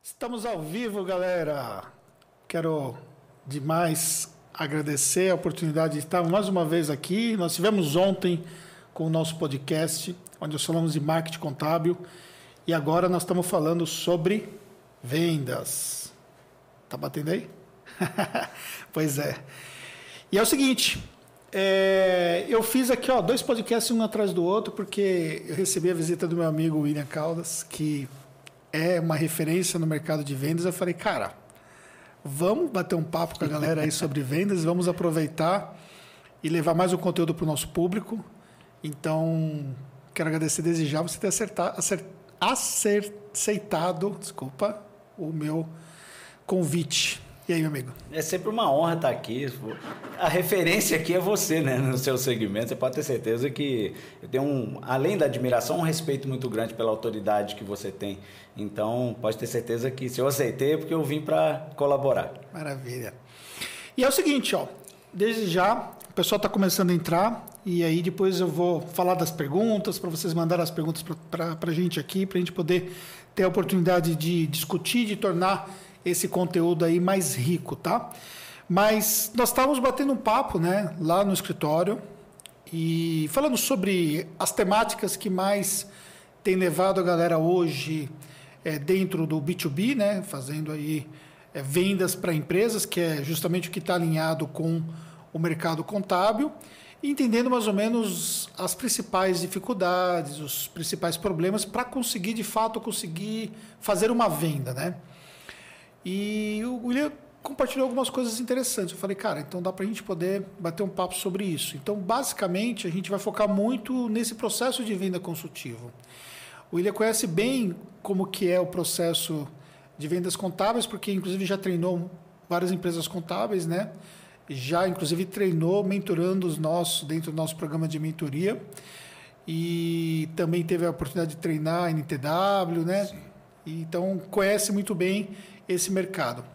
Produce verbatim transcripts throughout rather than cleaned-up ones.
Estamos ao vivo, galera. Quero demais agradecer a oportunidade de estar mais uma vez aqui. Nós tivemos ontem com o nosso podcast, onde nós falamos de marketing contábil, e agora nós estamos falando sobre vendas. Tá batendo aí? Pois é. E é o seguinte, é, eu fiz aqui ó, dois podcasts um atrás do outro, porque eu recebi a visita do meu amigo William Caldas, que é uma referência no mercado de vendas. Eu falei, cara, vamos bater um papo com a galera aí sobre vendas, vamos aproveitar e levar mais um conteúdo para o nosso público. Então, quero agradecer desde já você ter acertado, acert, aceitado, desculpa, o meu convite. E aí, meu amigo? É sempre uma honra estar aqui. A referência aqui é você, né? No seu segmento. Você pode ter certeza que eu tenho, um, além da admiração, um respeito muito grande pela autoridade que você tem. Então, pode ter certeza que se eu aceitei é porque eu vim para colaborar. Maravilha. E é o seguinte, ó, desde já, o pessoal está começando a entrar e aí depois eu vou falar das perguntas, para vocês mandarem as perguntas para a gente aqui, para a gente poder ter a oportunidade de discutir, de tornar esse conteúdo aí mais rico, tá? Mas nós estávamos batendo um papo, né, lá no escritório e falando sobre as temáticas que mais tem levado a galera hoje é, dentro do B dois B, né, fazendo aí é, vendas para empresas, que é justamente o que está alinhado com o mercado contábil, e entendendo mais ou menos as principais dificuldades, os principais problemas para conseguir, de fato, conseguir fazer uma venda, né? E o William compartilhou algumas coisas interessantes. Eu falei, cara, então dá para a gente poder bater um papo sobre isso. Então, basicamente, a gente vai focar muito nesse processo de venda consultivo. O William conhece bem como que é o processo de vendas contábeis, porque, inclusive, já treinou várias empresas contábeis, né? Já, inclusive, treinou mentorando os nossos, dentro do nosso programa de mentoria. E também teve a oportunidade de treinar a N T W, né? Sim. E, então, conhece muito bem esse mercado.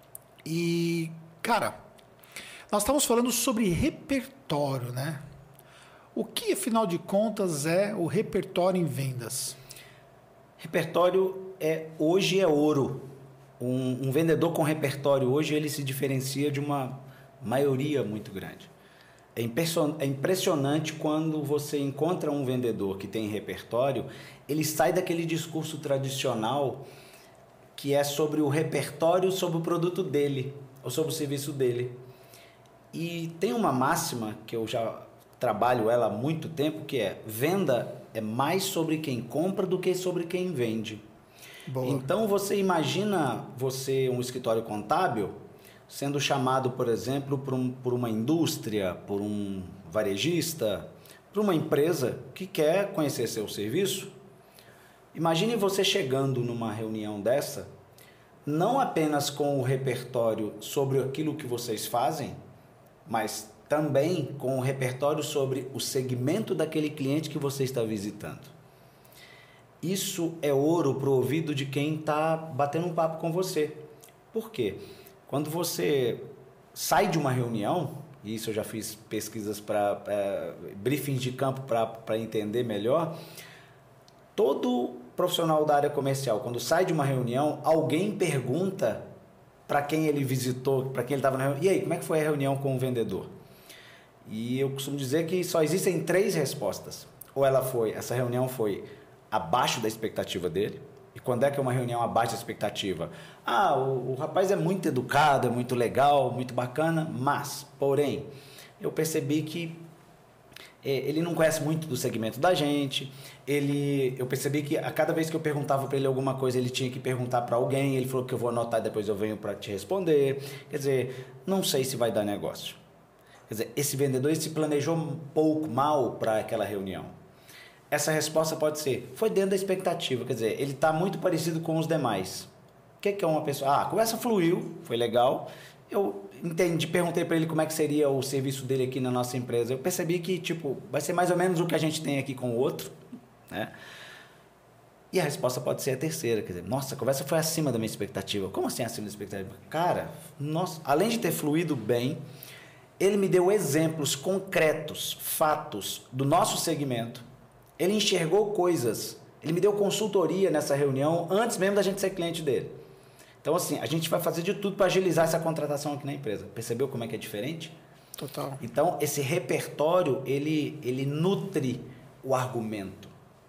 E, cara, nós estamos falando sobre repertório, né? O que, afinal de contas, é o repertório em vendas? Repertório é, hoje é ouro. Um, um vendedor com repertório hoje, ele se diferencia de uma maioria muito grande. É, é impressionante quando você encontra um vendedor que tem repertório, ele sai daquele discurso tradicional que é sobre o repertório, sobre o produto dele, ou sobre o serviço dele. E tem uma máxima que eu já trabalho ela há muito tempo, que é: venda é mais sobre quem compra do que sobre quem vende. Boa. Então você imagina você, um escritório contábil, sendo chamado, por exemplo, por, um, por uma indústria, por um varejista, por uma empresa que quer conhecer seu serviço. Imagine você chegando numa reunião dessa, não apenas com o repertório sobre aquilo que vocês fazem, mas também com o repertório sobre o segmento daquele cliente que você está visitando. Isso é ouro para o ouvido de quem está batendo um papo com você. Por quê? Quando você sai de uma reunião, e isso eu já fiz pesquisas para é, briefings de campo para entender melhor, todo profissional da área comercial, quando sai de uma reunião, alguém pergunta para quem ele visitou, para quem ele estava na reunião: e aí, como é que foi a reunião com o vendedor? E eu costumo dizer que só existem três respostas. Ou ela foi, essa reunião foi abaixo da expectativa dele. E quando é que é uma reunião abaixo da expectativa? Ah, o, o rapaz é muito educado, é muito legal, muito bacana, mas, porém, eu percebi que ele não conhece muito do segmento da gente. Ele, eu percebi que a cada vez que eu perguntava para ele alguma coisa, ele tinha que perguntar para alguém. Ele falou que eu vou anotar e depois eu venho para te responder. Quer dizer, não sei se vai dar negócio. Quer dizer, esse vendedor ele se planejou um pouco mal para aquela reunião. Essa resposta pode ser: foi dentro da expectativa. Quer dizer, ele está muito parecido com os demais. O que é uma pessoa? Ah, a conversa fluiu, foi legal. Eu entendi, perguntei para ele como é que seria o serviço dele aqui na nossa empresa. Eu percebi que, tipo, vai ser mais ou menos o que a gente tem aqui com o outro, né? E a resposta pode ser a terceira, quer dizer, nossa, a conversa foi acima da minha expectativa. Como assim acima da expectativa? Cara, nossa, além de ter fluído bem, ele me deu exemplos concretos, fatos do nosso segmento. Ele enxergou coisas, ele me deu consultoria nessa reunião antes mesmo da gente ser cliente dele. Então, assim, a gente vai fazer de tudo para agilizar essa contratação aqui na empresa. Percebeu como é que é diferente? Total. Então, esse repertório, ele, ele nutre o argumento.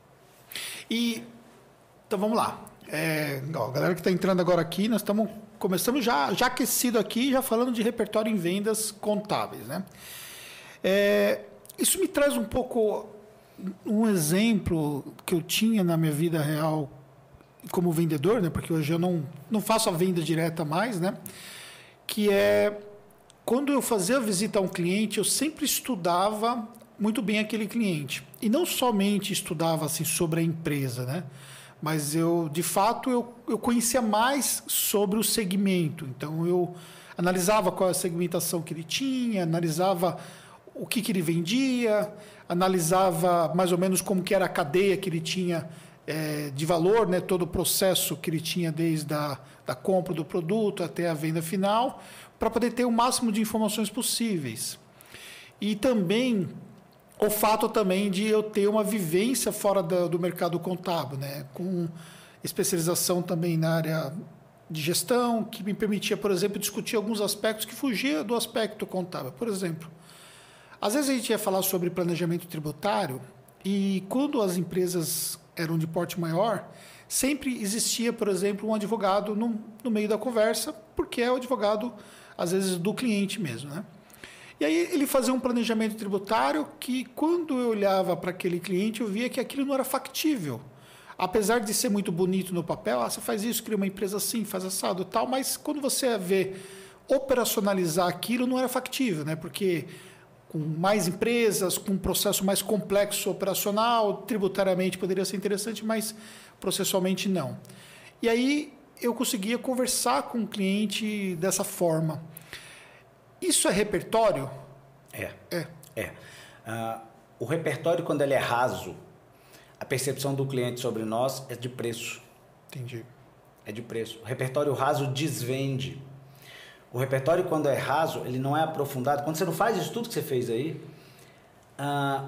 E, então vamos lá. É, ó, galera que está entrando agora aqui, nós estamos começamos já, já aquecido aqui, já falando de repertório em vendas contábeis, né? É, isso me traz um pouco um exemplo que eu tinha na minha vida real como vendedor, né? Porque hoje eu não, não faço a venda direta mais, né? Que é quando eu fazia a visita a um cliente, eu sempre estudava muito bem aquele cliente. E não somente estudava assim, sobre a empresa, né? Mas eu, de fato, eu, eu conhecia mais sobre o segmento. Então, eu analisava qual é a segmentação que ele tinha, analisava o que, que ele vendia, analisava mais ou menos como que era a cadeia que ele tinha é, de valor, né? Todo o processo que ele tinha desde a da compra do produto até a venda final, para poder ter o máximo de informações possíveis. E também o fato também de eu ter uma vivência fora do, do mercado contábil, né? Com especialização também na área de gestão, que me permitia, por exemplo, discutir alguns aspectos que fugiam do aspecto contábil. Por exemplo, às vezes a gente ia falar sobre planejamento tributário e quando as empresas eram de porte maior, sempre existia, por exemplo, um advogado no, no meio da conversa, porque é o advogado, às vezes, do cliente mesmo, né? E aí ele fazia um planejamento tributário que, quando eu olhava para aquele cliente, eu via que aquilo não era factível. Apesar de ser muito bonito no papel, ah, você faz isso, cria uma empresa assim, faz assado e tal, mas quando você vê operacionalizar aquilo, não era factível, né? Porque com mais empresas, com um processo mais complexo operacional, tributariamente poderia ser interessante, mas processualmente não. E aí eu conseguia conversar com o cliente dessa forma. Isso é repertório? É. É. é. Uh, o repertório, quando ele é raso, a percepção do cliente sobre nós é de preço. Entendi. É de preço. O repertório raso desvende. O repertório, quando é raso, ele não é aprofundado. Quando você não faz isso tudo que você fez aí, uh,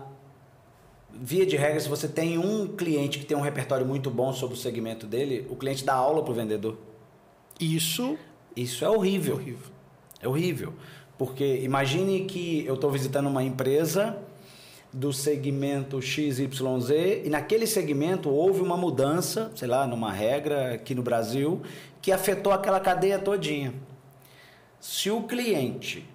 via de regra, se você tem um cliente que tem um repertório muito bom sobre o segmento dele, o cliente dá aula para o vendedor. Isso... Isso é horrível. É horrível. É horrível. Porque imagine que eu estou visitando uma empresa do segmento X Y Z e naquele segmento houve uma mudança, sei lá, numa regra aqui no Brasil, que afetou aquela cadeia todinha. Se o cliente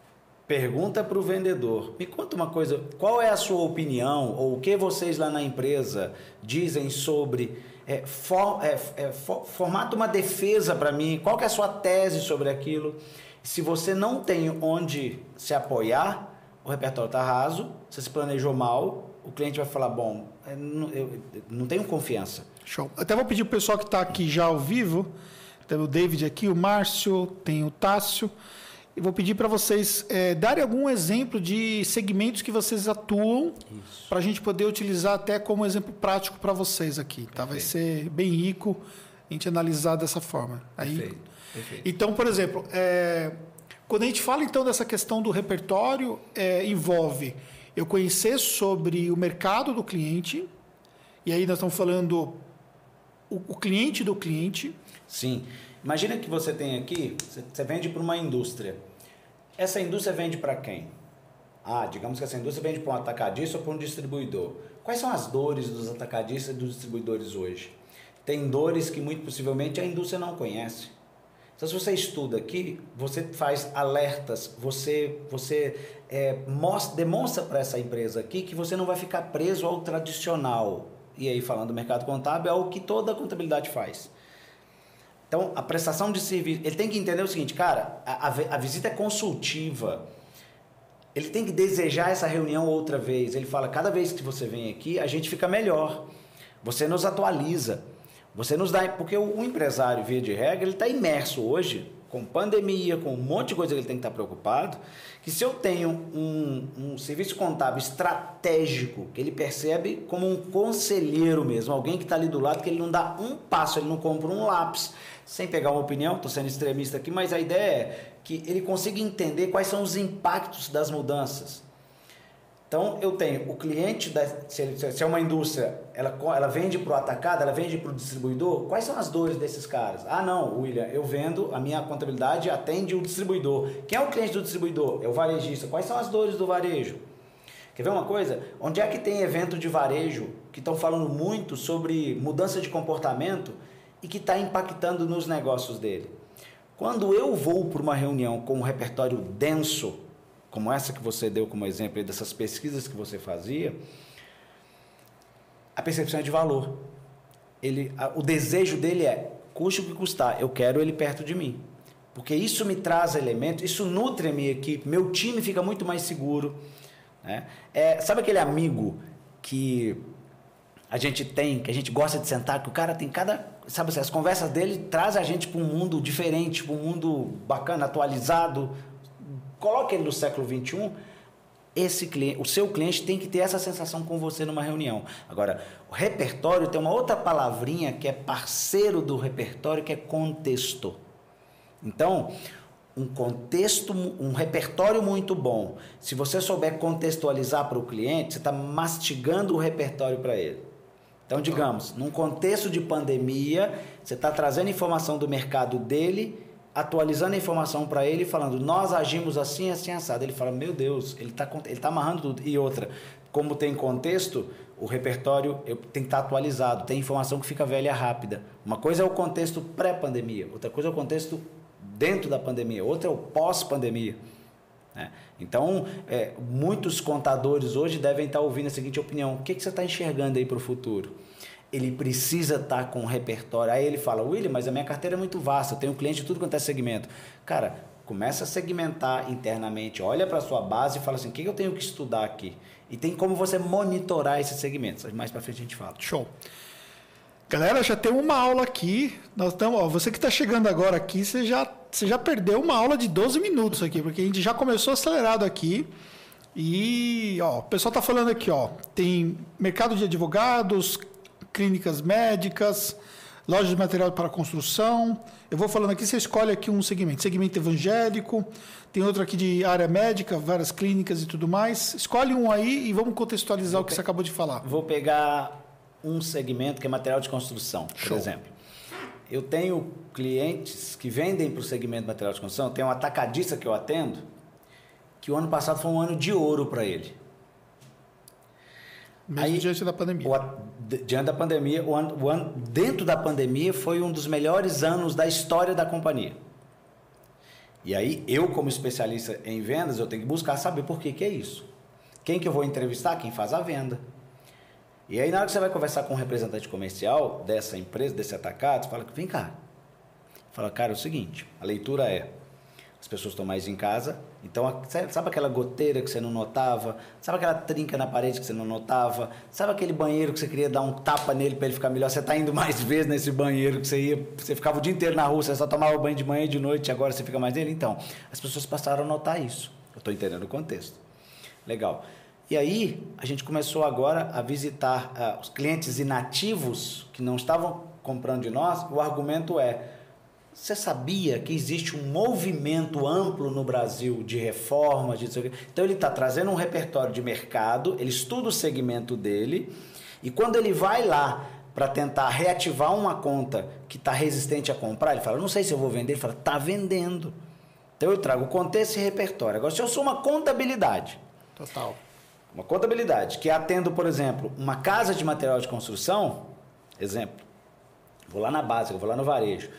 pergunta para o vendedor, me conta uma coisa, qual é a sua opinião ou o que vocês lá na empresa dizem sobre, é, for, é, é, for, formata uma defesa para mim, qual que é a sua tese sobre aquilo? Se você não tem onde se apoiar, o repertório está raso, você se planejou mal, o cliente vai falar, bom, eu não, eu não tenho confiança. Show. Até vou pedir para o pessoal que está aqui já ao vivo, tem o David aqui, o Márcio, tem o Tássio, e vou pedir para vocês é, darem algum exemplo de segmentos que vocês atuam, para a gente poder utilizar até como exemplo prático para vocês aqui. Tá? Vai ser bem rico a gente analisar dessa forma. Aí, Perfeito. Perfeito. Então, por exemplo, é, quando a gente fala então dessa questão do repertório, é, envolve eu conhecer sobre o mercado do cliente, e aí nós estamos falando o, o cliente do cliente. Sim. Imagina que você tem aqui, você vende para uma indústria. Essa indústria vende para quem? Ah, digamos que essa indústria vende para um atacadista ou para um distribuidor. Quais são as dores dos atacadistas e dos distribuidores hoje? Tem dores que muito possivelmente a indústria não conhece. Então, se você estuda aqui, você faz alertas, você, você é, mostra, demonstra para essa empresa aqui que você não vai ficar preso ao tradicional. E aí, falando do mercado contábil, é o que toda a contabilidade faz. Então, a prestação de serviço, ele tem que entender o seguinte, cara, a, a, a visita é consultiva. Ele tem que desejar essa reunião outra vez. Ele fala, cada vez que você vem aqui, a gente fica melhor. Você nos atualiza. Você nos dá, porque o empresário, via de regra, ele está imerso hoje, com pandemia, com um monte de coisa que ele tem que estar preocupado, que se eu tenho um, um serviço contábil estratégico, que ele percebe como um conselheiro mesmo, alguém que está ali do lado, que ele não dá um passo, ele não compra um lápis, sem pegar uma opinião, estou sendo extremista aqui, mas a ideia é que ele consiga entender quais são os impactos das mudanças. Então, eu tenho o cliente, da, se, se é uma indústria, ela, ela vende para o atacado, ela vende para o distribuidor, quais são as dores desses caras? Ah, não, William, eu vendo, a minha contabilidade atende o distribuidor. Quem é o cliente do distribuidor? É o varejista. Quais são as dores do varejo? Quer ver uma coisa? Onde é que tem evento de varejo que estão falando muito sobre mudança de comportamento e que está impactando nos negócios dele? Quando eu vou para uma reunião com um repertório denso, como essa que você deu como exemplo aí, dessas pesquisas que você fazia, a percepção é de valor. Ele, a, o desejo dele é, custe o que custar, eu quero ele perto de mim. Porque isso me traz elementos, isso nutre a minha equipe, meu time fica muito mais seguro. Né? É, sabe aquele amigo que a gente tem, que a gente gosta de sentar, que o cara tem cada... Sabe assim, as conversas dele trazem a gente para um mundo diferente, para um mundo bacana, atualizado. Coloque ele no século vinte e um, esse cliente, o seu cliente tem que ter essa sensação com você numa reunião. Agora, o repertório tem uma outra palavrinha que é parceiro do repertório, que é contexto. Então, um contexto, um repertório muito bom. Se você souber contextualizar para o cliente, você está mastigando o repertório para ele. Então, digamos, num contexto de pandemia, você está trazendo informação do mercado dele, atualizando a informação para ele, falando, nós agimos assim, assim, assado. Ele fala, meu Deus, ele está ele tá amarrando tudo. E outra, como tem contexto, o repertório tem que estar atualizado, tem informação que fica velha rápida. Uma coisa é o contexto pré-pandemia, outra coisa é o contexto dentro da pandemia, outra é o pós-pandemia. Né? Então, é, muitos contadores hoje devem estar ouvindo a seguinte opinião, o que, que você está enxergando aí para o futuro? Ele precisa estar com um repertório. Aí ele fala, William, mas a minha carteira é muito vasta, eu tenho cliente de tudo quanto é segmento. Cara, começa a segmentar internamente, olha para a sua base e fala assim, o que eu tenho que estudar aqui? E tem como você monitorar esses segmentos. Mais para frente a gente fala. Show. Galera, já tem uma aula aqui. Nós estamos, ó, você que está chegando agora aqui, você já, você já perdeu uma aula de doze minutos aqui, porque a gente já começou acelerado aqui. E ó, o pessoal está falando aqui, ó, tem mercado de advogados, clínicas médicas, lojas de material para construção. Eu vou falando aqui, você escolhe aqui um segmento. Segmento evangélico, tem outro aqui de área médica, várias clínicas e tudo mais. Escolhe um aí e vamos contextualizar vou o que você acabou de falar. Vou pegar um segmento que é material de construção, por Show. exemplo. Eu tenho clientes que vendem para o segmento de material de construção, tem um atacadista que eu atendo, que o ano passado foi um ano de ouro para ele. Mesmo Aí, diante da pandemia. O, diante da pandemia, o ano, o ano, dentro da pandemia foi um dos melhores anos da história da companhia. E aí, eu como especialista em vendas, eu tenho que buscar saber por que que é isso. Quem que eu vou entrevistar? Quem faz a venda. E aí, na hora que você vai conversar com um representante comercial dessa empresa, desse atacado, você fala, vem cá. Fala, cara, é o seguinte, a leitura é, as pessoas estão mais em casa, então, sabe aquela goteira que você não notava? Sabe aquela trinca na parede que você não notava? Sabe aquele banheiro que você queria dar um tapa nele para ele ficar melhor? Você está indo mais vezes nesse banheiro que você ia, você ficava o dia inteiro na rua, você só tomava banho de manhã e de noite, e agora você fica mais nele? Então, as pessoas passaram a notar isso. Eu estou entendendo o contexto. Legal. E aí, a gente começou agora a visitar uh, os clientes inativos que não estavam comprando de nós. O argumento é, você sabia que existe um movimento amplo no Brasil de reforma? De... Então, ele está trazendo um repertório de mercado, ele estuda o segmento dele, e quando ele vai lá para tentar reativar uma conta que está resistente a comprar, ele fala, não sei se eu vou vender, ele fala, está vendendo. Então, eu trago o contexto e repertório. Agora, se eu sou uma contabilidade... Total. Uma contabilidade que atendo, por exemplo, uma casa de material de construção, exemplo, vou lá na base, vou lá no varejo,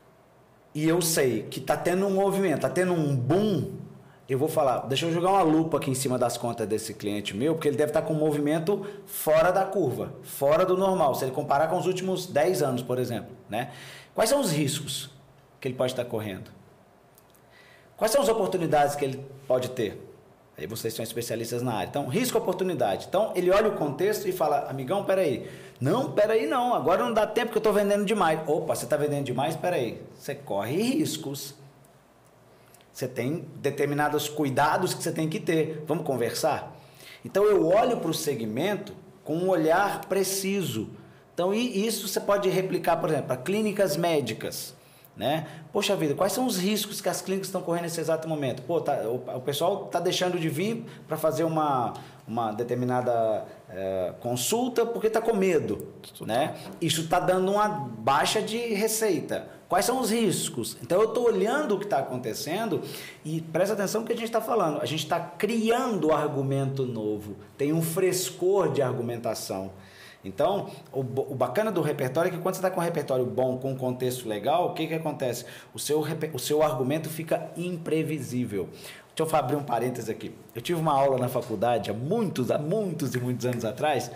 e eu sei que está tendo um movimento, está tendo um boom, eu vou falar, deixa eu jogar uma lupa aqui em cima das contas desse cliente meu, porque ele deve estar com um movimento fora da curva, fora do normal, se ele comparar com os últimos dez anos, por exemplo. Né? Quais são os riscos que ele pode estar correndo? Quais são as oportunidades que ele pode ter? Aí vocês são especialistas na área. Então, risco e oportunidade. Então, ele olha o contexto e fala, amigão, peraí. Não, peraí não, agora não dá tempo que eu estou vendendo demais. Opa, você está vendendo demais? Peraí. Você corre riscos. Você tem determinados cuidados que você tem que ter. Vamos conversar? Então, eu olho para o segmento com um olhar preciso. Então, e isso você pode replicar, por exemplo, para clínicas médicas. Né? Poxa vida, quais são os riscos que as clínicas estão correndo nesse exato momento? Pô, tá, o, o pessoal está deixando de vir para fazer uma, uma determinada é, consulta porque está com medo, né? Isso está dando uma baixa de receita. Quais são os riscos? Então, eu estou olhando o que está acontecendo e presta atenção no que a gente está falando. A gente está criando argumento novo, tem um frescor de argumentação. Então, o, o bacana do repertório é que quando você está com um repertório bom, com um contexto legal, o que, que acontece? O seu, o seu argumento fica imprevisível. Deixa eu abrir um parênteses aqui. Eu tive uma aula na faculdade há muitos, há muitos e muitos anos atrás,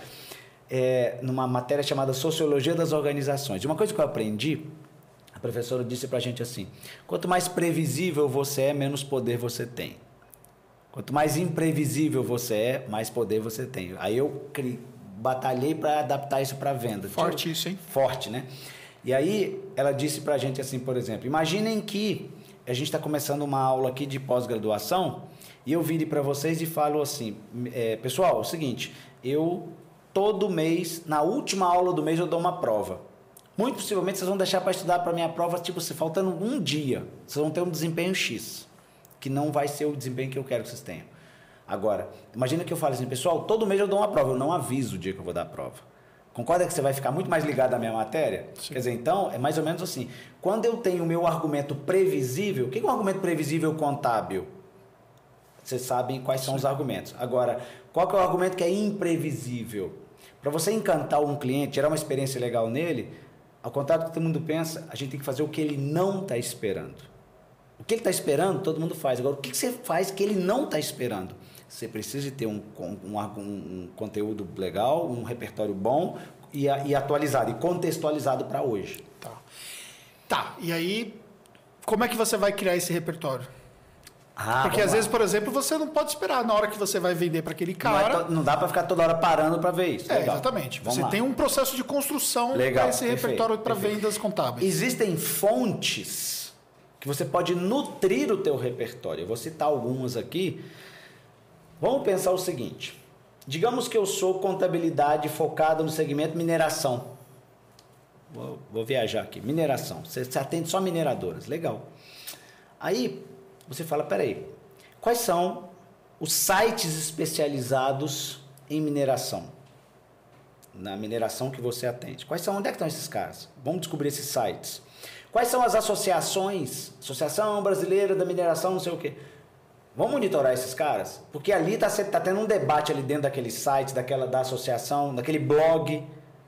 é, numa matéria chamada Sociologia das Organizações. E uma coisa que eu aprendi, a professora disse para a gente assim, quanto mais previsível você é, menos poder você tem. Quanto mais imprevisível você é, mais poder você tem. Aí eu criei, batalhei para adaptar isso para a venda. Forte isso, hein? Forte, né? E aí ela disse para a gente assim, por exemplo, imaginem que a gente está começando uma aula aqui de pós-graduação e eu vire para vocês e falo assim, é, pessoal, é o seguinte, eu todo mês, na última aula do mês eu dou uma prova. Muito possivelmente vocês vão deixar para estudar para a minha prova, tipo, se faltando um dia, vocês vão ter um desempenho X, que não vai ser o desempenho que eu quero que vocês tenham. Agora, imagina que eu falo assim, pessoal, todo mês eu dou uma prova, eu não aviso o dia que eu vou dar a prova. Concorda que você vai ficar muito mais ligado à minha matéria? Sim. Quer dizer, então, é mais ou menos assim. Quando eu tenho o meu argumento previsível, o que é um argumento previsível contábil? Vocês sabem quais são Sim. os argumentos. Agora, qual que é o argumento que é imprevisível? Para você encantar um cliente, gerar uma experiência legal nele, ao contrário do que todo mundo pensa, a gente tem que fazer o que ele não está esperando. O que ele está esperando, todo mundo faz. Agora, o que você faz que ele não está esperando? Você precisa de ter um, um, um, um conteúdo legal, um repertório bom e, e atualizado, e contextualizado para hoje. Tá. Tá, e aí, como é que você vai criar esse repertório? Ah, Porque às lá. vezes, por exemplo, você não pode esperar na hora que você vai vender para aquele cara. Não, é, não dá para ficar toda hora parando para ver isso. É, legal. Exatamente. Vamos você lá. Tem um processo de construção para esse perfeito, repertório para vendas contábeis. Existem fontes que você pode nutrir o teu repertório. Eu vou citar algumas aqui. Vamos pensar o seguinte, digamos que eu sou contabilidade focada no segmento mineração. Vou, vou viajar aqui, mineração, você, você atende só mineradoras, legal. Aí você fala, peraí, quais são os sites especializados em mineração? Na mineração que você atende. Quais são, onde é que estão esses caras? Vamos descobrir esses sites. Quais são as associações? Associação Brasileira da Mineração, não sei o quê. Vamos monitorar esses caras? Porque ali está tá tendo um debate ali dentro daquele site, daquela, da associação, daquele blog.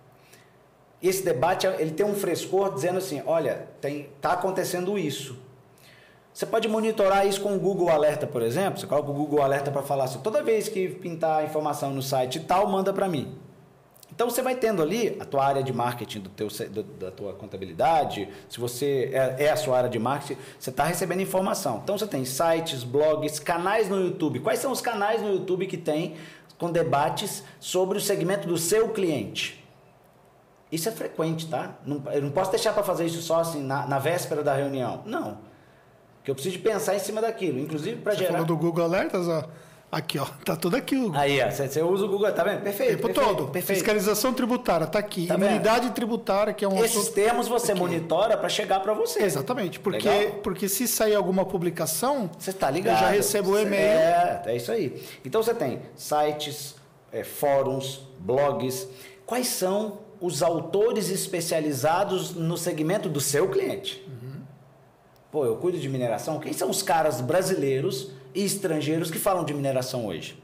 E esse debate ele tem um frescor dizendo assim, olha, está acontecendo isso. Você pode monitorar isso com o Google Alerta, por exemplo. Você coloca o Google Alerta para falar assim, toda vez que pintar a informação no site e tal, manda para mim. Então você vai tendo ali a tua área de marketing do teu, do, da tua contabilidade, se você é, é a sua área de marketing, você está recebendo informação. Então você tem sites, blogs, canais no YouTube. Quais são os canais no YouTube que tem com debates sobre o segmento do seu cliente? Isso é frequente, tá? Não, eu não posso deixar para fazer isso só assim na, na véspera da reunião. Não. Porque eu preciso de pensar em cima daquilo, inclusive para gerar... Você falou do Google Alertas, ó. Aqui, ó, tá tudo aqui. O... Aí, ó, você, você usa o Google, tá vendo? Perfeito. O tempo perfeito, todo. Perfeito. Fiscalização tributária, tá aqui. Tá Imunidade tributária, que é um Esses assunto... termos você aqui. monitora para chegar para você. Exatamente, porque, porque se sair alguma publicação, você está ligado. Eu já recebo o e-mail. É, é isso aí. Então você tem sites, é, fóruns, blogs. Quais são os autores especializados no segmento do seu cliente? Uhum. Pô, eu cuido de mineração. Quem são os caras brasileiros e estrangeiros que falam de mineração hoje?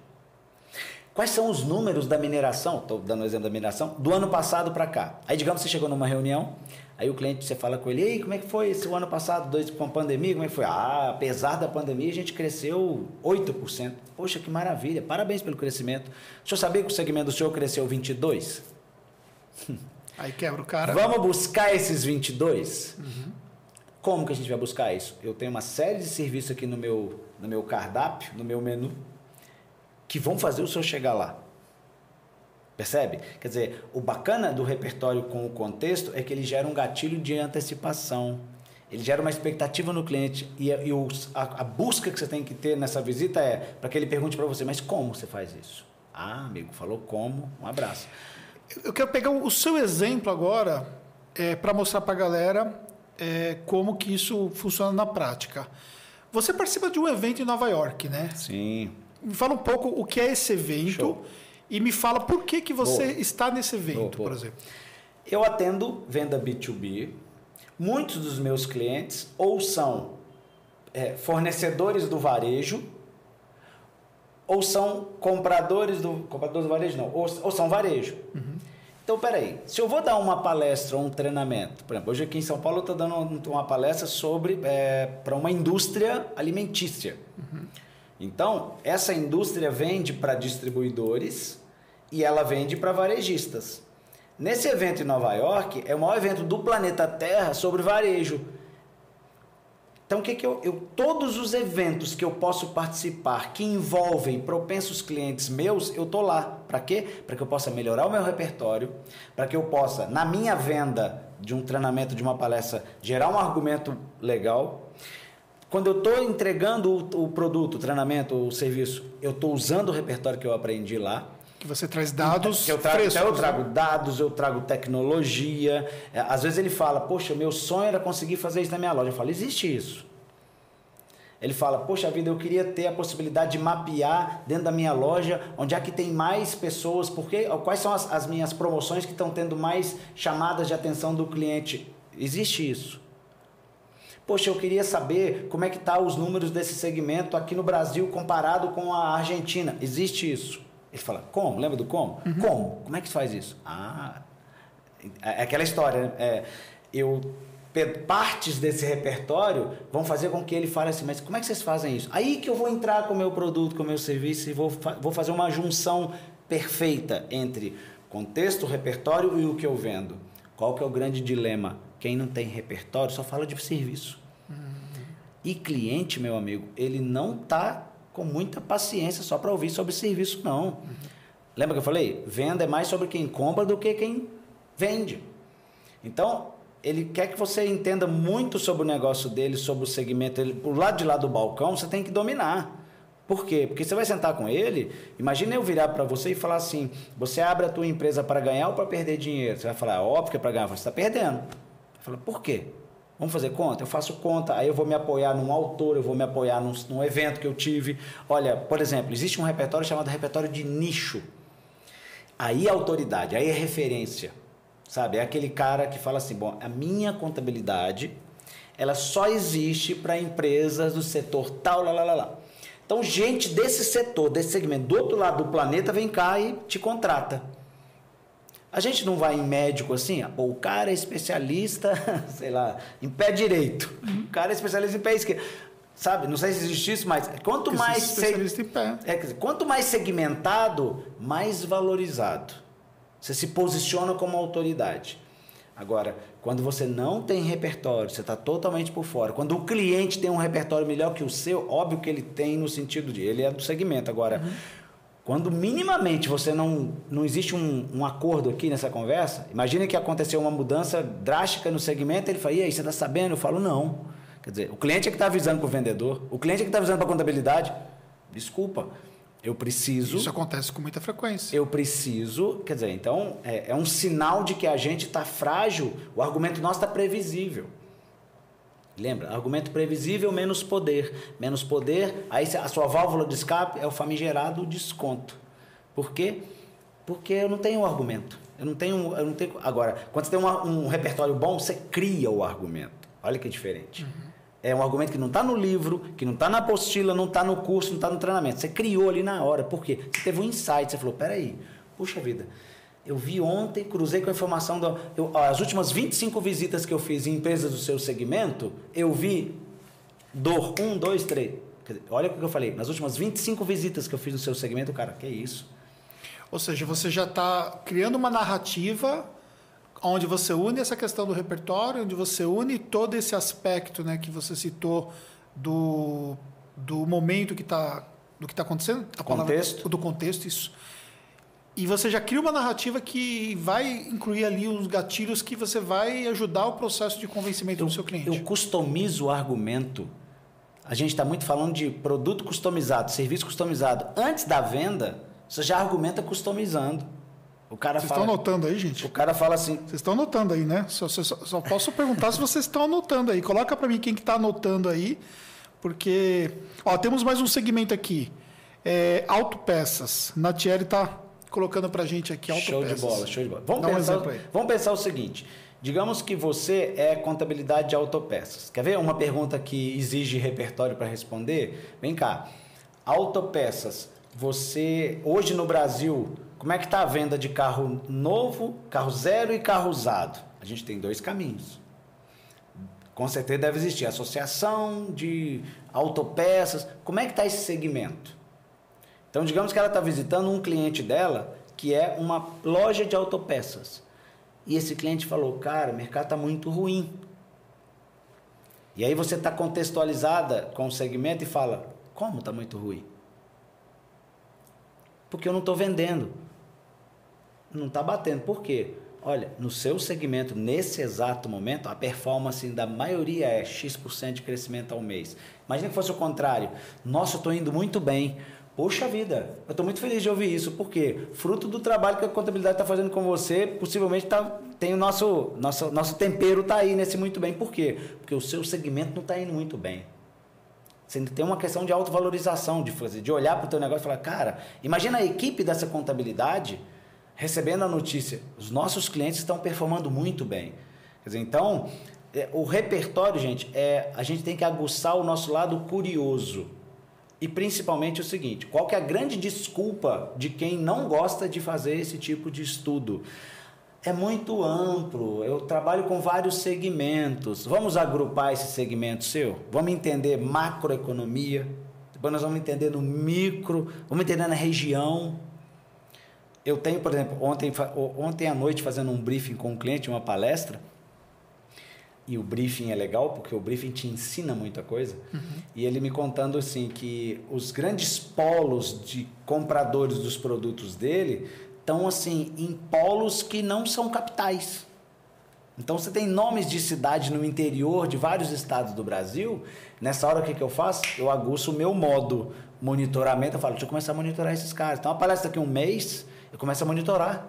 Quais são os números da mineração, estou dando o exemplo da mineração, do ano passado para cá? Aí, digamos que você chegou numa reunião, aí o cliente, você fala com ele, ei, como é que foi esse ano passado, dois, com a pandemia, como é que foi? Ah, apesar da pandemia, a gente cresceu oito por cento. Poxa, que maravilha, parabéns pelo crescimento. O senhor sabia que o segmento do senhor cresceu vinte e dois por cento? Aí quebra o cara. Vamos buscar esses vinte e dois por cento? Uhum. Como que a gente vai buscar isso? Eu tenho uma série de serviços aqui no meu, no meu cardápio, no meu menu, que vão fazer o senhor chegar lá. Percebe? Quer dizer, o bacana do repertório com o contexto é que ele gera um gatilho de antecipação. Ele gera uma expectativa no cliente e, e os, a, a busca que você tem que ter nessa visita é para que ele pergunte para você, mas como você faz isso? Ah, amigo, falou como? Um abraço. Eu quero pegar o seu exemplo agora é, para mostrar para a galera é, como que isso funciona na prática. Você participa de um evento em Nova York, né? Sim. me fala um pouco o que é esse evento. Show. E me fala por que, que você boa. Está nesse evento, boa, boa. Por exemplo. Eu atendo venda B dois B. Muitos dos meus clientes ou são é, fornecedores do varejo, ou são compradores do... Compradores do varejo, não. Ou, ou são varejo. Uhum. Então, peraí. Se eu vou dar uma palestra ou um treinamento... Por exemplo, hoje aqui em São Paulo eu estou dando uma palestra sobre... É, para uma indústria alimentícia. Uhum. Então, essa indústria vende para distribuidores e ela vende para varejistas. Nesse evento em Nova York, é o maior evento do planeta Terra sobre varejo. Então, o que que eu, eu, todos os eventos que eu posso participar, que envolvem propensos clientes meus, eu estou lá. Para quê? Para que eu possa melhorar o meu repertório, para que eu possa, na minha venda de um treinamento, de uma palestra, gerar um argumento legal. Quando eu estou entregando o, o produto, o treinamento, o serviço, eu estou usando o repertório que eu aprendi lá. Que você traz dados que eu trago, frescos. Eu trago dados, eu trago tecnologia. Às vezes ele fala, poxa, meu sonho era conseguir fazer isso na minha loja. Eu falo, existe isso. Ele fala, poxa vida, eu queria ter a possibilidade de mapear dentro da minha loja onde é que tem mais pessoas, porque, quais são as, as minhas promoções que estão tendo mais chamadas de atenção do cliente. Existe isso. Poxa, eu queria saber como é que estão os números desse segmento aqui no Brasil comparado com a Argentina. Existe isso. Ele fala, como? Lembra do como? Uhum. Como? Como é que se faz isso? Ah, é aquela história, né? É, eu, partes desse repertório vão fazer com que ele fale assim, mas como é que vocês fazem isso? Aí que eu vou entrar com o meu produto, com o meu serviço e vou, vou fazer uma junção perfeita entre contexto, repertório e o que eu vendo. Qual que é o grande dilema? Quem não tem repertório só fala de serviço. Uhum. E cliente, meu amigo, ele não está com muita paciência só para ouvir sobre serviço, não. Uhum. Lembra que eu falei? Venda é mais sobre quem compra do que quem vende. Então, ele quer que você entenda muito sobre o negócio dele, sobre o segmento. Ele, por lado de lá do balcão, você tem que dominar. Por quê? Porque você vai sentar com ele, imagina eu virar para você e falar assim, você abre a tua empresa para ganhar ou para perder dinheiro? Você vai falar, óbvio que é para ganhar. Você está perdendo. Fala, por quê? Vamos fazer conta? Eu faço conta, aí eu vou me apoiar num autor, eu vou me apoiar num, num evento que eu tive. Olha, por exemplo, existe um repertório chamado repertório de nicho. Aí é autoridade, aí é referência, sabe? É aquele cara que fala assim, bom, a minha contabilidade, ela só existe para empresas do setor tal, lá, lá, lá, lá. Então, gente desse setor, desse segmento, do outro lado do planeta, vem cá e te contrata. A gente não vai em médico assim, pô, o cara é especialista, sei lá, em pé direito, uhum. O cara é especialista em pé esquerdo, sabe? Não sei se existe isso, mas quanto mais, especialista seg... em pé. É, quer dizer, quanto mais segmentado, mais valorizado. Você se posiciona como autoridade. Agora, quando você não tem repertório, você está totalmente por fora. Quando o cliente tem um repertório melhor que o seu, óbvio que ele tem no sentido de, ele é do segmento. Agora, uhum. Quando minimamente você não, não existe um, um acordo aqui nessa conversa, imagina que aconteceu uma mudança drástica no segmento, ele fala, e aí, você está sabendo? Eu falo, não. Quer dizer, o cliente é que está avisando para o vendedor, o cliente é que está avisando para a contabilidade. Desculpa, eu preciso... Isso acontece com muita frequência. Eu preciso, quer dizer, então, é, é um sinal de que a gente está frágil, o argumento nosso está previsível. Lembra? Argumento previsível, menos poder. Menos poder, aí a sua válvula de escape é o famigerado desconto. Por quê? Porque eu não tenho um argumento. Eu não tenho, eu não tenho... Agora, quando você tem uma, um repertório bom, você cria o argumento. Olha que diferente. Uhum. É um argumento que não está no livro, que não está na apostila, não está no curso, não está no treinamento. Você criou ali na hora. Por quê? Você teve um insight, você falou, peraí, puxa vida... Eu vi ontem, cruzei com a informação, do, eu, as últimas vinte e cinco visitas que eu fiz em empresas do seu segmento, eu vi dor, um, dois, três. Quer dizer, olha o que eu falei, nas últimas vinte e cinco visitas que eu fiz no seu segmento, cara, que isso? Ou seja, você já está criando uma narrativa onde você une essa questão do repertório, onde você une todo esse aspecto, né, que você citou do, do momento que está do que está acontecendo, a contexto. Palavra, do contexto, isso. E você já cria uma narrativa que vai incluir ali os gatilhos que você vai ajudar o processo de convencimento eu, do seu cliente. Eu customizo o argumento. A gente está muito falando de produto customizado, serviço customizado. Antes da venda, você já argumenta customizando. O cara vocês fala, estão anotando aí, gente? O cara fala assim... Vocês estão anotando aí, né? Só, só, só posso perguntar se vocês estão anotando aí. Coloca para mim quem que está anotando aí, porque... Ó, temos mais um segmento aqui. É, autopeças. Natiele está colocando para a gente aqui autopeças. Show de bola, show de bola. Vamos, Dá um pensar, exemplo aí. vamos pensar o seguinte. Digamos que você é contabilidade de autopeças. Quer ver uma pergunta que exige repertório para responder? Vem cá. Autopeças. Você, hoje no Brasil, como é que está a venda de carro novo, carro zero e carro usado? A gente tem dois caminhos. Com certeza deve existir associação de autopeças. Como é que está esse segmento? Então, digamos que ela está visitando um cliente dela, que é uma loja de autopeças. E esse cliente falou, cara, o mercado está muito ruim. E aí você está contextualizada com o segmento e fala, como está muito ruim? Porque eu não estou vendendo. Não está batendo. Por quê? Olha, no seu segmento, nesse exato momento, a performance da maioria é X por cento de crescimento ao mês. Imagina que fosse o contrário. Nossa, eu estou indo muito bem. Poxa vida, eu estou muito feliz de ouvir isso. Por quê? Fruto do trabalho que a contabilidade está fazendo com você, possivelmente tá, tem o nosso, nosso, nosso tempero está aí nesse muito bem. Por quê? Porque o seu segmento não está indo muito bem. Você tem uma questão de autovalorização, de fazer, de olhar para o teu negócio e falar, cara, imagina a equipe dessa contabilidade recebendo a notícia, os nossos clientes estão performando muito bem. Quer dizer, então, é, o repertório, gente, é, a gente tem que aguçar o nosso lado curioso. E principalmente o seguinte, qual que é a grande desculpa de quem não gosta de fazer esse tipo de estudo? É muito amplo, eu trabalho com vários segmentos. Vamos agrupar esse segmento seu? Vamos entender macroeconomia, depois nós vamos entender no micro, vamos entender na região. Eu tenho, por exemplo, ontem, ontem à noite fazendo um briefing com um cliente, uma palestra, e o briefing é legal porque o briefing te ensina muita coisa, uhum. E ele me contando assim que os grandes polos de compradores dos produtos dele estão assim em polos que não são capitais. Então você tem nomes de cidade no interior de vários estados do Brasil. Nessa hora o que, que eu faço? Eu aguço o meu modo monitoramento, eu falo, deixa eu começar a monitorar esses caras. Então a palestra daqui a um mês, eu começo a monitorar.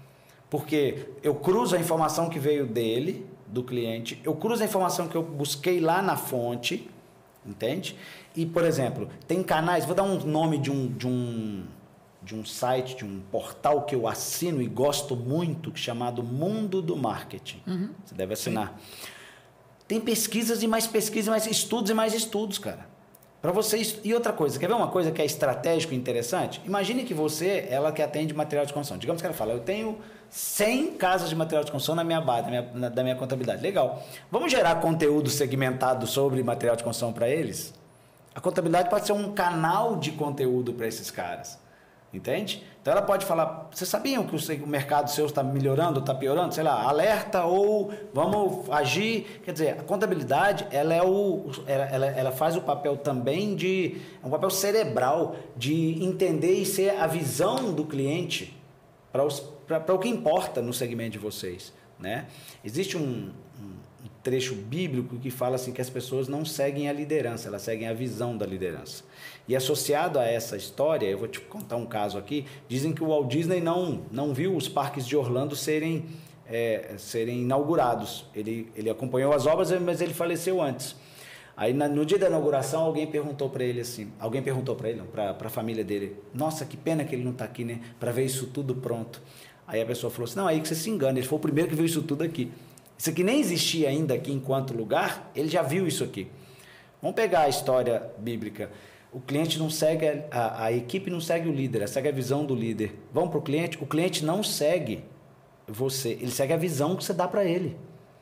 Porque eu cruzo a informação que veio dele, do cliente, eu cruzo a informação que eu busquei lá na fonte, entende? E, por exemplo, tem canais, vou dar um nome de um, de um, de um site, de um portal que eu assino e gosto muito, chamado Mundo do Marketing. Uhum. Você deve assinar. Sim. Tem pesquisas e mais pesquisas, mais estudos e mais estudos, cara. Para vocês. E outra coisa, quer ver uma coisa que é estratégico e interessante? Imagine que você, ela que atende material de construção. Digamos que ela fala, eu tenho cem casas de material de construção na minha base, da minha, na, da minha contabilidade. Legal. Vamos gerar conteúdo segmentado sobre material de construção para eles? A contabilidade pode ser um canal de conteúdo para esses caras. Entende? Então ela pode falar, vocês sabiam que o mercado seu está melhorando, está piorando? Sei lá, alerta ou vamos agir. Quer dizer, a contabilidade, ela, é o, ela, ela, ela faz o papel também de, é um papel cerebral de entender e ser a visão do cliente para, os, para, para o que importa no segmento de vocês. Né? Existe um, um trecho bíblico que fala assim que as pessoas não seguem a liderança, elas seguem a visão da liderança. E associado a essa história, eu vou te contar um caso aqui, dizem que o Walt Disney não, não viu os parques de Orlando serem, é, serem inaugurados. Ele, ele acompanhou as obras, mas ele faleceu antes. Aí na, no dia da inauguração, alguém perguntou para ele assim, alguém perguntou para ele, para a família dele, nossa, que pena que ele não está aqui, né, para ver isso tudo pronto. Aí a pessoa falou assim, não, aí que você se engana, ele foi o primeiro que viu isso tudo aqui. Isso aqui nem existia ainda aqui enquanto lugar, ele já viu isso aqui. Vamos pegar a história bíblica. O cliente não segue, a, a equipe não segue o líder, ela segue a visão do líder. Vamos para o cliente, o cliente não segue você, ele segue a visão que você dá para ele.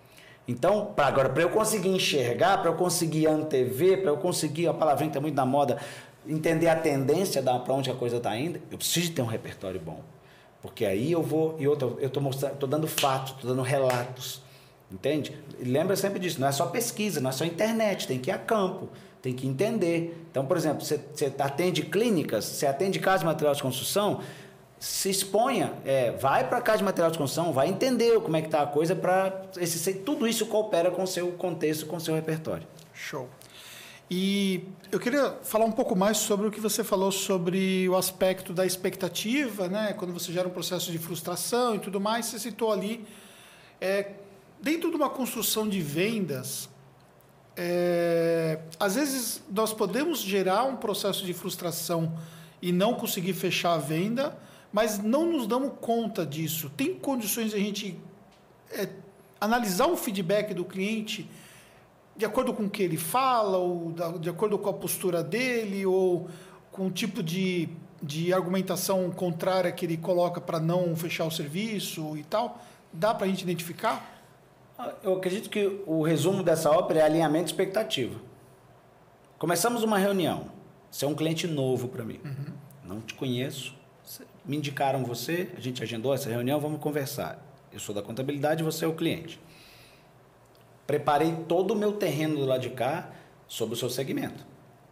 Então, pra, agora, para eu conseguir enxergar, para eu conseguir antever, para eu conseguir, a palavrinha que está muito na moda, entender a tendência para onde a coisa está indo, eu preciso ter um repertório bom. Porque aí eu vou, e outra, eu estou mostrando, estou dando fatos, estou dando relatos. Entende? Lembra sempre disso, não é só pesquisa, não é só internet, tem que ir a campo, tem que entender. Então, por exemplo, você, você atende clínicas, você atende casa de material de construção, se exponha, é, vai para a casa de material de construção, vai entender como é que está a coisa, para tudo isso coopera com o seu contexto, com o seu repertório. Show. E eu queria falar um pouco mais sobre o que você falou sobre o aspecto da expectativa, né? Quando você gera um processo de frustração e tudo mais, você citou ali... É, dentro de uma construção de vendas, é, às vezes nós podemos gerar um processo de frustração e não conseguir fechar a venda, mas não nos damos conta disso. Tem condições de a gente é, analisar o feedback do cliente de acordo com o que ele fala, ou da, de acordo com a postura dele, ou com o tipo de, de argumentação contrária que ele coloca para não fechar o serviço e tal? Dá para a gente identificar? Eu acredito que o resumo dessa ópera é alinhamento de expectativa. Começamos uma reunião. Você é um cliente novo para mim. Uhum. Não te conheço. Me indicaram você, a gente agendou essa reunião, vamos conversar. Eu sou da contabilidade, você é o cliente. Preparei todo o meu terreno do lado de cá sobre o seu segmento.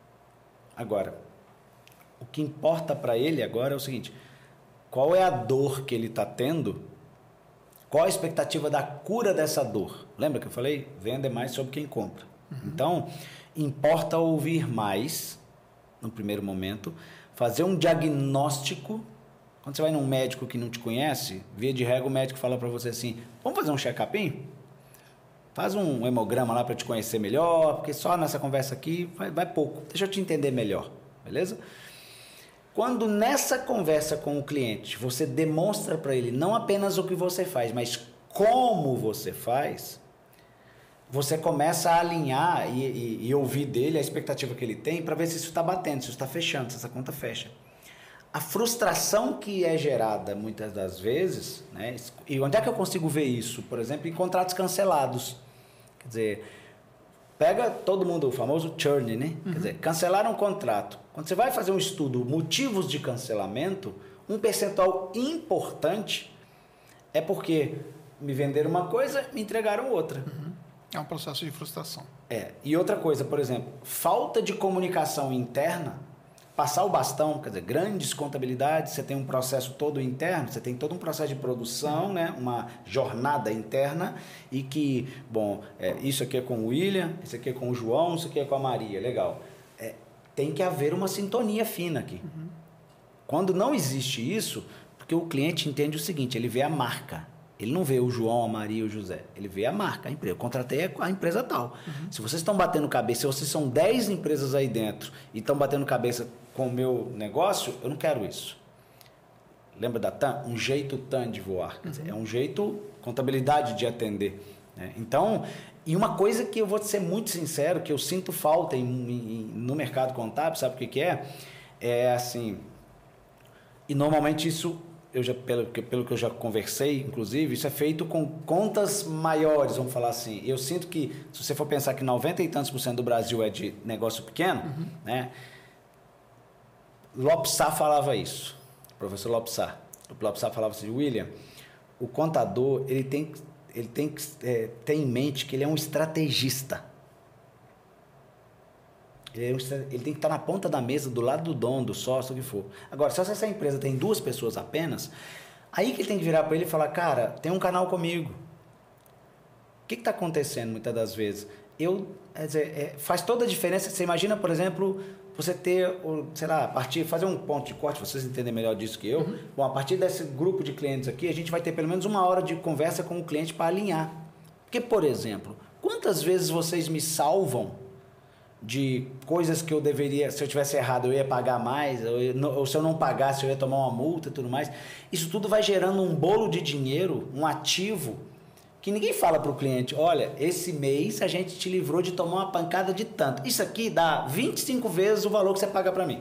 Agora, o que importa para ele agora é o seguinte: qual é a dor que ele está tendo? Qual a expectativa da cura dessa dor? Lembra que eu falei? Venda é mais sobre quem compra. Uhum. Então, importa ouvir mais, no primeiro momento, fazer um diagnóstico. Quando você vai num médico que não te conhece, via de regra o médico fala para você assim: vamos fazer um check-up? Faz um hemograma lá para te conhecer melhor, porque só nessa conversa aqui vai, vai pouco. Deixa eu te entender melhor, beleza? Quando nessa conversa com o cliente você demonstra para ele não apenas o que você faz, mas como você faz, você começa a alinhar e, e, e ouvir dele a expectativa que ele tem para ver se isso está batendo, se isso está fechando, se essa conta fecha. A frustração que é gerada muitas das vezes, né? E onde é que eu consigo ver isso? Por exemplo, em contratos cancelados. Quer dizer, pega todo mundo, o famoso churn, né? Uhum. Quer dizer, cancelaram um contrato. Quando você vai fazer um estudo, motivos de cancelamento, um percentual importante é porque me venderam uma coisa, me entregaram outra. Uhum. É um processo de frustração. É. E outra coisa, por exemplo, falta de comunicação interna, passar o bastão, quer dizer, grandes contabilidades, você tem um processo todo interno, você tem todo um processo de produção, né? Uma jornada interna, e que, bom, é, isso aqui é com o William, isso aqui é com o João, isso aqui é com a Maria, legal. É, tem que haver uma sintonia fina aqui. Uhum. Quando não existe isso, porque o cliente entende o seguinte, ele vê a marca. Ele não vê o João, a Maria e o José. Ele vê a marca, a empresa. Eu contratei a empresa tal. Uhum. Se vocês estão batendo cabeça, se vocês são dez empresas aí dentro e estão batendo cabeça com o meu negócio, eu não quero isso. Lembra da T A M? Um jeito T A M de voar. Quer dizer, uhum. É um jeito, contabilidade de atender. Né? Então, e uma coisa que eu vou ser muito sincero, que eu sinto falta em, em, no mercado contábil, sabe o que, que é? É assim, e normalmente isso... Eu já, pelo, pelo que eu já conversei, inclusive, isso é feito com contas maiores, vamos falar assim. Eu sinto que, se você for pensar que noventa e tantos por cento do Brasil é de negócio pequeno, uhum. né? Lopsá falava isso, o professor Lopsá. O Lopsá falava assim, William, o contador, ele tem, ele tem que é, ter em mente que ele é um estrategista. Ele, ele tem que estar na ponta da mesa, do lado do dono, do sócio, o que for. Agora, se essa empresa tem duas pessoas apenas, aí que ele tem que virar para ele e falar, cara, tem um canal comigo. O que está acontecendo muitas das vezes? Eu, quer dizer, é, faz toda a diferença. Você imagina, por exemplo, você ter, sei lá, a partir, fazer um ponto de corte, vocês entendem melhor disso que eu. Uhum. Bom, a partir desse grupo de clientes aqui, a gente vai ter pelo menos uma hora de conversa com o cliente para alinhar. Porque, por exemplo, quantas vezes vocês me salvam de coisas que eu deveria, se eu tivesse errado, eu ia pagar mais, ou, eu, ou se eu não pagasse, eu ia tomar uma multa e tudo mais. Isso tudo vai gerando um bolo de dinheiro, um ativo, que ninguém fala para o cliente, olha, esse mês a gente te livrou de tomar uma pancada de tanto. Isso aqui dá vinte e cinco vezes o valor que você paga para mim.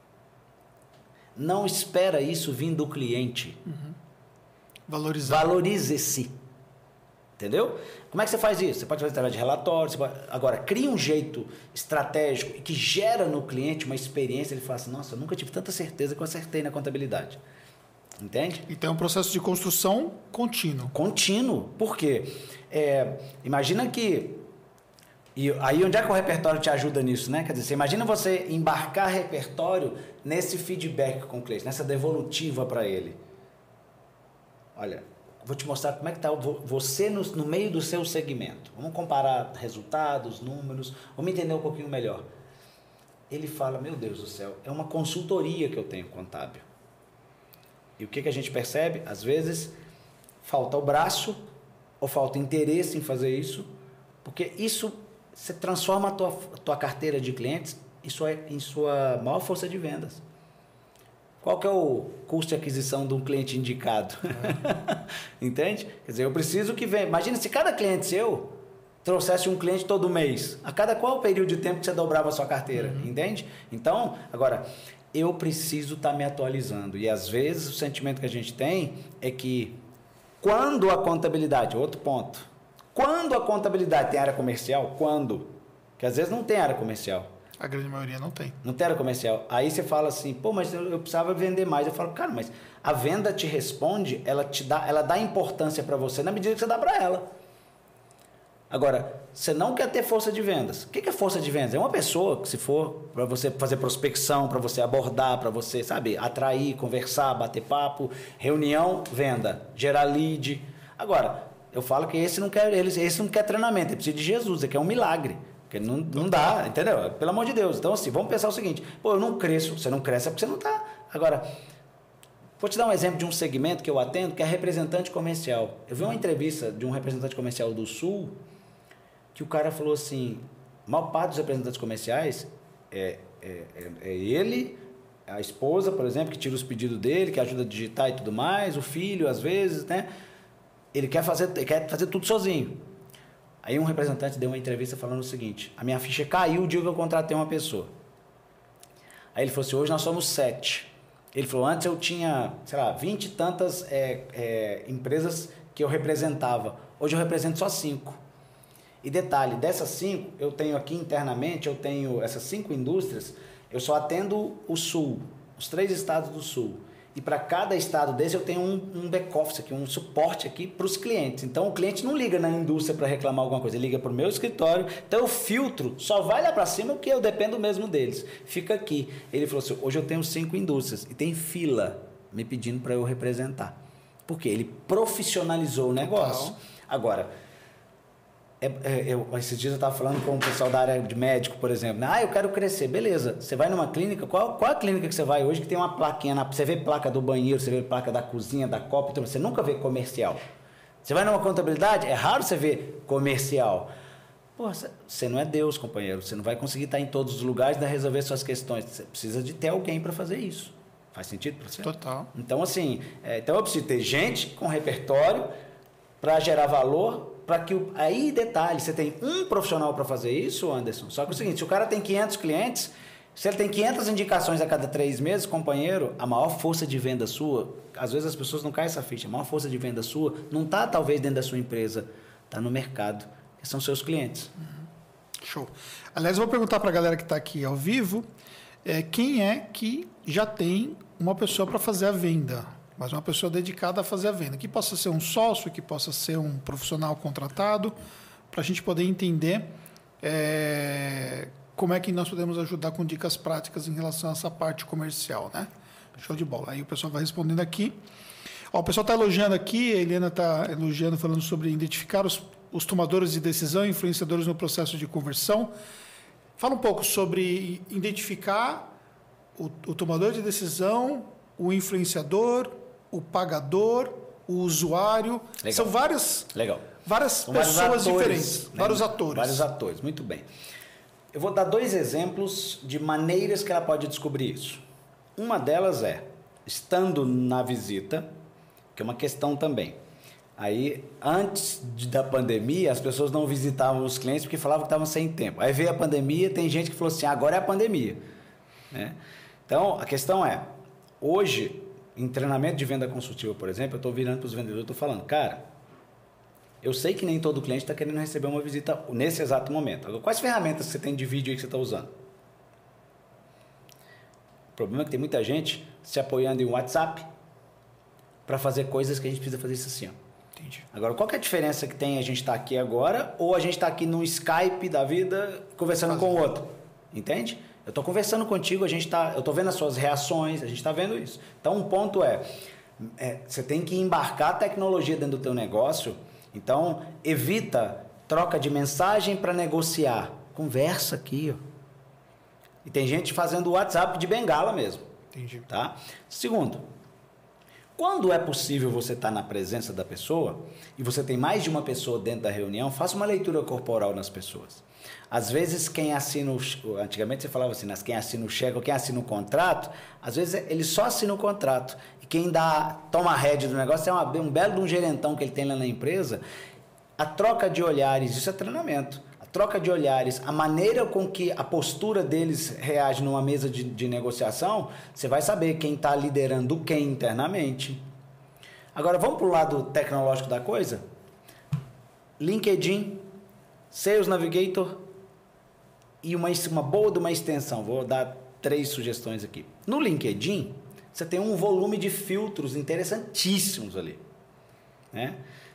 Não espera isso vir do cliente. Uhum. Valorizar. Valorize-se. Entendeu? Como é que você faz isso? Você pode fazer através de relatórios. Pode... Agora, cria um jeito estratégico que gera no cliente uma experiência. Ele fala assim, nossa, eu nunca tive tanta certeza que eu acertei na contabilidade. Entende? Então é um processo de construção contínuo. Contínuo. Por quê? É, imagina que... E aí onde é que o repertório te ajuda nisso, né? Quer dizer, você imagina você embarcar repertório nesse feedback com o cliente, nessa devolutiva para ele. Olha... Vou te mostrar como é que está você no, no meio do seu segmento. Vamos comparar resultados, números, vamos entender um pouquinho melhor. Ele fala, meu Deus do céu, é uma consultoria que eu tenho contábil. E o que, que a gente percebe? Às vezes, falta o braço ou falta interesse em fazer isso, porque isso, você transforma a tua, a tua carteira de clientes em sua, em sua maior força de vendas. Qual que é o custo de aquisição de um cliente indicado? É. Entende? Quer dizer, eu preciso que venha. Imagina se cada cliente seu trouxesse um cliente todo mês. A cada qual período de tempo que você dobrava a sua carteira? Uhum. Entende? Então, agora, eu preciso estar tá me atualizando. E às vezes o sentimento que a gente tem é que quando a contabilidade, outro ponto, quando a contabilidade tem área comercial, quando? Que às vezes não tem área comercial. A grande maioria não tem. Não tem área comercial. Aí você fala assim, pô, mas eu, eu precisava vender mais. Eu falo, cara, mas a venda te responde, ela te dá, ela dá importância para você na medida que você dá para ela. Agora, você não quer ter força de vendas. O que é força de vendas? É uma pessoa que, se for para você fazer prospecção, para você abordar, para você, sabe, atrair, conversar, bater papo, reunião, venda, gerar lead. Agora, eu falo que esse não quer, esse não quer treinamento, ele precisa de Jesus, ele quer um milagre. Porque não, não dá, entendeu? Pelo amor de Deus. Então, assim, vamos pensar o seguinte, pô, eu não cresço, você não cresce é porque você não está. Agora, vou te dar um exemplo de um segmento que eu atendo, que é representante comercial. Eu vi uma entrevista de um representante comercial do Sul, que o cara falou assim, a maior parte dos representantes comerciais é, é, é, é ele, a esposa, por exemplo, que tira os pedidos dele, que ajuda a digitar e tudo mais, o filho, às vezes, né? Ele quer fazer, ele quer fazer tudo sozinho. Aí um representante deu uma entrevista falando o seguinte, a minha ficha caiu o dia que eu contratei uma pessoa. Aí ele falou assim, hoje nós somos sete. Ele falou, antes eu tinha, sei lá, vinte e tantas é, é, empresas que eu representava. Hoje eu represento só cinco. E detalhe, dessas cinco, eu tenho aqui internamente, eu tenho essas cinco indústrias, eu só atendo o Sul, os três estados do Sul. E para cada estado desse eu tenho um, um back-office aqui, um suporte aqui para os clientes. Então o cliente não liga na indústria para reclamar alguma coisa, ele liga para o meu escritório. Então eu filtro, só vai lá para cima porque eu dependo mesmo deles. Fica aqui. Ele falou assim, hoje eu tenho cinco indústrias e tem fila me pedindo para eu representar. Por quê? Ele profissionalizou o negócio. Total. Agora, é, é, eu, esses dias eu estava falando com o pessoal da área de médico, por exemplo. Ah, eu quero crescer. Beleza. Você vai numa clínica, qual, qual a clínica que você vai hoje que tem uma plaquinha, na, você vê placa do banheiro, você vê placa da cozinha, da copa, então você nunca vê comercial. Você vai numa contabilidade, é raro você ver comercial. Pô, você não é Deus, companheiro. Você não vai conseguir estar em todos os lugares e resolver suas questões. Você precisa de ter alguém para fazer isso. Faz sentido para você? Total. Então, assim, é, então eu preciso ter gente com repertório para gerar valor. Para que o, aí, detalhe, você tem um profissional para fazer isso, Anderson. Só que é o seguinte, se o cara tem quinhentos clientes, se ele tem quinhentas indicações a cada três meses, companheiro, a maior força de venda sua, às vezes as pessoas não caem essa ficha, a maior força de venda sua não está talvez dentro da sua empresa, está no mercado, que são seus clientes. Uhum. Show. Aliás, eu vou perguntar para a galera que está aqui ao vivo, é, quem é que já tem uma pessoa para fazer a venda? Mas uma pessoa dedicada a fazer a venda, que possa ser um sócio, que possa ser um profissional contratado, para a gente poder entender é, como é que nós podemos ajudar com dicas práticas em relação a essa parte comercial, né? Show de bola. Aí o pessoal vai respondendo aqui. Ó, o pessoal está elogiando aqui, a Helena está elogiando, falando sobre identificar os, os tomadores de decisão, influenciadores no processo de conversão. Fala um pouco sobre identificar o, o tomador de decisão, o influenciador, o pagador, o usuário. Legal. São várias, Legal. várias São pessoas vários atores, diferentes, né? vários atores. Vários atores, muito bem. Eu vou dar dois exemplos de maneiras que ela pode descobrir isso. Uma delas é, estando na visita, que é uma questão também. Aí, antes de, da pandemia, as pessoas não visitavam os clientes porque falavam que estavam sem tempo. Aí veio a pandemia, tem gente que falou assim, agora é a pandemia. Né? Então, a questão é, hoje, em treinamento de venda consultiva, por exemplo, eu estou virando para os vendedores e estou falando, cara, eu sei que nem todo cliente está querendo receber uma visita nesse exato momento. Agora, quais ferramentas você tem de vídeo aí que você está usando? O problema é que tem muita gente se apoiando em WhatsApp para fazer coisas que a gente precisa fazer isso assim. Ó. Entendi. Agora, qual que é a diferença que tem a gente estar tá aqui agora ou a gente está aqui no Skype da vida conversando Fazendo. com o outro? Entende? Eu estou conversando contigo, a gente tá, eu estou vendo as suas reações, a gente está vendo isso. Então, um ponto é, é, você tem que embarcar a tecnologia dentro do teu negócio, então evita troca de mensagem para negociar. Conversa aqui, ó. E tem gente fazendo WhatsApp de bengala mesmo. Entendi. Tá? Segundo, quando é possível você estar na presença da pessoa e você tem mais de uma pessoa dentro da reunião, faça uma leitura corporal nas pessoas. Às vezes, quem assina o... Antigamente você falava assim, mas quem assina o cheque ou quem assina o contrato, às vezes ele só assina o contrato. E quem dá, toma a rédea do negócio é uma, um belo de um gerentão que ele tem lá na empresa. A troca de olhares, isso é treinamento. A troca de olhares, a maneira com que a postura deles reage numa mesa de, de negociação, você vai saber quem está liderando o quem internamente. Agora, vamos para o lado tecnológico da coisa? LinkedIn, Sales Navigator e uma, uma boa de uma extensão. Vou dar três sugestões aqui. No LinkedIn, você tem um volume de filtros interessantíssimos ali, né?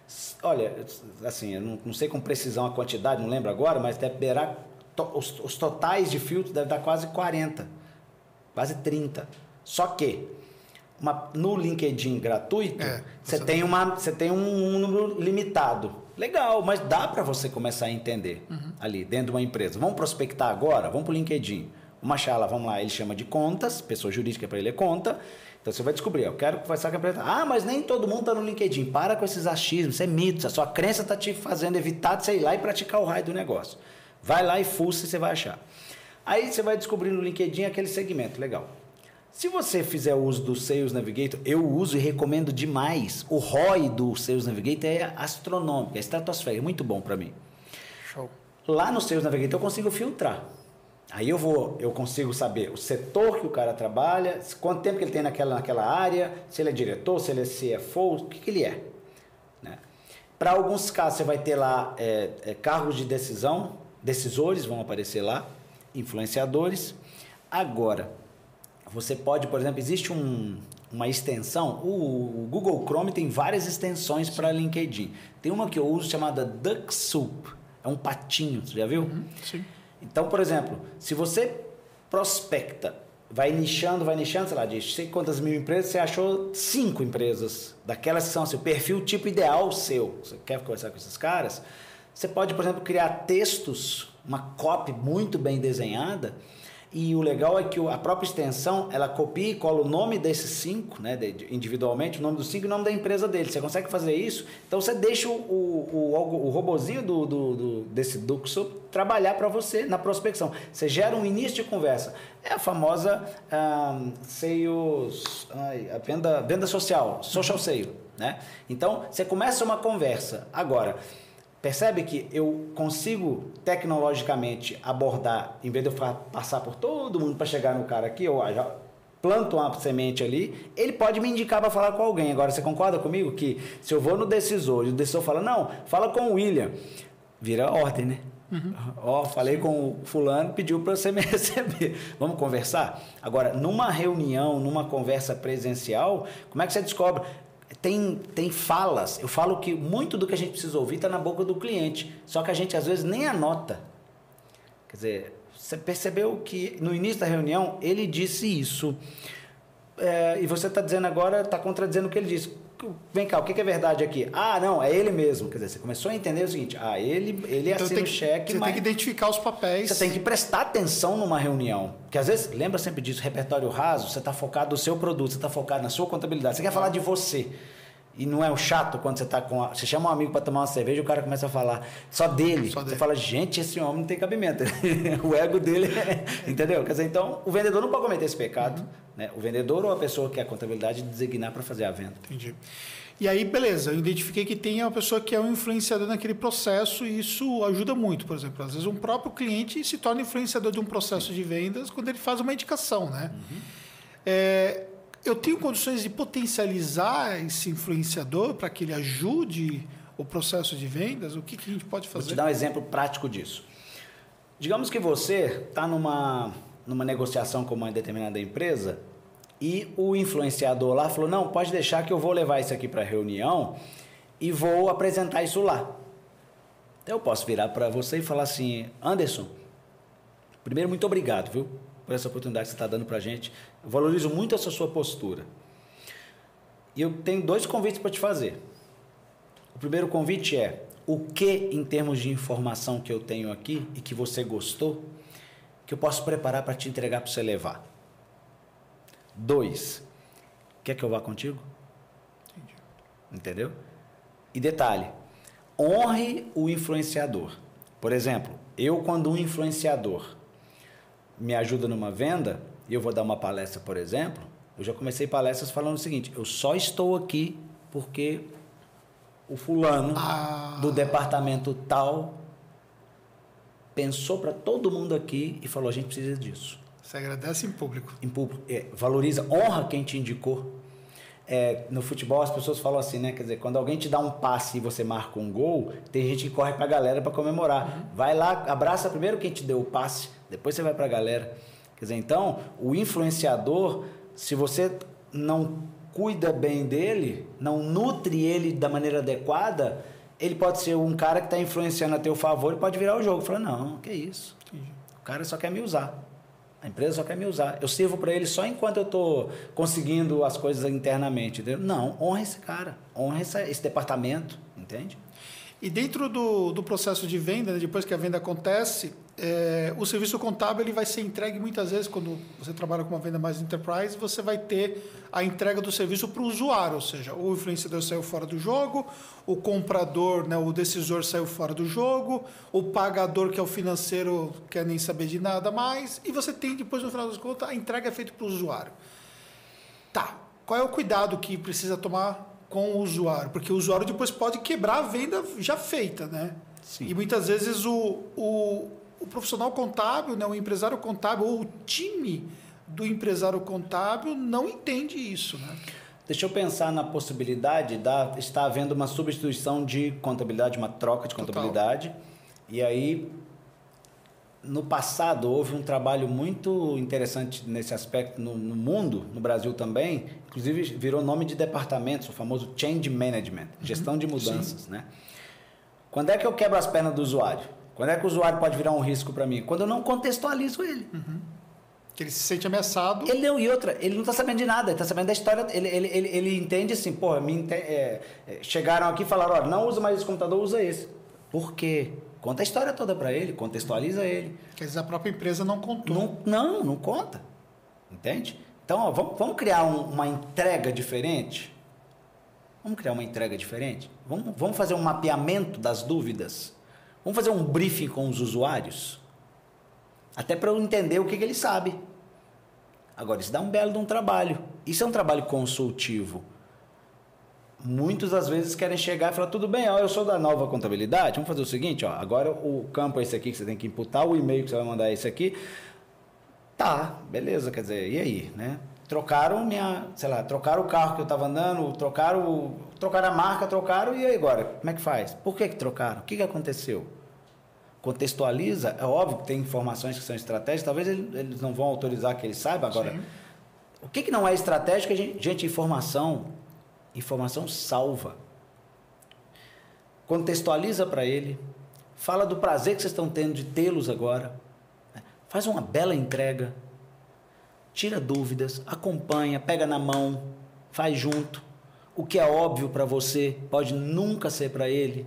Olha, assim, eu não, não sei com precisão a quantidade, não lembro agora, mas deve beirar, to, os, os totais de filtros devem dar quase quarenta, quase trinta. Só que uma, no LinkedIn gratuito, é, você, tem uma, você tem um, um número limitado. Legal, mas dá para você começar a entender uhum. ali dentro de uma empresa. Vamos prospectar agora? Vamos para o LinkedIn. O Machala, vamos lá, ele chama de contas, pessoa jurídica para ele é conta. Então você vai descobrir, eu quero conversar com a empresa. Ah, mas nem todo mundo está no LinkedIn. Para com esses achismos, isso é mito. A sua crença está te fazendo evitar de você ir lá e praticar o raio do negócio. Vai lá e fuça e você vai achar. Aí você vai descobrir no LinkedIn aquele segmento, legal. Se você fizer uso do Sales Navigator, eu uso e recomendo demais. O R O I do Sales Navigator é astronômico, é estratosférico, é muito bom para mim. Show. Lá no Sales Navigator eu consigo filtrar. Aí eu vou, eu consigo saber o setor que o cara trabalha, quanto tempo que ele tem naquela, naquela área, se ele é diretor, se ele é C F O, o que, que ele é. Né? Para alguns casos você vai ter lá é, é, cargos de decisão, decisores vão aparecer lá, influenciadores. Agora, você pode, por exemplo, existe um, uma extensão, o, o Google Chrome tem várias extensões para LinkedIn. Tem uma que eu uso chamada DuckSoup, é um patinho, você já viu? Uhum, sim. Então, por exemplo, se você prospecta, vai nichando, vai nichando, sei lá, de sei quantas mil empresas, você achou cinco empresas, daquelas que são seu perfil tipo ideal seu, você quer conversar com esses caras, você pode, por exemplo, criar textos, uma copy muito bem desenhada. E o legal é que a própria extensão, ela copia e cola o nome desses cinco, né, individualmente, o nome dos cinco e o nome da empresa dele. Você consegue fazer isso? Então você deixa o, o, o, o robozinho do, do, do, desse DuckSoup trabalhar para você na prospecção. Você gera um início de conversa. É a famosa um, sales, ai, a venda, venda social, social sale, né? Então você começa uma conversa. Agora, percebe que eu consigo tecnologicamente abordar, em vez de eu passar por todo mundo para chegar no cara aqui, eu já planto uma semente ali, ele pode me indicar para falar com alguém. Agora, você concorda comigo que se eu vou no decisor e o decisor fala, não, fala com o William, vira ordem, né? Uhum. Ó, falei com o fulano, pediu para você me receber. Vamos conversar? Agora, numa reunião, numa conversa presencial, como é que você descobre? Tem, tem falas, eu falo que muito do que a gente precisa ouvir está na boca do cliente, só que a gente às vezes nem anota. Quer dizer, você percebeu que no início da reunião ele disse isso, é, e você está dizendo agora, está contradizendo o que ele disse. Vem cá, o que é verdade aqui? Ah, não, é ele mesmo. Quer dizer, você começou a entender o seguinte, ah, ele, ele então assina o cheque, você mas... tem que identificar os papéis. Você tem que prestar atenção numa reunião. Porque às vezes, lembra sempre disso, repertório raso, você está focado no seu produto, você está focado na sua contabilidade, você quer falar de você. E não é um chato quando você está com... A, você chama um amigo para tomar uma cerveja e o cara começa a falar só dele. Só você dele. Fala, gente, esse homem não tem cabimento. O ego dele é... Entendeu? Quer dizer, então, o vendedor não pode cometer esse pecado. Uhum. Né? O vendedor ou a pessoa que é a contabilidade designar para fazer a venda. Entendi. E aí, beleza, eu identifiquei que tem uma pessoa que é um influenciador naquele processo e isso ajuda muito, por exemplo. Às vezes um próprio cliente se torna influenciador de um processo de vendas quando ele faz uma indicação, né? Uhum. É, eu tenho condições de potencializar esse influenciador para que ele ajude o processo de vendas? O que, que a gente pode fazer? Vou te dar um exemplo prático disso. Digamos que você está numa, numa negociação com uma determinada empresa e o influenciador lá falou, não, pode deixar que eu vou levar isso aqui para a reunião e vou apresentar isso lá. Então eu posso virar para você e falar assim, Anderson, primeiro, muito obrigado, viu, por essa oportunidade que você está dando para a gente. Eu valorizo muito essa sua postura. E eu tenho dois convites para te fazer. O primeiro convite é, o que em termos de informação que eu tenho aqui e que você gostou, que eu posso preparar para te entregar para você levar. Dois, quer que eu vá contigo? Entendi. Entendeu? E detalhe, honre o influenciador. Por exemplo, eu quando um influenciador me ajuda numa venda, e eu vou dar uma palestra, por exemplo, eu já comecei palestras falando o seguinte, eu só estou aqui porque o fulano ah. do departamento tal pensou para todo mundo aqui e falou, a gente precisa disso. Você agradece em público. Em público. É, valoriza, honra quem te indicou. É, no futebol as pessoas falam assim, né? Quer dizer, quando alguém te dá um passe e você marca um gol, tem gente que corre pra galera para comemorar. Uhum. Vai lá, abraça primeiro quem te deu o passe, depois você vai pra galera. Quer dizer, então, o influenciador, se você não cuida bem dele, não nutre ele da maneira adequada, ele pode ser um cara que está influenciando a teu favor e pode virar o jogo. Fala, não, que isso. O cara só quer me usar. A empresa só quer me usar. Eu sirvo para ele só enquanto eu estou conseguindo as coisas internamente. Entendeu? Não, honra esse cara. Honra esse, esse departamento. Entende? E dentro do, do processo de venda, né, depois que a venda acontece, é, o serviço contábil ele vai ser entregue muitas vezes, quando você trabalha com uma venda mais enterprise, você vai ter a entrega do serviço para o usuário, ou seja, o influenciador saiu fora do jogo, o comprador, né, o decisor saiu fora do jogo, o pagador, que é o financeiro, quer nem saber de nada mais, e você tem depois, no final das contas, a entrega é feita para o usuário. Tá, qual é o cuidado que precisa tomar com o usuário? Porque o usuário depois pode quebrar a venda já feita, né? Sim. E muitas vezes o, o, o profissional contábil, né, o empresário contábil ou o time do empresário contábil não entende isso, né? Deixa eu pensar na possibilidade de estar havendo uma substituição de contabilidade, uma troca de contabilidade. Total. E aí, no passado, houve um trabalho muito interessante nesse aspecto no, no mundo, no Brasil também, inclusive virou nome de departamentos, o famoso Change Management, gestão de mudanças, né? Quando é que eu quebro as pernas do usuário? Quando é que o usuário pode virar um risco para mim? Quando eu não contextualizo ele. Uhum. Que ele se sente ameaçado. Ele não, e outra, ele não está sabendo de nada, ele está sabendo da história, ele, ele, ele, ele entende assim, porra, me, é, é, chegaram aqui e falaram, olha, não usa mais esse computador, usa esse. Por quê? Conta a história toda para ele, contextualiza ele. Quer dizer, a própria empresa não contou. Não, não, não conta. Entende? Então, ó, vamos, vamos criar um, uma entrega diferente? Vamos criar uma entrega diferente? Vamos, vamos fazer um mapeamento das dúvidas? Vamos fazer um briefing com os usuários? Até para eu entender o que, que ele sabe. Agora, isso dá um belo de um trabalho. Isso é um trabalho consultivo. Muitos, às vezes, querem chegar e falar, tudo bem, ó, eu sou da nova contabilidade, vamos fazer o seguinte, ó, agora o campo é esse aqui que você tem que imputar, o e-mail que você vai mandar é esse aqui. Tá, beleza, quer dizer, e aí, né? Trocaram minha, sei lá, trocaram o carro que eu estava andando, trocaram, trocaram a marca, trocaram, e aí agora? Como é que faz? Por que que trocaram? O que que aconteceu? Contextualiza, é óbvio que tem informações que são estratégicas, talvez eles não vão autorizar que eles saibam agora. Sim. O que que não é estratégico? Gente, gente, informação, informação salva. Contextualiza para ele, fala do prazer que vocês estão tendo de tê-los agora, faz uma bela entrega, tira dúvidas, acompanha, pega na mão, faz junto. O que é óbvio para você pode nunca ser para ele.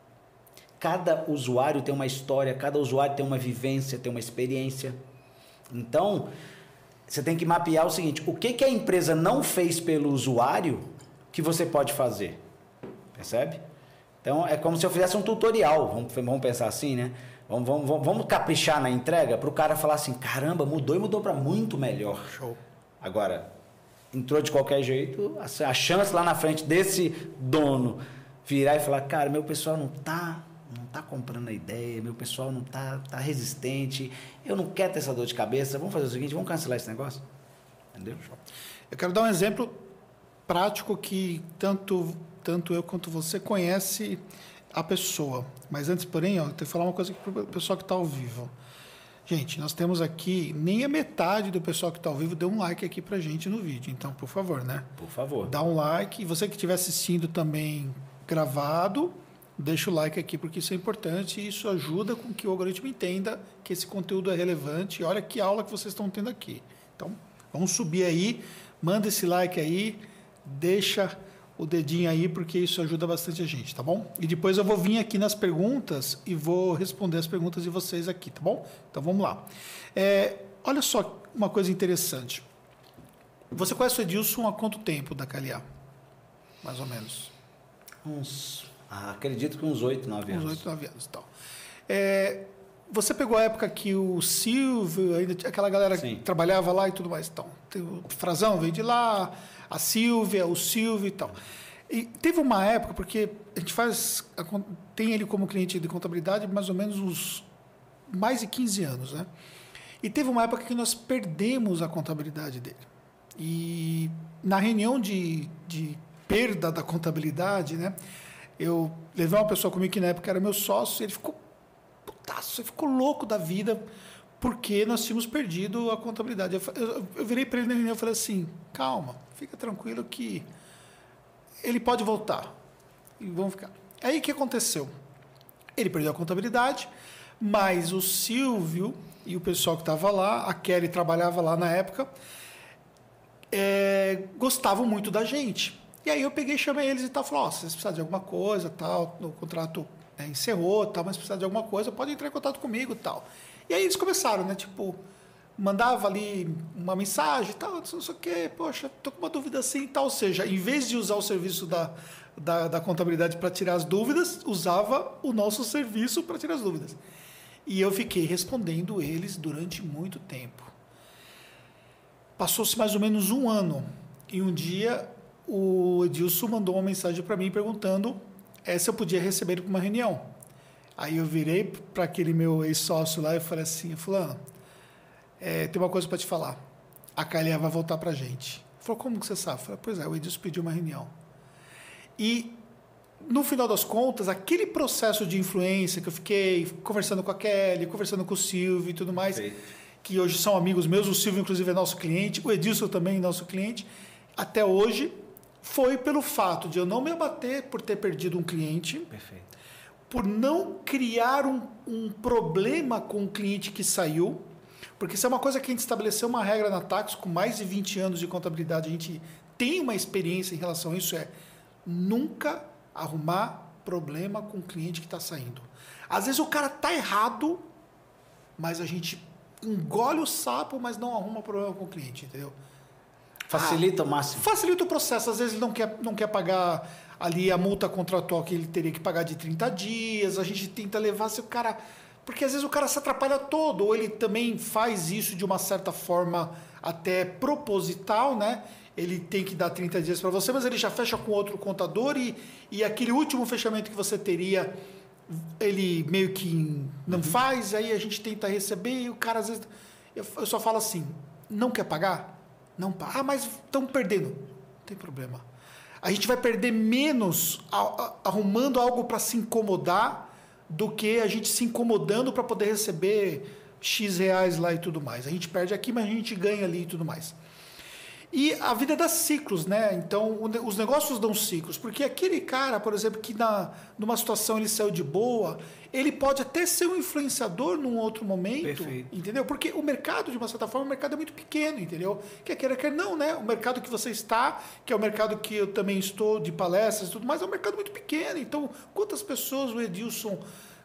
Cada usuário tem uma história, cada usuário tem uma vivência, tem uma experiência. Então, você tem que mapear o seguinte, o que, que a empresa não fez pelo usuário que você pode fazer? Percebe? Então, é como se eu fizesse um tutorial, vamos, vamos pensar assim, né? Vamos, vamos, vamos caprichar na entrega para o cara falar assim, caramba, mudou e mudou para muito melhor. Show. Agora, entrou de qualquer jeito, a chance lá na frente desse dono virar e falar, cara, meu pessoal não está... não está comprando a ideia, meu pessoal não está tá resistente, eu não quero ter essa dor de cabeça, vamos fazer o seguinte, vamos cancelar esse negócio? Entendeu? Eu quero dar um exemplo prático que tanto, tanto eu quanto você conhece a pessoa. Mas antes, porém, ó, eu tenho que falar uma coisa para o pessoal que está ao vivo. Gente, nós temos aqui, nem a metade do pessoal que está ao vivo deu um like aqui para a gente no vídeo. Então, por favor, né? Por favor. Dá um like. E você que estiver assistindo também gravado, deixa o like aqui, porque isso é importante e isso ajuda com que o algoritmo entenda que esse conteúdo é relevante. E olha que aula que vocês estão tendo aqui. Então, vamos subir aí, manda esse like aí, deixa o dedinho aí, porque isso ajuda bastante a gente, tá bom? E depois eu vou vir aqui nas perguntas e vou responder as perguntas de vocês aqui, tá bom? Então, vamos lá. É, olha só uma coisa interessante. Você conhece o Edilson há quanto tempo da K L A? Mais ou menos. Uns... Ah, acredito que uns oito, nove anos. Uns oito, nove anos e tal. É, você pegou a época que o Silvio, ainda tinha aquela galera Sim. que trabalhava lá e tudo mais. Então, o Frazão veio de lá, a Silvia, o Silvio e tal. E teve uma época, porque a gente faz, tem ele como cliente de contabilidade mais ou menos uns mais de quinze anos, né? E teve uma época que nós perdemos a contabilidade dele. E na reunião de, de perda da contabilidade, né? Eu levei uma pessoa comigo que na época era meu sócio, e ele ficou putaço, ele ficou louco da vida, porque nós tínhamos perdido a contabilidade. Eu, eu, eu virei para ele na reunião e falei assim, calma, fica tranquilo que ele pode voltar. E vamos ficar. Aí o que aconteceu? Ele perdeu a contabilidade, mas o Silvio e o pessoal que estava lá, a Kelly trabalhava lá na época, é, gostavam muito da gente. E aí eu peguei, chamei eles e tal, falei, ó, oh, vocês precisam de alguma coisa, tal, o contrato é, encerrou, tal, mas precisam de alguma coisa, pode entrar em contato comigo, tal. E aí eles começaram, né, tipo, mandava ali uma mensagem, tal, não sei o quê, poxa, tô com uma dúvida assim, tal, ou seja, em vez de usar o serviço da, da, da contabilidade para tirar as dúvidas, usava o nosso serviço para tirar as dúvidas. E eu fiquei respondendo eles durante muito tempo. Passou-se mais ou menos um ano, e um dia o Edilson mandou uma mensagem para mim perguntando é, se eu podia receber ele para uma reunião. Aí eu virei para aquele meu ex-sócio lá e falei assim, fulano, é, tem uma coisa para te falar. A Kalia vai voltar para a gente. Ele falou, como que você sabe? Eu falei, pois é, o Edilson pediu uma reunião. E, no final das contas, aquele processo de influência que eu fiquei conversando com a Kelly, conversando com o Silvio e tudo mais, Sim. que hoje são amigos meus, o Silvio, inclusive, é nosso cliente, o Edilson também é nosso cliente, até hoje, foi pelo fato de eu não me abater por ter perdido um cliente, Perfeito. por não criar um, um problema com o cliente que saiu, porque isso é uma coisa que a gente estabeleceu uma regra na Tax com mais de vinte anos de contabilidade, a gente tem uma experiência em relação a isso, é nunca arrumar problema com o cliente que está saindo. Às vezes o cara está errado, mas a gente engole o sapo, mas não arruma problema com o cliente, entendeu? Facilita ah, o máximo. Facilita o processo. Às vezes ele não quer, não quer pagar ali a multa contratual que ele teria que pagar de trinta dias. A gente tenta levar se o cara... Porque às vezes o cara se atrapalha todo, ou ele também faz isso de uma certa forma até proposital, né? Ele tem que dar trinta dias para você, mas ele já fecha com outro contador e, e aquele último fechamento que você teria, ele meio que não uhum. faz, aí a gente tenta receber e o cara às vezes... Eu, eu só falo assim, não quer pagar? Não paga. Ah, mas estão perdendo. Não tem problema. A gente vai perder menos a, a, arrumando algo para se incomodar do que a gente se incomodando para poder receber X reais lá e tudo mais. A gente perde aqui, mas a gente ganha ali e tudo mais. E a vida dá ciclos, né? Então, os negócios dão ciclos. Porque aquele cara, por exemplo, que na, numa situação ele saiu de boa, ele pode até ser um influenciador num outro momento, Perfeito. Entendeu? Porque o mercado, de uma certa forma, o mercado é muito pequeno, entendeu? Quer queira, quer não, né? O mercado que você está, que é o mercado que eu também estou de palestras e tudo mais, é um mercado muito pequeno. Então, quantas pessoas o Edilson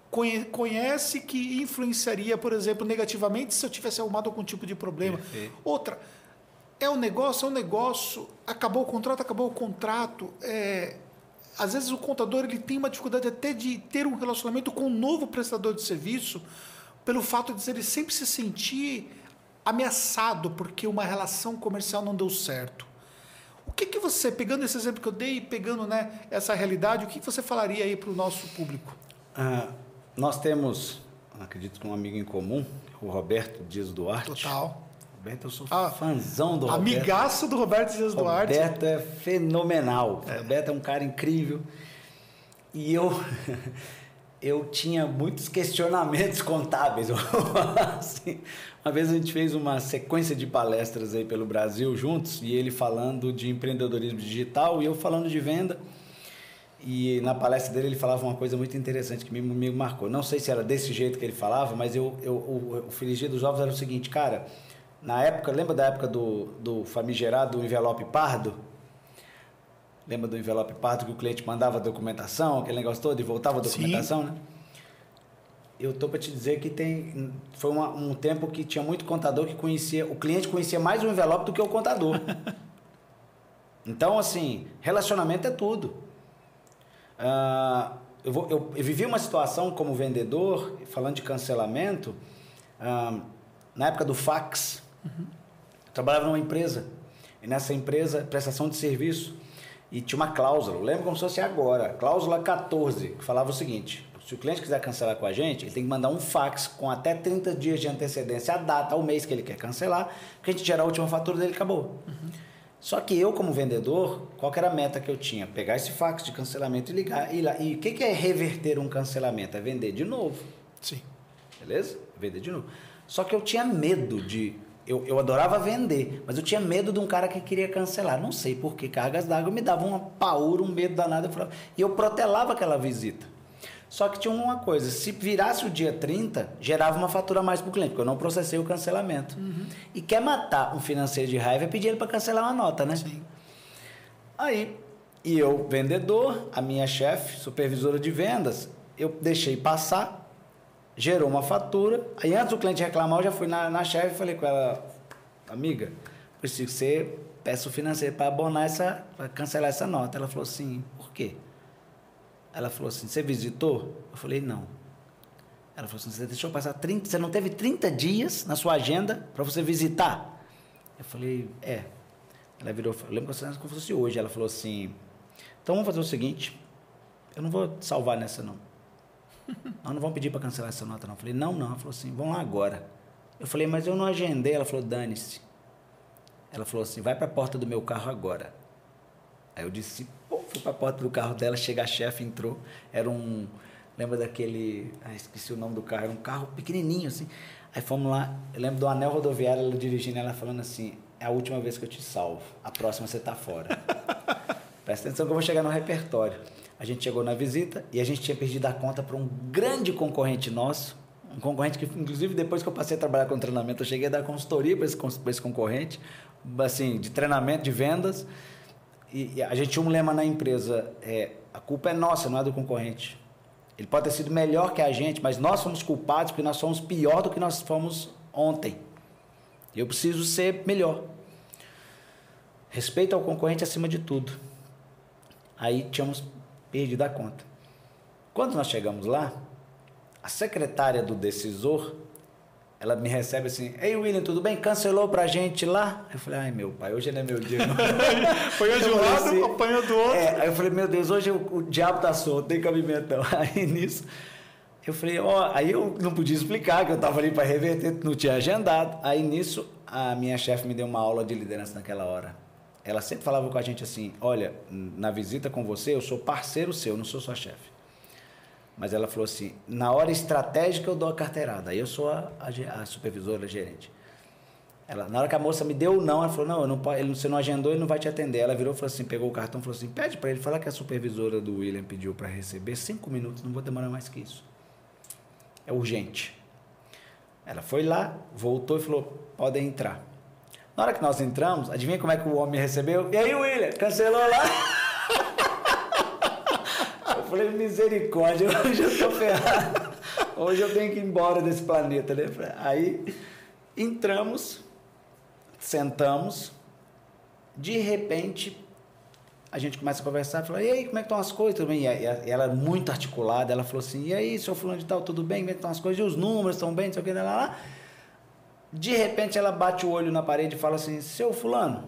conhece que influenciaria, por exemplo, negativamente se eu tivesse arrumado algum tipo de problema? Perfeito. Outra... É um negócio, é um negócio, acabou o contrato, acabou o contrato. É, às vezes o contador ele tem uma dificuldade até de ter um relacionamento com um novo prestador de serviço, pelo fato de ele sempre se sentir ameaçado porque uma relação comercial não deu certo. O que, que você, pegando esse exemplo que eu dei, pegando né, essa realidade, o que, que você falaria aí para o nosso público? Ah, nós temos, acredito que um amigo em comum, o Roberto Dias Duarte. Total. Roberto, eu sou ah, fãzão do Roberto. Amigaço do Roberto Dias Duarte. Roberto é fenomenal. É. Roberto é um cara incrível. E eu, eu tinha muitos questionamentos contábeis. Assim, uma vez a gente fez uma sequência de palestras aí pelo Brasil juntos, e ele falando de empreendedorismo digital e eu falando de venda. E na palestra dele ele falava uma coisa muito interessante que me, me marcou. Não sei se era desse jeito que ele falava, mas eu, eu, o, o Feliz dos Ovos era o seguinte, cara... Na época, lembra da época do, do famigerado envelope pardo? Lembra do envelope pardo que o cliente mandava a documentação, aquele negócio todo, e voltava a documentação, Sim. né? Eu estou para te dizer que tem, foi uma, um tempo que tinha muito contador que conhecia, o cliente conhecia mais o envelope do que o contador. Então, assim, relacionamento é tudo. Ah, eu, vou, eu, eu vivi uma situação como vendedor, falando de cancelamento, ah, na época do fax, uhum. eu trabalhava numa empresa, e nessa empresa, prestação de serviço, e tinha uma cláusula, eu lembro como se fosse agora, cláusula quatorze, que falava o seguinte: se o cliente quiser cancelar com a gente, ele tem que mandar um fax com até trinta dias de antecedência, a data, o mês que ele quer cancelar, porque a gente gerar a última fatura dele e acabou. Uhum. Só que eu, como vendedor, qual que era a meta que eu tinha? Pegar esse fax de cancelamento e ligar. E, lá, e o que, que é reverter um cancelamento? É vender de novo. Sim. Beleza? Vender de novo. Só que eu tinha medo de... Eu, eu adorava vender, mas eu tinha medo de um cara que queria cancelar. Não sei por que cargas d'água me davam uma paura, um medo danado. Eu falava, e eu protelava aquela visita. Só que tinha uma coisa, se virasse o dia trinta, gerava uma fatura a mais para o cliente, porque eu não processei o cancelamento. Uhum. E quer matar um financeiro de raiva é pedir ele para cancelar uma nota, né? Sim. Aí, e eu, vendedor, a minha chefe, supervisora de vendas, eu deixei passar, gerou uma fatura. Aí antes do cliente reclamar, eu já fui na, na chefe e falei com ela, amiga, preciso que você peça o financeiro para abonar essa, para cancelar essa nota. Ela falou assim, por quê? Ela falou assim, você visitou? Eu falei, não. Ela falou assim, você deixou passar trinta, você não teve trinta dias na sua agenda para você visitar? Eu falei, é. Ela virou, eu lembro como se fosse hoje, ela falou assim, então vamos fazer o seguinte, eu não vou salvar nessa não. Nós não vamos pedir para cancelar essa nota não. Eu falei, não, não. Ela falou assim, vamos lá agora. Eu falei, mas eu não agendei. Ela falou, dane-se. Ela falou assim, vai para a porta do meu carro agora. Aí eu disse, pô, fui para a porta do carro dela, chega a chefe, entrou, era um, lembra daquele, ah, esqueci o nome do carro, era um carro pequenininho assim, aí fomos lá, eu lembro do anel rodoviário, ela dirigindo, ela falando assim, é a última vez que eu te salvo, a próxima você tá fora. Presta atenção que eu vou chegar no repertório. A gente chegou na visita e a gente tinha perdido a conta para um grande concorrente nosso, um concorrente que, inclusive, depois que eu passei a trabalhar com treinamento, eu cheguei a dar consultoria para esse, para esse concorrente, assim, de treinamento, de vendas. E a gente tinha um lema na empresa, é, a culpa é nossa, não é do concorrente. Ele pode ter sido melhor que a gente, mas nós somos culpados porque nós somos pior do que nós fomos ontem. Eu preciso ser melhor. Respeito ao concorrente acima de tudo. Aí tínhamos perdido a conta. Quando nós chegamos lá, a secretária do decisor, ela me recebe assim, ei William, tudo bem? Cancelou pra gente lá? Eu falei, ai meu pai, hoje não é meu dia. Apanhou de um lado, assim, apanhou do outro. É, aí eu falei, meu Deus, hoje o, o diabo tá solto, tem cabimento. Aí nisso, eu falei, ó, aí eu não podia explicar que eu tava ali para reverter, não tinha agendado. Aí nisso, a minha chefe me deu uma aula de liderança naquela hora. Ela sempre falava com a gente assim, olha, na visita com você, eu sou parceiro seu, não sou sua chefe. Mas ela falou assim, na hora estratégica eu dou a carteirada, aí eu sou a, a, a supervisora, a gerente. Ela, na hora que a moça me deu o não, ela falou, não, eu não pode, ele, você não agendou, ele não vai te atender. Ela virou e falou assim, pegou o cartão e falou assim, pede para ele, falar que a supervisora do William pediu para receber cinco minutos, não vou demorar mais que isso. É urgente. Ela foi lá, voltou e falou, podem entrar. Na hora que nós entramos, adivinha como é que o homem recebeu? E aí, William, cancelou lá? Eu falei, misericórdia, hoje eu tô ferrado. Hoje eu tenho que ir embora desse planeta, né? Aí, entramos, sentamos, de repente, a gente começa a conversar, fala, e aí, como é que estão as coisas? Tudo bem? E ela é muito articulada, ela falou assim, e aí, seu fulano de tal, tudo bem? Como é que estão as coisas? E os números estão bem? Não sei o que, lá, lá. De repente, ela bate o olho na parede e fala assim, seu fulano,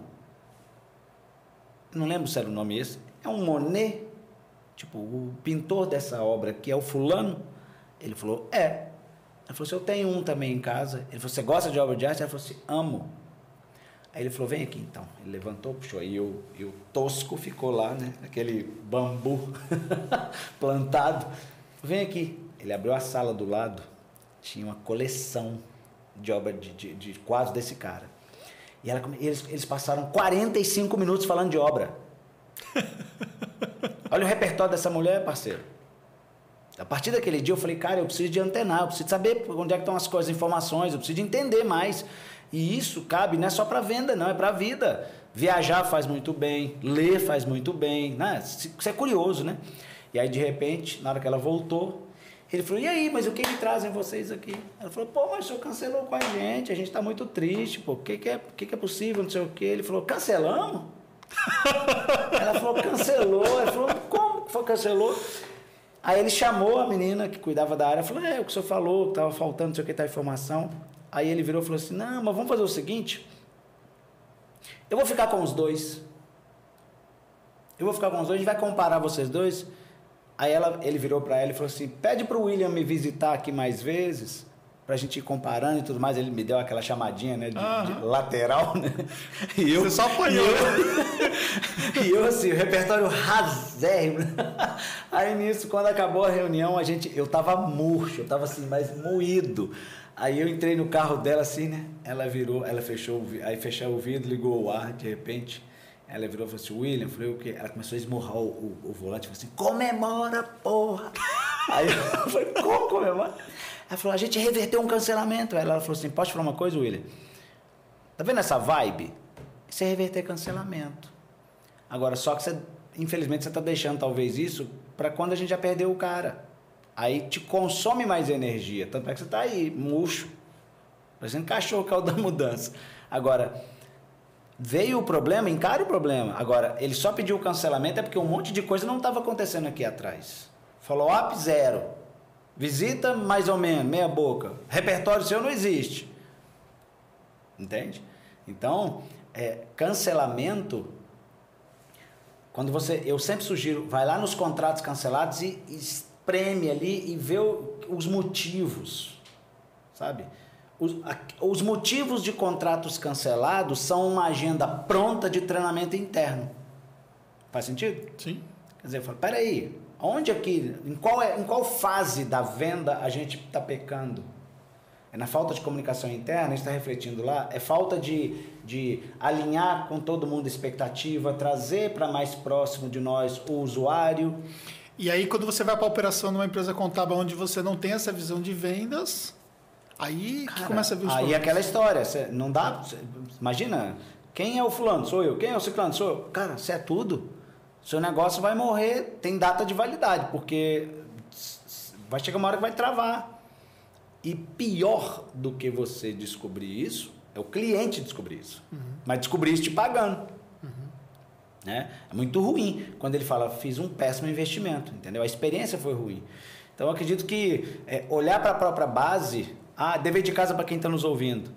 não lembro se era o nome esse, é um Monet? Tipo, o pintor dessa obra aqui é o fulano? Ele falou, é. Ela falou assim, eu tenho um também em casa. Ele falou, você gosta de obra de arte? Ela falou assim, amo. Aí ele falou, vem aqui então. Ele levantou, puxou. Aí o, o tosco ficou lá, né? Aquele bambu plantado. Vem aqui. Ele abriu a sala do lado. Tinha uma coleção de obra de, de, de quadros desse cara. E ela, eles, eles passaram quarenta e cinco minutos falando de obra. Olha o repertório dessa mulher, parceiro. A partir daquele dia eu falei, cara, eu preciso de antenar, eu preciso de saber onde é que estão as coisas, informações, eu preciso de entender mais. E isso cabe, não é só para venda, não, é para a vida. Viajar faz muito bem, ler faz muito bem, né? Você é curioso, né? E aí, de repente, na hora que ela voltou, ele falou, e aí, mas o que que trazem vocês aqui? Ela falou, pô, mas o senhor cancelou com a gente, a gente está muito triste, pô, o que que é, o que que é possível, não sei o quê. Ele falou, cancelamos? Ela falou, cancelou. Ela falou, como que foi, cancelou? Aí ele chamou a menina que cuidava da área, falou, é, o que o senhor falou, que estava faltando, não sei o que, tá informação. Aí ele virou e falou assim, não, mas vamos fazer o seguinte, eu vou ficar com os dois. Eu vou ficar com os dois, a gente vai comparar vocês dois. Aí ela, ele virou para ela e falou assim, pede para o William me visitar aqui mais vezes, para a gente ir comparando e tudo mais. Ele me deu aquela chamadinha, né, de, de lateral, né? E eu, Você só apanhou. E eu, e eu assim, o repertório rasérrimo. Aí nisso, quando acabou a reunião, a gente, eu tava murcho, eu tava assim, mais moído. Aí eu entrei no carro dela assim, né? Ela virou, ela fechou, aí fechou o vidro, ligou o ar, de repente... Ela virou e falou assim, William, eu falei, o quê? Ela começou a esmurrar o, o, o volante, falou assim, comemora, porra! Aí eu falei, como comemora? Ela falou, a gente reverteu um cancelamento. Aí ela falou assim, posso te falar uma coisa, William? Tá vendo essa vibe? Isso é reverter cancelamento. Agora, só que você, infelizmente, você tá deixando talvez isso para quando a gente já perdeu o cara. Aí te consome mais energia, tanto é que você tá aí, murcho, parecendo cachorro que é o da mudança. Agora... Veio o problema, encara o problema. Agora, ele só pediu o cancelamento é porque um monte de coisa não estava acontecendo aqui atrás. Follow-up zero. Visita mais ou menos, meia boca. Repertório seu não existe. Entende? Então, é, cancelamento, quando você, eu sempre sugiro, vai lá nos contratos cancelados e espreme ali e vê o, os motivos, sabe? Os, os motivos de contratos cancelados são uma agenda pronta de treinamento interno. Faz sentido? Sim. Quer dizer, eu falo, peraí, onde aqui, em qual, é, em qual fase da venda a gente está pecando? É na falta de comunicação interna, a gente está refletindo lá, é falta de, de alinhar com todo mundo a expectativa, trazer para mais próximo de nós o usuário. E aí, quando você vai para a operação numa empresa contábil onde você não tem essa visão de vendas... Aí Cara, que começa a vir os aí problemas. aquela história, cê, não dá, cê, imagina, quem é o fulano? Sou eu. Quem é o ciclano? Sou eu. Cara, você é tudo. Seu negócio vai morrer, tem data de validade, porque vai chegar uma hora que vai travar. E pior do que você descobrir isso, é o cliente descobrir isso. Uhum. Mas descobrir isso te pagando. Uhum. Né? É muito ruim quando ele fala, fiz um péssimo investimento, entendeu? A experiência foi ruim. Então, eu acredito que é, olhar para a própria base... Ah, dever de casa para quem está nos ouvindo.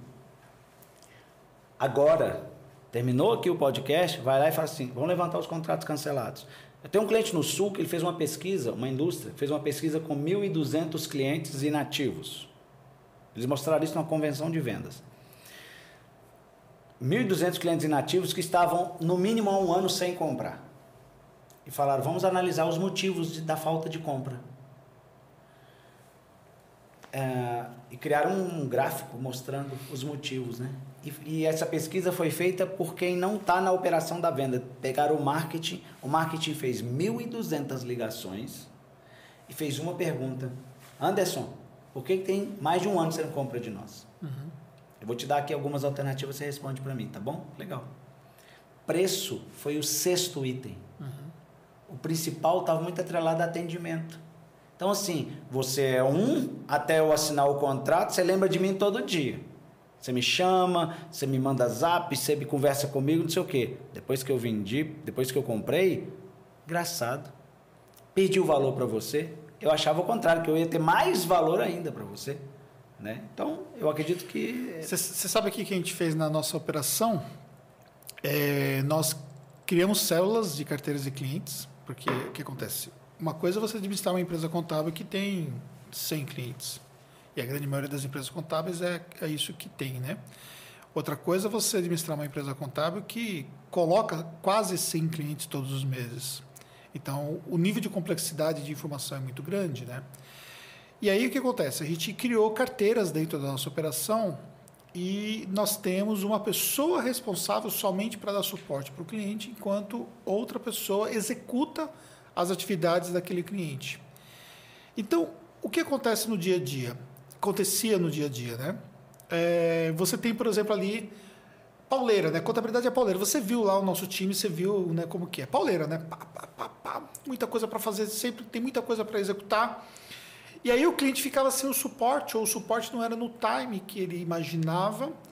Agora, terminou aqui o podcast, vai lá e fala assim, vamos levantar os contratos cancelados. Eu tenho um cliente no Sul que ele fez uma pesquisa, uma indústria, fez uma pesquisa com mil e duzentos clientes inativos. Eles mostraram isso numa convenção de vendas. mil e duzentos clientes inativos que estavam no mínimo há um ano sem comprar. E falaram, vamos analisar os motivos de, da falta de compra. É, e criaram um gráfico mostrando os motivos, né? E, e essa pesquisa foi feita por quem não está na operação da venda. Pegaram o marketing, o marketing fez mil e duzentas ligações e fez uma pergunta. Anderson, por que tem mais de um ano que você não compra de nós? Uhum. Eu vou te dar aqui algumas alternativas, você responde para mim, tá bom? Legal. Preço foi o sexto item. Uhum. O principal estava muito atrelado a atendimento. Então, assim, você é um, até eu assinar o contrato, você lembra de mim todo dia. Você me chama, você me manda zap, você me conversa comigo, não sei o quê. Depois que eu vendi, depois que eu comprei, engraçado. Perdi o valor para você. Eu achava o contrário, que eu ia ter mais valor ainda para você. Né? Então, eu acredito que... Você sabe o que a gente fez na nossa operação? É, nós criamos células de carteiras de clientes, porque o que acontece? Uma coisa é você administrar uma empresa contábil que tem cem clientes. E a grande maioria das empresas contábeis é, é isso que tem, né? Outra coisa é você administrar uma empresa contábil que coloca quase cem clientes todos os meses. Então, o nível de complexidade de informação é muito grande, né? E aí, o que acontece? A gente criou carteiras dentro da nossa operação e nós temos uma pessoa responsável somente para dar suporte para o cliente, enquanto outra pessoa executa as atividades daquele cliente. Então, o que acontece no dia a dia? Acontecia no dia a dia, né? É, você tem, por exemplo, ali pauleira, né? Contabilidade é pauleira. Você viu lá o nosso time, você viu, né, como que é. Pauleira, né? Pá, pá, pá, pá. Muita coisa para fazer, sempre tem muita coisa para executar. E aí o cliente ficava sem o suporte, ou o suporte não era no time que ele imaginava.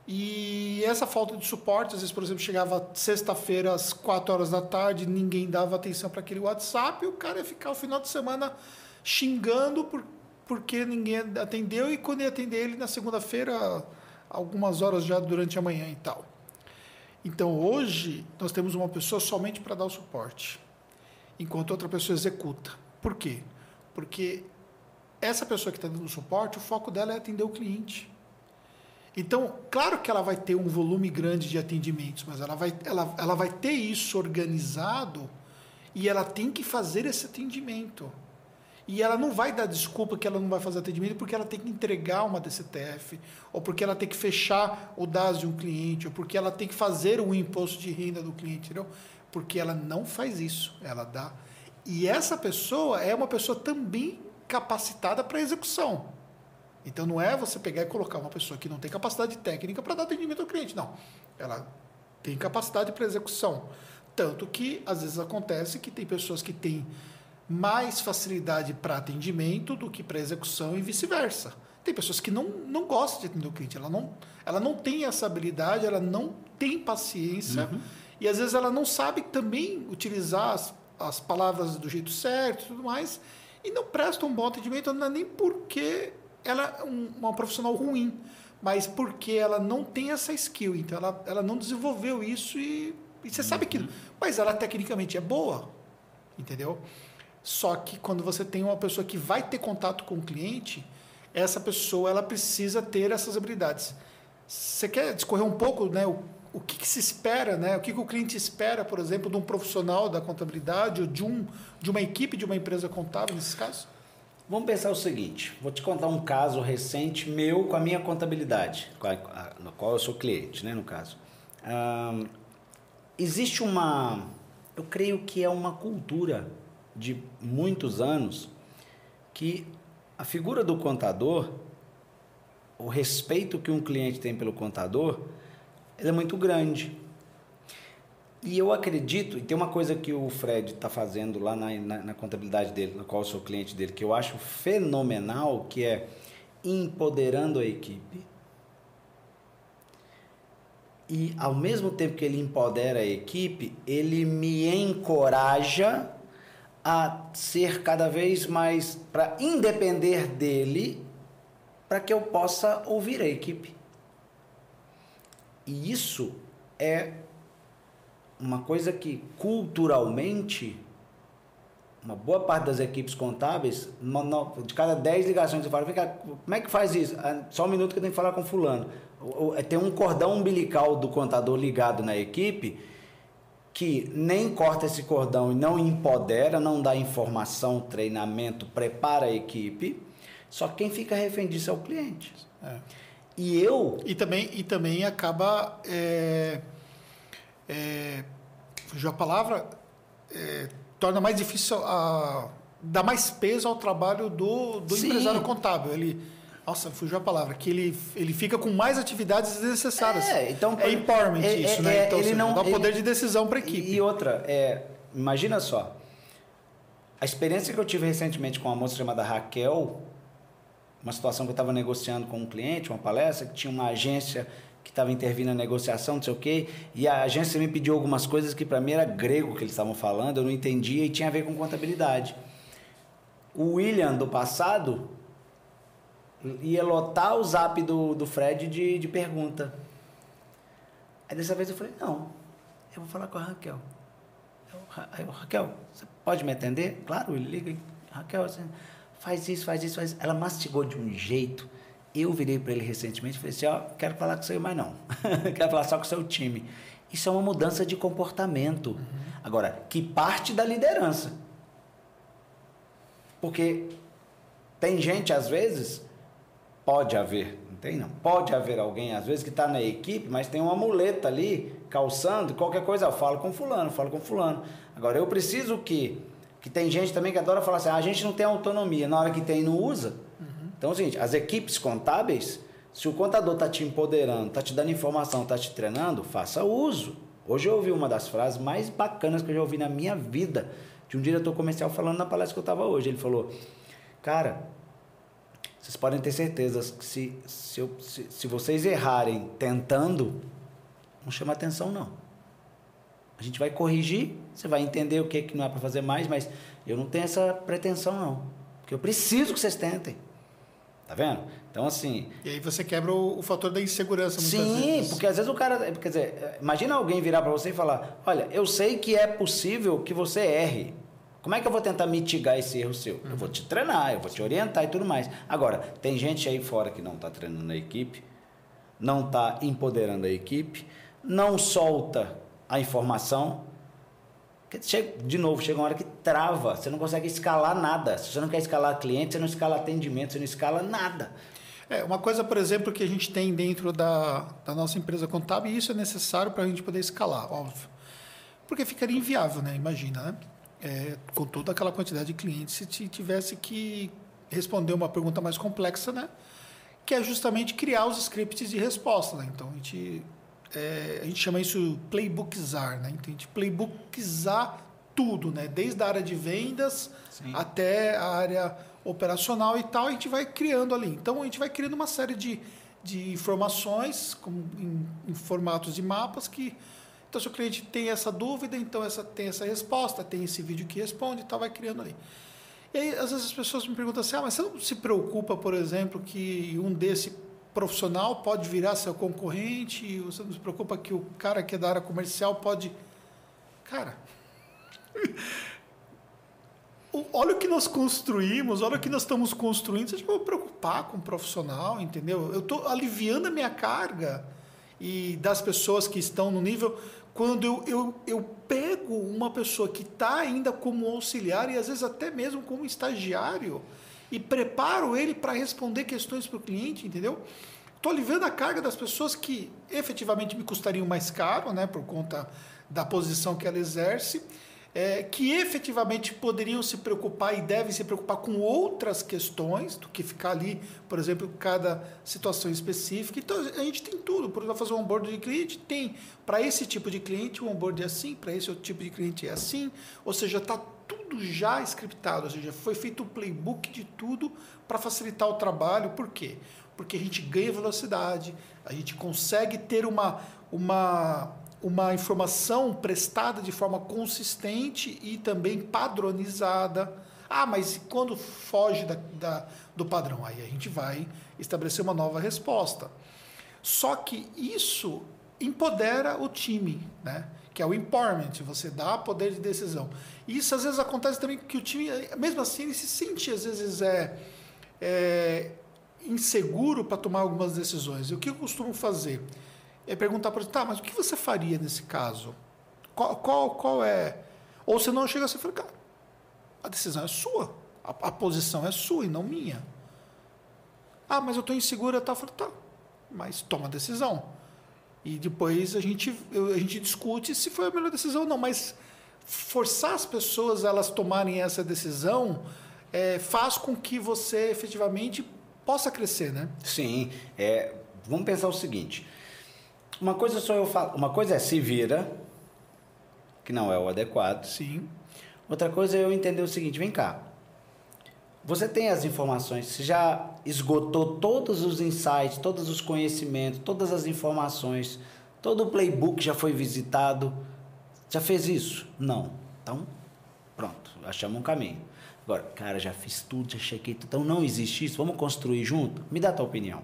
E essa falta de suporte, às vezes, por exemplo, chegava sexta-feira às quatro horas da tarde, ninguém dava atenção para aquele WhatsApp, e o cara ia ficar o final de semana xingando por, porque ninguém atendeu, e quando ia atender ele na segunda-feira, algumas horas já durante a manhã e tal. Então, hoje, nós temos uma pessoa somente para dar o suporte, enquanto outra pessoa executa. Por quê? Porque essa pessoa que está dando o suporte, o foco dela é atender o cliente. Então, claro que ela vai ter um volume grande de atendimentos, mas ela vai, ela, ela vai ter isso organizado e ela tem que fazer esse atendimento. E ela não vai dar desculpa que ela não vai fazer atendimento porque ela tem que entregar uma D C T F, ou porque ela tem que fechar o D A S de um cliente, ou porque ela tem que fazer um imposto de renda do cliente, entendeu? Porque ela não faz isso, ela dá. E essa pessoa é uma pessoa também capacitada para execução. Então, não é você pegar e colocar uma pessoa que não tem capacidade técnica para dar atendimento ao cliente, não. Ela tem capacidade para execução. Tanto que, às vezes, acontece que tem pessoas que têm mais facilidade para atendimento do que para execução e vice-versa. Tem pessoas que não, não gostam de atender o cliente, ela não, ela não tem essa habilidade, ela não tem paciência, uhum. E, às vezes, ela não sabe também utilizar as, as palavras do jeito certo e tudo mais, e não presta um bom atendimento, não é nem porque ela é um, uma profissional ruim, mas porque ela não tem essa skill, então ela, ela não desenvolveu isso e, e você uhum. sabe que... Mas ela tecnicamente é boa, entendeu? Só que quando você tem uma pessoa que vai ter contato com o cliente, essa pessoa ela precisa ter essas habilidades. Você quer discorrer um pouco, né, o, o que, que se espera, né, o que, que o cliente espera, por exemplo, de um profissional da contabilidade ou de, um, de uma equipe de uma empresa contábil, nesses casos? Vamos pensar o seguinte, vou te contar um caso recente meu com a minha contabilidade, no qual eu sou cliente, né, no caso. Ah, existe uma, eu creio que é uma cultura de muitos anos que a figura do contador, o respeito que um cliente tem pelo contador, ele é muito grande. E eu acredito, e tem uma coisa que o Fred está fazendo lá na, na, na contabilidade dele, na qual eu sou cliente dele, que eu acho fenomenal, que é empoderando a equipe. E ao mesmo tempo que ele empodera a equipe, ele me encoraja a ser cada vez mais, para independer dele, para que eu possa ouvir a equipe. E isso é uma coisa que, culturalmente, uma boa parte das equipes contábeis, de cada dez ligações, você fala, como é que faz isso? Só um minuto que eu tenho que falar com fulano. Tem um cordão umbilical do contador ligado na equipe, que nem corta esse cordão e não empodera, não dá informação, treinamento, prepara a equipe, só que quem fica refém disso é o cliente. É. E eu... E também, e também acaba... É... É, fugiu a palavra, é, torna mais difícil, a, dá mais peso ao trabalho do, do empresário contábil. Ele, nossa, fugiu a palavra, que ele, ele fica com mais atividades desnecessárias. É, então, é empowerment é, isso, é, né? Então, ele seja, não, dá poder ele, de decisão para a equipe. E outra, é, imagina só, a experiência que eu tive recentemente com uma moça chamada Raquel, uma situação que eu estava negociando com um cliente, uma palestra, que tinha uma agência que estava intervindo na negociação, não sei o quê, e a agência me pediu algumas coisas que para mim era grego que eles estavam falando, eu não entendia e tinha a ver com contabilidade. O William, do passado, ia lotar o zap do, do Fred de, de pergunta. Aí dessa vez eu falei, não, eu vou falar com a Raquel. Eu, Raquel, você pode me atender? Claro, ele liga, Raquel, assim, faz isso, faz isso, faz isso. Ela mastigou de um jeito. Eu virei para ele recentemente e falei assim, ó, quero falar com você mais não. Quero falar só com o seu time. Isso é uma mudança de comportamento. Uhum. Agora, que parte da liderança. Porque tem gente, às vezes, pode haver, não tem não? Pode haver alguém, às vezes, que está na equipe, mas tem uma muleta ali, calçando, qualquer coisa, eu falo com fulano, falo com fulano. Agora, eu preciso que... Que tem gente também que adora falar assim, ah, a gente não tem autonomia, na hora que tem, não usa. Então, gente, as equipes contábeis, se o contador está te empoderando, está te dando informação, está te treinando, faça uso. Hoje eu ouvi uma das frases mais bacanas que eu já ouvi na minha vida, de um diretor comercial falando na palestra que eu estava hoje. Ele falou, cara, vocês podem ter certeza que se, se, eu, se, se vocês errarem tentando, não chama atenção, não. A gente vai corrigir, você vai entender o que, que não é para fazer mais, mas eu não tenho essa pretensão, não. Porque eu preciso que vocês tentem. Tá vendo? Então, assim... E aí você quebra o, o fator da insegurança, muitas vezes. Sim, porque às vezes o cara... Quer dizer, imagina alguém virar para você e falar, olha, eu sei que é possível que você erre. Como é que eu vou tentar mitigar esse erro seu? Uhum. Eu vou te treinar, eu vou te orientar e tudo mais. Agora, tem gente aí fora que não está treinando a equipe, não está empoderando a equipe, não solta a informação. De novo, chega uma hora que trava, você não consegue escalar nada. Se você não quer escalar cliente, você não escala atendimento, você não escala nada. É, uma coisa, por exemplo, que a gente tem dentro da, da nossa empresa contábil, e isso é necessário para a gente poder escalar, óbvio. Porque ficaria inviável, né? Imagina, né? É, com toda aquela quantidade de clientes, se tivesse que responder uma pergunta mais complexa, né? Que é justamente criar os scripts de resposta, né? Então, a gente... É, a gente chama isso playbookizar, né? Então, a gente playbookizar tudo, né? Desde a área de vendas Sim. até a área operacional e tal, a gente vai criando ali. Então, a gente vai criando uma série de, de informações como em, em formatos de mapas que... Então, se o cliente tem essa dúvida, então essa, tem essa resposta, tem esse vídeo que responde e tal, vai criando ali. E aí, às vezes, as pessoas me perguntam assim, ah, mas você não se preocupa, por exemplo, que um desse profissional pode virar seu concorrente? Você não se preocupa que o cara que é da área comercial pode... Cara, olha o que nós construímos, olha o que nós estamos construindo. Você vai preocupar com o profissional, entendeu? Eu estou aliviando a minha carga e das pessoas que estão no nível... Quando eu, eu, eu pego uma pessoa que está ainda como auxiliar e às vezes até mesmo como estagiário e preparo ele para responder questões para o cliente, entendeu? Estou aliviando a carga das pessoas que efetivamente me custariam mais caro, né, por conta da posição que ela exerce, é, que efetivamente poderiam se preocupar e devem se preocupar com outras questões do que ficar ali, por exemplo, cada situação específica. Então, a gente tem tudo. Por exemplo, fazer um onboard de cliente, tem para esse tipo de cliente um onboard é assim, para esse outro tipo de cliente é assim, ou seja, está tudo já scriptado, ou seja, foi feito o playbook de tudo para facilitar o trabalho. Por quê? Porque a gente ganha velocidade, a gente consegue ter uma... uma uma informação prestada de forma consistente e também padronizada. Ah, mas quando foge da, da, do padrão? Aí a gente vai estabelecer uma nova resposta. Só que isso empodera o time, né? Que é o empowerment, você dá poder de decisão. E isso às vezes acontece também porque o time, mesmo assim, ele se sente às vezes é, é inseguro para tomar algumas decisões. E o que eu costumo fazer? É perguntar para ele, tá, mas o que você faria nesse caso? Qual, qual, qual é? Ou você não chega assim e fala, cara, a decisão é sua, a, a posição é sua e não minha. Ah, mas eu estou insegura, tá? Eu falo, tá, mas toma a decisão. E depois a gente, a gente discute se foi a melhor decisão ou não, mas forçar as pessoas a elas tomarem essa decisão é, faz com que você efetivamente possa crescer, né? Sim, é, vamos pensar o seguinte... Uma coisa só eu falo, uma coisa é se vira, que não é o adequado. Sim. Outra coisa é eu entender o seguinte, vem cá. Você tem as informações, você já esgotou todos os insights, todos os conhecimentos, todas as informações, todo o playbook já foi visitado. Já fez isso? Não. Então, pronto, achamos um caminho. Agora, cara, já fiz tudo, já chequei tudo, então não existe isso, vamos construir junto? Me dá a tua opinião.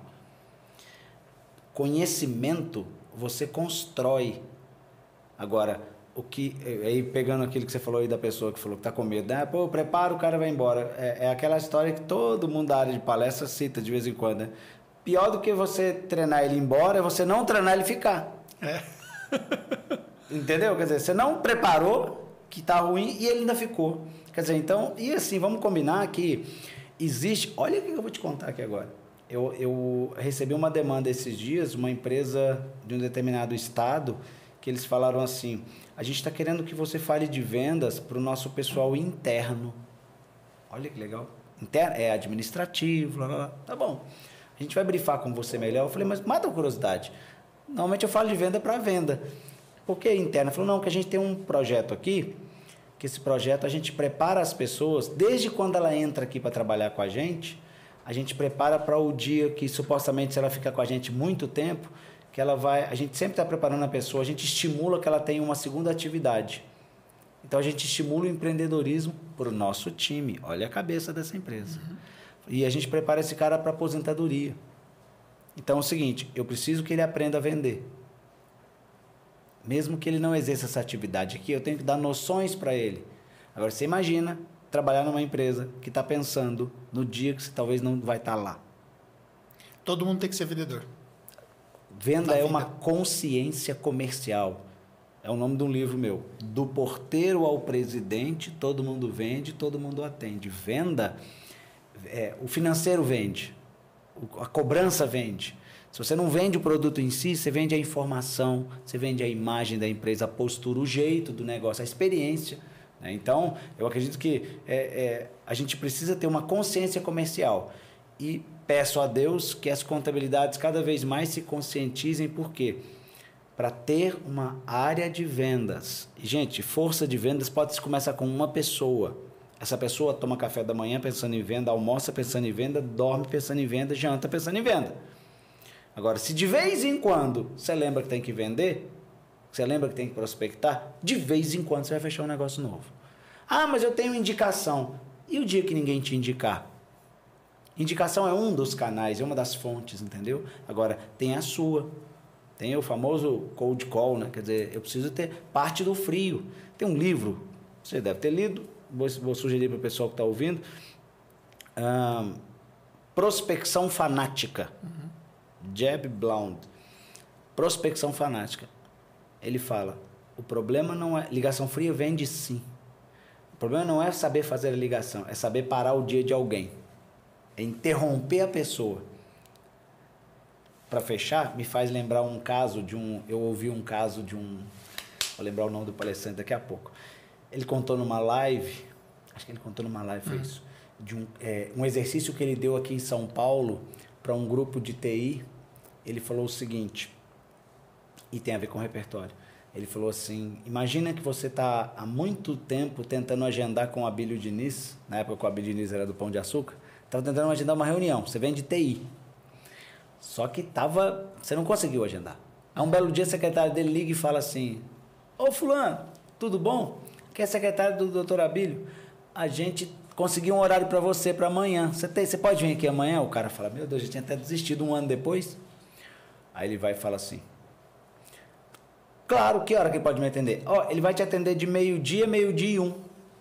Conhecimento você constrói. Agora, o que, aí pegando aquilo que você falou aí da pessoa que falou que está com medo, né? Pô, prepara, o cara vai embora. É, é aquela história que todo mundo da área de palestra cita de vez em quando, né? Pior do que você treinar ele embora é você não treinar ele ficar. É. Entendeu? Quer dizer, você não preparou, que está ruim, e ele ainda ficou. Quer dizer, então, e assim, vamos combinar que existe... Olha o que eu vou te contar aqui agora. Eu, eu recebi uma demanda esses dias, uma empresa de um determinado estado, que eles falaram assim, a gente está querendo que você fale de vendas para o nosso pessoal interno. Olha que legal. Interno, é administrativo, blá, blá, blá. Tá bom. A gente vai brifar com você melhor. Eu falei, mas mata a curiosidade. Normalmente eu falo de venda para venda. Por que interno? Ele falou, não, que a gente tem um projeto aqui, que esse projeto a gente prepara as pessoas, desde quando ela entra aqui para trabalhar com a gente, a gente prepara para o dia que supostamente se ela ficar com a gente muito tempo, que ela vai, a gente sempre está preparando a pessoa, a gente estimula que ela tenha uma segunda atividade. Então a gente estimula o empreendedorismo para o nosso time. Olha a cabeça dessa empresa. Uhum. E a gente prepara esse cara para aposentadoria. Então é o seguinte, eu preciso que ele aprenda a vender. Mesmo que ele não exerça essa atividade aqui, eu tenho que dar noções para ele. Agora você imagina trabalhar numa empresa que está pensando no dia que você talvez não vai estar lá. Todo mundo tem que ser vendedor. Venda é uma consciência comercial. É o nome de um livro meu. Do porteiro ao presidente, todo mundo vende, todo mundo atende. Venda, é, o financeiro vende, a cobrança vende. Se você não vende o produto em si, você vende a informação, você vende a imagem da empresa, a postura, o jeito do negócio, a experiência. Então, eu acredito que é, é, a gente precisa ter uma consciência comercial e peço a Deus que as contabilidades cada vez mais se conscientizem, por quê? Para ter uma área de vendas. E, gente, força de vendas pode começar com uma pessoa. Essa pessoa toma café da manhã pensando em venda, almoça pensando em venda, dorme pensando em venda, janta pensando em venda. Agora, se de vez em quando você lembra que tem que vender, você lembra que tem que prospectar, de vez em quando você vai fechar um negócio novo. Ah, mas eu tenho indicação. E o dia que ninguém te indicar? Indicação é um dos canais, é uma das fontes, entendeu? Agora, tem a sua. Tem o famoso cold call, né? Quer dizer, eu preciso ter parte do frio. Tem um livro, você deve ter lido, vou, vou sugerir para o pessoal que está ouvindo, ah, Prospecção Fanática. Uhum. Jeb Blount. Prospecção Fanática. Ele fala, o problema não é... Ligação fria vende sim. O problema não é saber fazer a ligação, é saber parar o dia de alguém. É interromper a pessoa. Para fechar, me faz lembrar um caso de um... Eu ouvi um caso de um... Vou lembrar o nome do palestrante daqui a pouco. Ele contou numa live... Acho que ele contou numa live, foi hum. isso. De um, é, um exercício que ele deu aqui em São Paulo para um grupo de T I. Ele falou o seguinte... E tem a ver com o repertório. Ele falou assim, imagina que você está há muito tempo tentando agendar com o Abílio Diniz, na época que o Abílio Diniz era do Pão de Açúcar, estava tentando agendar uma reunião, você vem de T I. Só que tava, você não conseguiu agendar. Aí um belo dia a secretária dele liga e fala assim, ô fulano, tudo bom? Aqui é a secretária do doutor Abílio, a gente conseguiu um horário para você para amanhã, você, tem, você pode vir aqui amanhã? O cara fala, meu Deus, a gente tinha até desistido um ano depois. Aí ele vai e fala assim, claro, que hora que ele pode me atender? Ó, oh, ele vai te atender de meio-dia, meio-dia e um.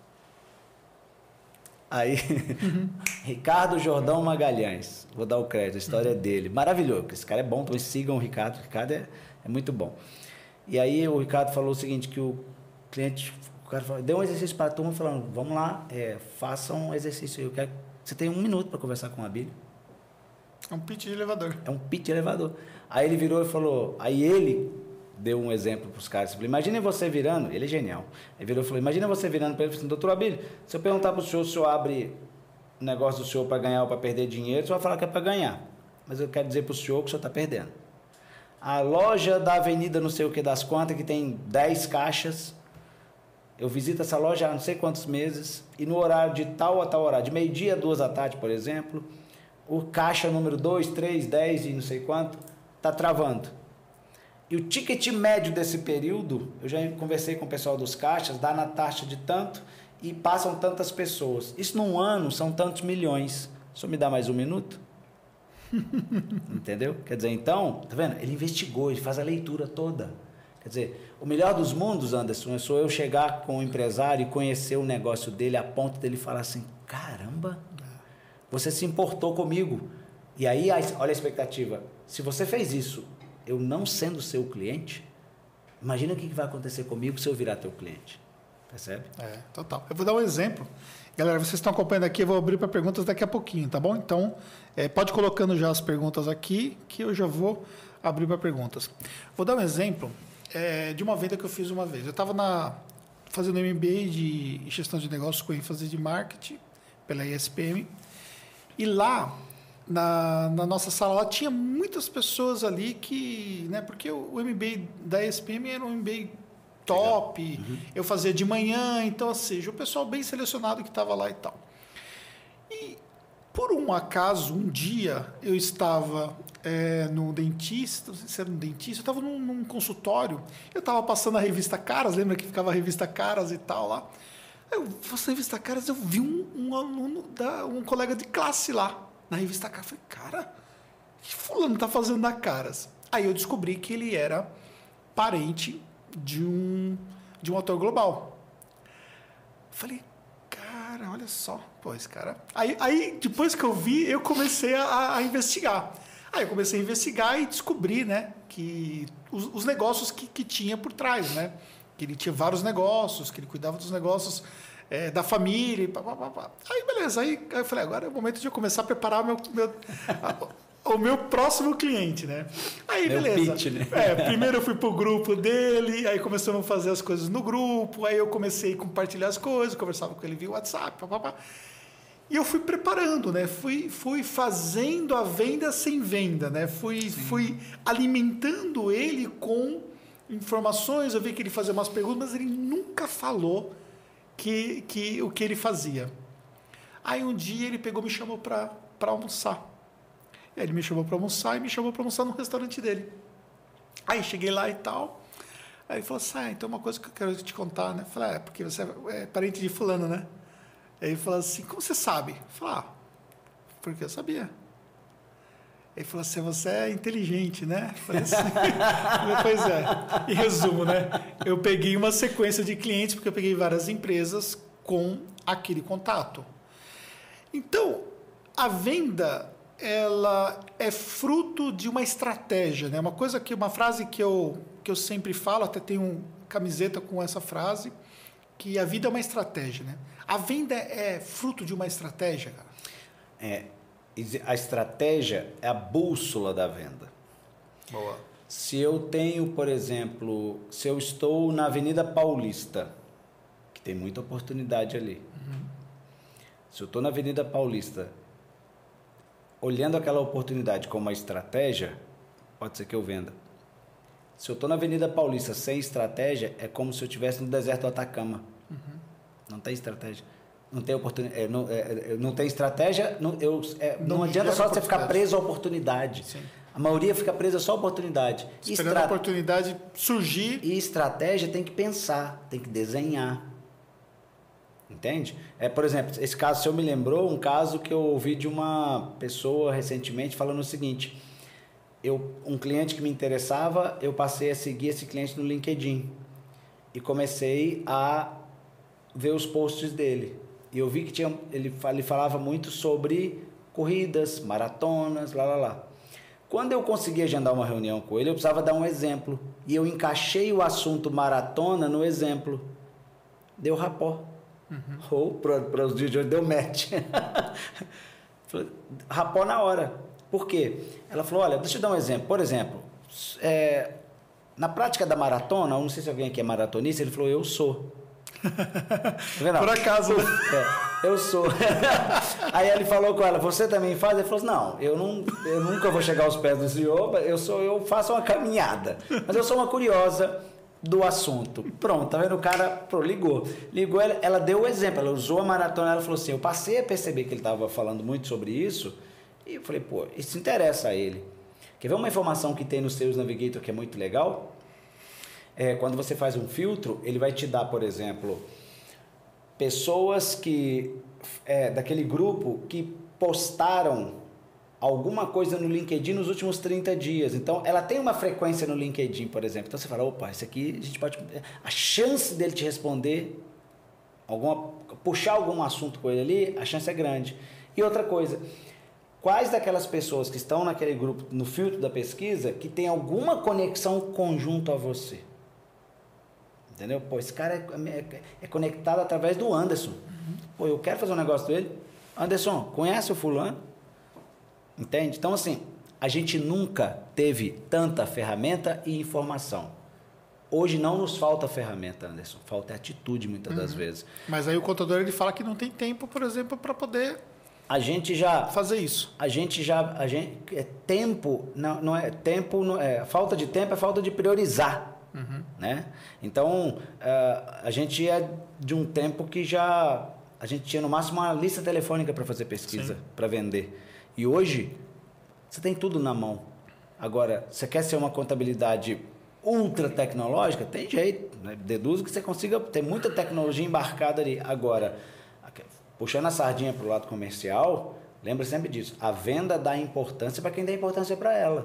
Aí, uhum. Ricardo Jordão Magalhães, vou dar o crédito, a história uhum. dele, maravilhoso, esse cara é bom, então sigam o Ricardo, o Ricardo é, é muito bom. E aí o Ricardo falou o seguinte, que o cliente, o cara falou, deu um exercício para a turma, falando, vamos lá, é, façam um exercício, eu quero, você tem um minuto para conversar com o Abílio. É um pitch de elevador. É um pitch de elevador. Aí ele virou e falou, aí ele... deu um exemplo para os caras. Falei, imagine você virando, ele é genial. Ele virou e falou, imagina você virando para ele e falou assim, doutor Abílio, se eu perguntar para o senhor se o senhor abre o negócio do senhor para ganhar ou para perder dinheiro, o senhor vai falar que é para ganhar. Mas eu quero dizer para o senhor que o senhor está perdendo. A loja da avenida não sei o que das quantas, que tem dez caixas, eu visito essa loja há não sei quantos meses, e no horário de tal a tal horário, de meio-dia a duas da tarde, por exemplo, o caixa número dois, três, dez e não sei quanto, está travando. E o ticket médio desse período, eu já conversei com o pessoal dos caixas, dá na taxa de tanto e passam tantas pessoas. Isso num ano são tantos milhões. O senhor me dá mais um minuto? Entendeu? Quer dizer, então, tá vendo? Ele investigou, ele faz a leitura toda. Quer dizer, o melhor dos mundos, Anderson, é só eu chegar com o empresário e conhecer o negócio dele a ponto dele falar assim, caramba, você se importou comigo. E aí, olha a expectativa. Se você fez isso, eu não sendo seu cliente, imagina o que vai acontecer comigo se eu virar teu cliente. Percebe? É, total. Eu vou dar um exemplo. Galera, vocês estão acompanhando aqui, eu vou abrir para perguntas daqui a pouquinho, tá bom? Então, é, pode colocando já as perguntas aqui, que eu já vou abrir para perguntas. Vou dar um exemplo é, de uma venda que eu fiz uma vez. Eu estava fazendo M B A de gestão de negócios com ênfase de marketing, pela I S P M, e lá... Na, na nossa sala lá tinha muitas pessoas ali que, né, porque o, o M B A da E S P M era um M B A top, uhum. Eu fazia de manhã, então, ou seja, o pessoal bem selecionado que estava lá e tal. E Por um acaso, um dia, eu estava é, no dentista, não sei se era um dentista, eu estava num, num consultório, eu estava passando a revista Caras, lembra que ficava a revista Caras e tal lá? Eu, passando a revista Caras, eu vi um, um aluno, da, um colega de classe lá, na revista Caras. Eu falei, cara, o que fulano está fazendo na Caras? Aí eu descobri que ele era parente de um, de um autor global. Eu falei, cara, olha só, pô, esse cara... Aí, aí depois que eu vi, eu comecei a, a investigar. Aí eu comecei a investigar e descobri, né, que os, os negócios que, que tinha por trás, né? Que ele tinha vários negócios, que ele cuidava dos negócios é, da família, e pá, pá, pá, pá. Aí, beleza, aí, aí eu falei, agora é o momento de eu começar a preparar o meu... meu a, o meu próximo cliente, né? Aí, meu beleza. Pitch, né? É, primeiro eu fui pro grupo dele, aí começamos a fazer as coisas no grupo, aí eu comecei a compartilhar as coisas, conversava com ele via WhatsApp, papapá. E eu fui preparando, né? Fui, fui fazendo a venda sem venda, né? Fui, fui alimentando ele com informações, eu vi que ele fazia umas perguntas, mas ele nunca falou que, que, o que ele fazia. Aí um dia ele pegou e me chamou para almoçar. Ele me chamou para almoçar e me chamou para almoçar no restaurante dele. Aí cheguei lá e tal. Aí ele falou assim, ah, então uma coisa que eu quero te contar, né? Eu falei, é, porque você é parente de fulano, né? Aí ele falou assim, como você sabe? Eu falei, ah, porque eu sabia. Ele falou assim, você é inteligente, né? Eu falei assim, pois é. Em resumo, né? Eu peguei uma sequência de clientes, porque eu peguei várias empresas com aquele contato. Então, a venda... ela é fruto de uma estratégia, né? Uma coisa que uma frase que eu que eu sempre falo, até tenho uma camiseta com essa frase, que a vida é uma estratégia, né? A venda é fruto de uma estratégia, cara. É, a estratégia é a bússola da venda. Boa. Se eu tenho, por exemplo, se eu estou na Avenida Paulista, que tem muita oportunidade ali. Uhum. Se eu estou na Avenida Paulista, olhando aquela oportunidade como uma estratégia, pode ser que eu venda. Se eu estou na Avenida Paulista sem estratégia, é como se eu estivesse no deserto do Atacama. Uhum. Não tem estratégia. Não tem oportunidade. É, não, é, não tem estratégia. Não, eu, é, não, não adianta só você ficar preso à oportunidade. Sim. A maioria fica presa só à oportunidade. Esperando Estra... a oportunidade surgir. E estratégia tem que pensar, tem que desenhar. Entende? É, por exemplo, esse caso, se eu me lembrou, um caso que eu ouvi de uma pessoa recentemente falando o seguinte, eu, um cliente que me interessava, eu passei a seguir esse cliente no LinkedIn e comecei a ver os posts dele. E eu vi que tinha, ele, ele falava muito sobre corridas, maratonas, lá, lá, lá. Quando eu consegui agendar uma reunião com ele, eu precisava dar um exemplo. E eu encaixei o assunto maratona no exemplo. Deu rapó. Uhum. Ou, para os dias de hoje, deu match. Rapó na hora. Por quê? Ela falou, olha, deixa eu dar um exemplo. Por exemplo, é, na prática da maratona, não sei se alguém aqui é maratonista, ele falou, eu sou. Tá vendo? Por acaso. É, eu sou. Aí ele falou com ela, você também faz? Ele falou assim, não, eu, não, eu nunca vou chegar aos pés do senhor, eu, sou, eu faço uma caminhada. Mas eu sou uma curiosa do assunto. Pronto, tá vendo? O cara pô, ligou. Ligou, ela, ela deu o exemplo, ela usou a maratona, ela falou assim, eu passei a perceber que ele estava falando muito sobre isso, e eu falei, pô, isso interessa a ele. Quer ver uma informação que tem no Sales Navigator que é muito legal? É, quando você faz um filtro, ele vai te dar, por exemplo, pessoas que, é, daquele grupo que postaram alguma coisa no LinkedIn nos últimos trinta dias. Então, ela tem uma frequência no LinkedIn, por exemplo. Então, você fala, opa, isso aqui a gente pode... A chance dele te responder, alguma, puxar algum assunto com ele ali, a chance é grande. E outra coisa, quais daquelas pessoas que estão naquele grupo, no filtro da pesquisa, que tem alguma conexão conjunto a você? Entendeu? Pô, esse cara é, é, é conectado através do Anderson. Uhum. Pô, eu quero fazer um negócio dele. Anderson, conhece o fulano? Entende? Então, assim, a gente nunca teve tanta ferramenta e informação. Hoje não nos falta ferramenta, Anderson. Falta atitude, muitas uhum. das vezes. Mas aí o contador, ele fala que não tem tempo, por exemplo, para poder... A gente já... fazer isso. A gente já... A gente, é tempo, não, não é... Tempo, não é, falta de tempo é falta de priorizar. Uhum. Né? Então, uh, a gente é de um tempo que já a gente tinha no máximo uma lista telefônica para fazer pesquisa, para vender. E hoje, você tem tudo na mão. Agora, você quer ser uma contabilidade ultra tecnológica? Tem jeito. Né? Deduzo que você consiga ter muita tecnologia embarcada ali. Agora, puxando a sardinha para o lado comercial, lembra sempre disso. A venda dá importância para quem dá importância para ela.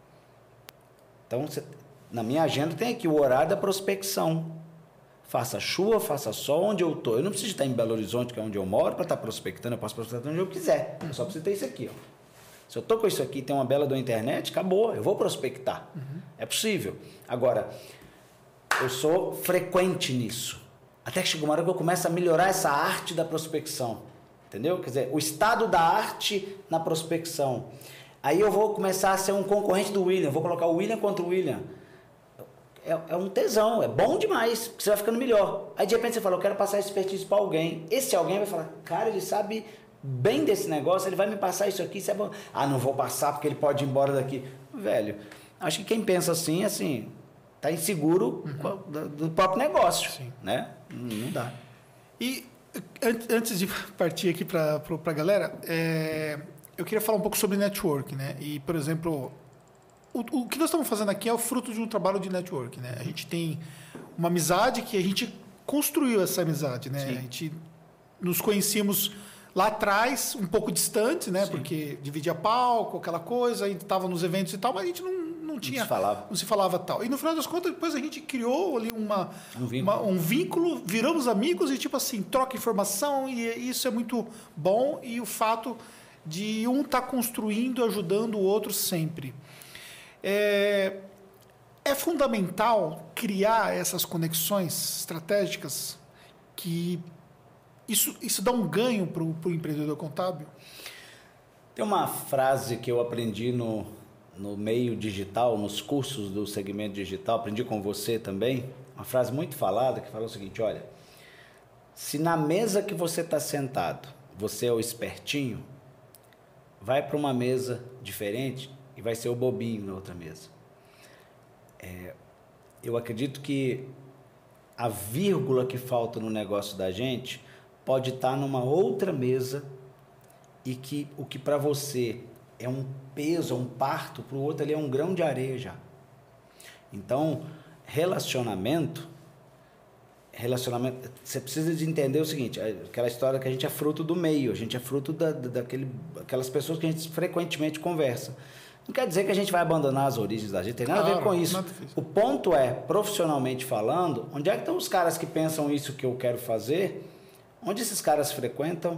Então, você, na minha agenda tem aqui o horário da prospecção. Faça chuva, faça sol, onde eu estou. Eu não preciso estar em Belo Horizonte, que é onde eu moro, para estar prospectando. Eu posso prospectar onde eu quiser. Eu só preciso ter isso aqui. Ó. Se eu estou com isso aqui, tem uma bela da internet, acabou. Eu vou prospectar. Uhum. É possível. Agora, eu sou frequente nisso. Até que chega uma hora que eu começo a melhorar essa arte da prospecção. Entendeu? Quer dizer, o estado da arte na prospecção. Aí eu vou começar a ser um concorrente do William. Vou colocar o William contra o William. É, é um tesão, é bom demais, porque você vai ficando melhor. Aí de repente você fala, eu quero passar esse expertise para alguém. Esse alguém vai falar, cara, ele sabe bem desse negócio, ele vai me passar isso aqui, isso é bom. Ah, não vou passar porque ele pode ir embora daqui. Velho, acho que quem pensa assim, assim, tá inseguro uhum. do, do próprio negócio. Sim. Né? Não dá. E antes de partir aqui para a galera, é, eu queria falar um pouco sobre network, né? E, por exemplo... O, o que nós estamos fazendo aqui é o fruto de um trabalho de network, né? A gente tem uma amizade que a gente construiu essa amizade, né? Sim. A gente nos conhecíamos lá atrás, um pouco distante, né? Sim. Porque dividia palco, aquela coisa, a gente estava nos eventos e tal, mas a gente não, não tinha... Não se falava. Não se falava tal. E no final das contas, depois a gente criou ali uma, um, vínculo. Uma, um vínculo, viramos amigos e tipo assim, troca informação e isso é muito bom. E o fato de um estar tá construindo, ajudando o outro sempre. É, é fundamental criar essas conexões estratégicas que isso, isso dá um ganho para o empreendedor contábil? Tem uma frase que eu aprendi no, no meio digital, nos cursos do segmento digital, aprendi com você também, uma frase muito falada que fala o seguinte, olha, se na mesa que você está sentado, você é o espertinho, vai para uma mesa diferente e vai ser o bobinho na outra mesa. É, eu acredito que a vírgula que falta no negócio da gente pode estar numa outra mesa e que o que para você é um peso, é um parto, para o outro ali é um grão de areia já. Então, relacionamento, relacionamento, você precisa de entender o seguinte, aquela história que a gente é fruto do meio, a gente é fruto da, daquele, daquelas pessoas que a gente frequentemente conversa. Não quer dizer que a gente vai abandonar as origens da gente, tem nada claro, a ver com isso. O ponto é, profissionalmente falando, onde é que estão os caras que pensam isso que eu quero fazer? Onde esses caras frequentam?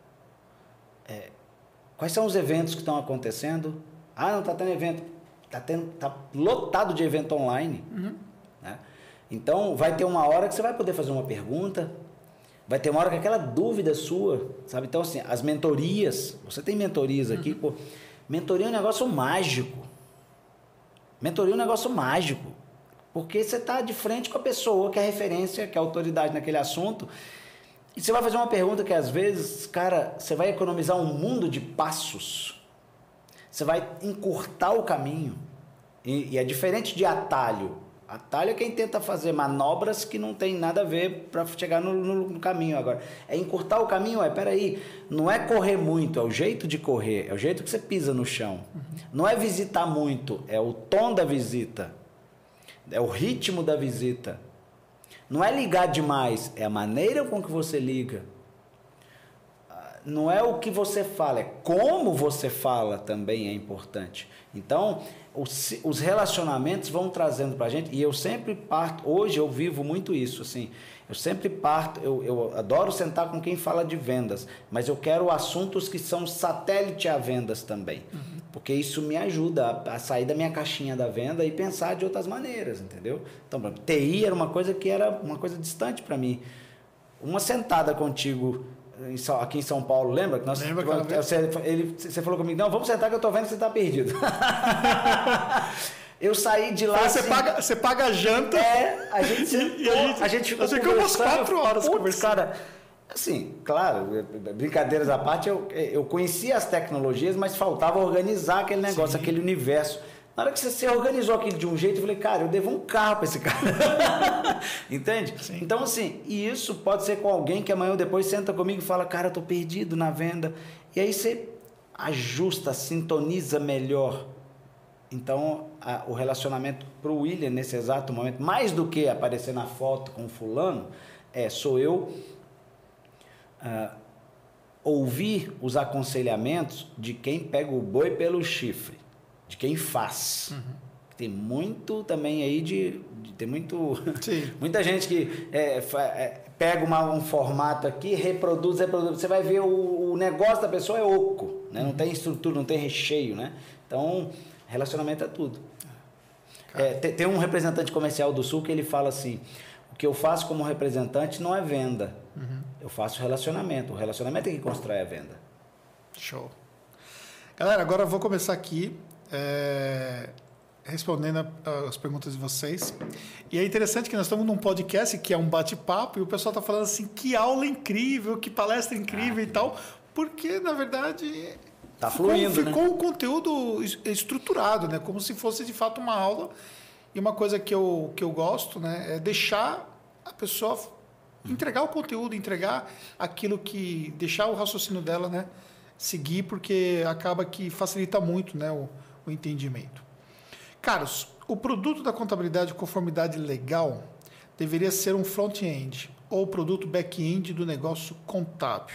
É, quais são os eventos que estão acontecendo? Ah, não está tendo evento. Está tá lotado de evento online. Uhum. Né? Então, vai ter uma hora que você vai poder fazer uma pergunta, vai ter uma hora que aquela dúvida sua, sabe? Então, assim, as mentorias, você tem mentorias aqui, uhum. pô, mentoria é um negócio mágico. Mentoria é um negócio mágico. Porque você está de frente com a pessoa que é referência, que é autoridade naquele assunto. E você vai fazer uma pergunta que, às vezes, cara, você vai economizar um mundo de passos. Você vai encurtar o caminho. E, e é diferente de atalho. Atalho é quem tenta fazer manobras que não tem nada a ver para chegar no, no, no caminho agora. É encurtar o caminho, é, peraí, não é correr muito, é o jeito de correr, é o jeito que você pisa no chão. Uhum. Não é visitar muito, é o tom da visita, é o ritmo da visita. Não é ligar demais, é a maneira com que você liga. Não é o que você fala, é como você fala também é importante. Então, os, os relacionamentos vão trazendo para a gente, e eu sempre parto, hoje eu vivo muito isso, assim, eu sempre parto, eu, eu adoro sentar com quem fala de vendas, mas eu quero assuntos que são satélite a vendas também, uhum. porque isso me ajuda a, a sair da minha caixinha da venda e pensar de outras maneiras, entendeu? Então, T I era uma coisa que era uma coisa distante para mim. Uma sentada contigo aqui em São Paulo, lembra? Que nós, lembra você, ele, você falou comigo, não, vamos sentar que eu tô vendo que você tá perdido. Eu saí de lá... Você, assim, paga, você paga a janta... É, a gente sentou, e a gente, a gente ficou nós ficamos umas quatro horas putz, conversando. Cara, assim, claro, brincadeiras à parte, eu, eu conhecia as tecnologias, mas faltava organizar aquele negócio, Sim. aquele universo. Na hora que você se organizou aquilo de um jeito, eu falei, cara, eu devo um carro para esse cara. Entende? Sim. Então, assim, e isso pode ser com alguém que amanhã ou depois senta comigo e fala, cara, eu tô perdido na venda. E aí você ajusta, sintoniza melhor. Então, a, o relacionamento para o William, nesse exato momento, mais do que aparecer na foto com fulano, é, sou eu uh, ouvir os aconselhamentos de quem pega o boi pelo chifre. De quem faz. Uhum. Tem muito também aí de... de tem muito... muita gente que é, é, pega uma, um formato aqui, reproduz, reproduz. Você vai ver o, o negócio da pessoa é oco, né? Uhum. Não tem estrutura, não tem recheio, né? Então, relacionamento é tudo. É, tem, tem um representante comercial do Sul que ele fala assim, o que eu faço como representante não é venda. Uhum. Eu faço relacionamento. O relacionamento é que constrói a venda. Show. Galera, agora eu vou começar aqui É, respondendo a, as perguntas de vocês. E é interessante que nós estamos num podcast que é um bate-papo e o pessoal está falando assim, que aula incrível, que palestra incrível ah, e tal, porque, na verdade, tá ficou, fluindo, ficou né? um conteúdo estruturado, né? Como se fosse, de fato, uma aula. E uma coisa que eu, que eu gosto, né, é deixar a pessoa entregar o conteúdo, entregar aquilo que... deixar o raciocínio dela, né, seguir, porque acaba que facilita muito, né, o o entendimento. Caros, o produto da contabilidade de conformidade legal deveria ser um front-end ou produto back-end do negócio contábil.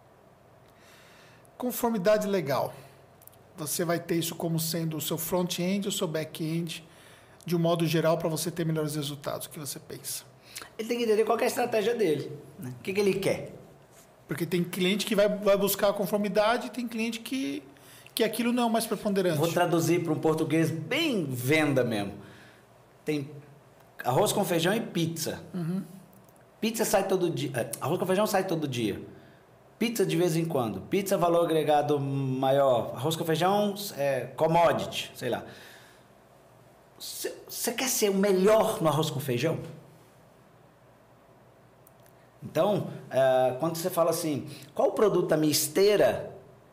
Conformidade legal. Você vai ter isso como sendo o seu front-end ou o seu back-end, de um modo geral, para você ter melhores resultados. O que você pensa? Ele tem que entender qual que é a estratégia dele. Né? O que, que ele quer. Porque tem cliente que vai, vai buscar a conformidade e tem cliente que... que aquilo não é o mais preponderante. Vou traduzir para um português bem venda mesmo. Tem arroz com feijão e pizza. Uhum. Pizza sai todo dia. Arroz com feijão sai todo dia. Pizza de vez em quando. Pizza valor agregado maior. Arroz com feijão é commodity, sei lá. Você quer ser o melhor no arroz com feijão? Então, é, quando você fala assim, qual o produto da minha esteira...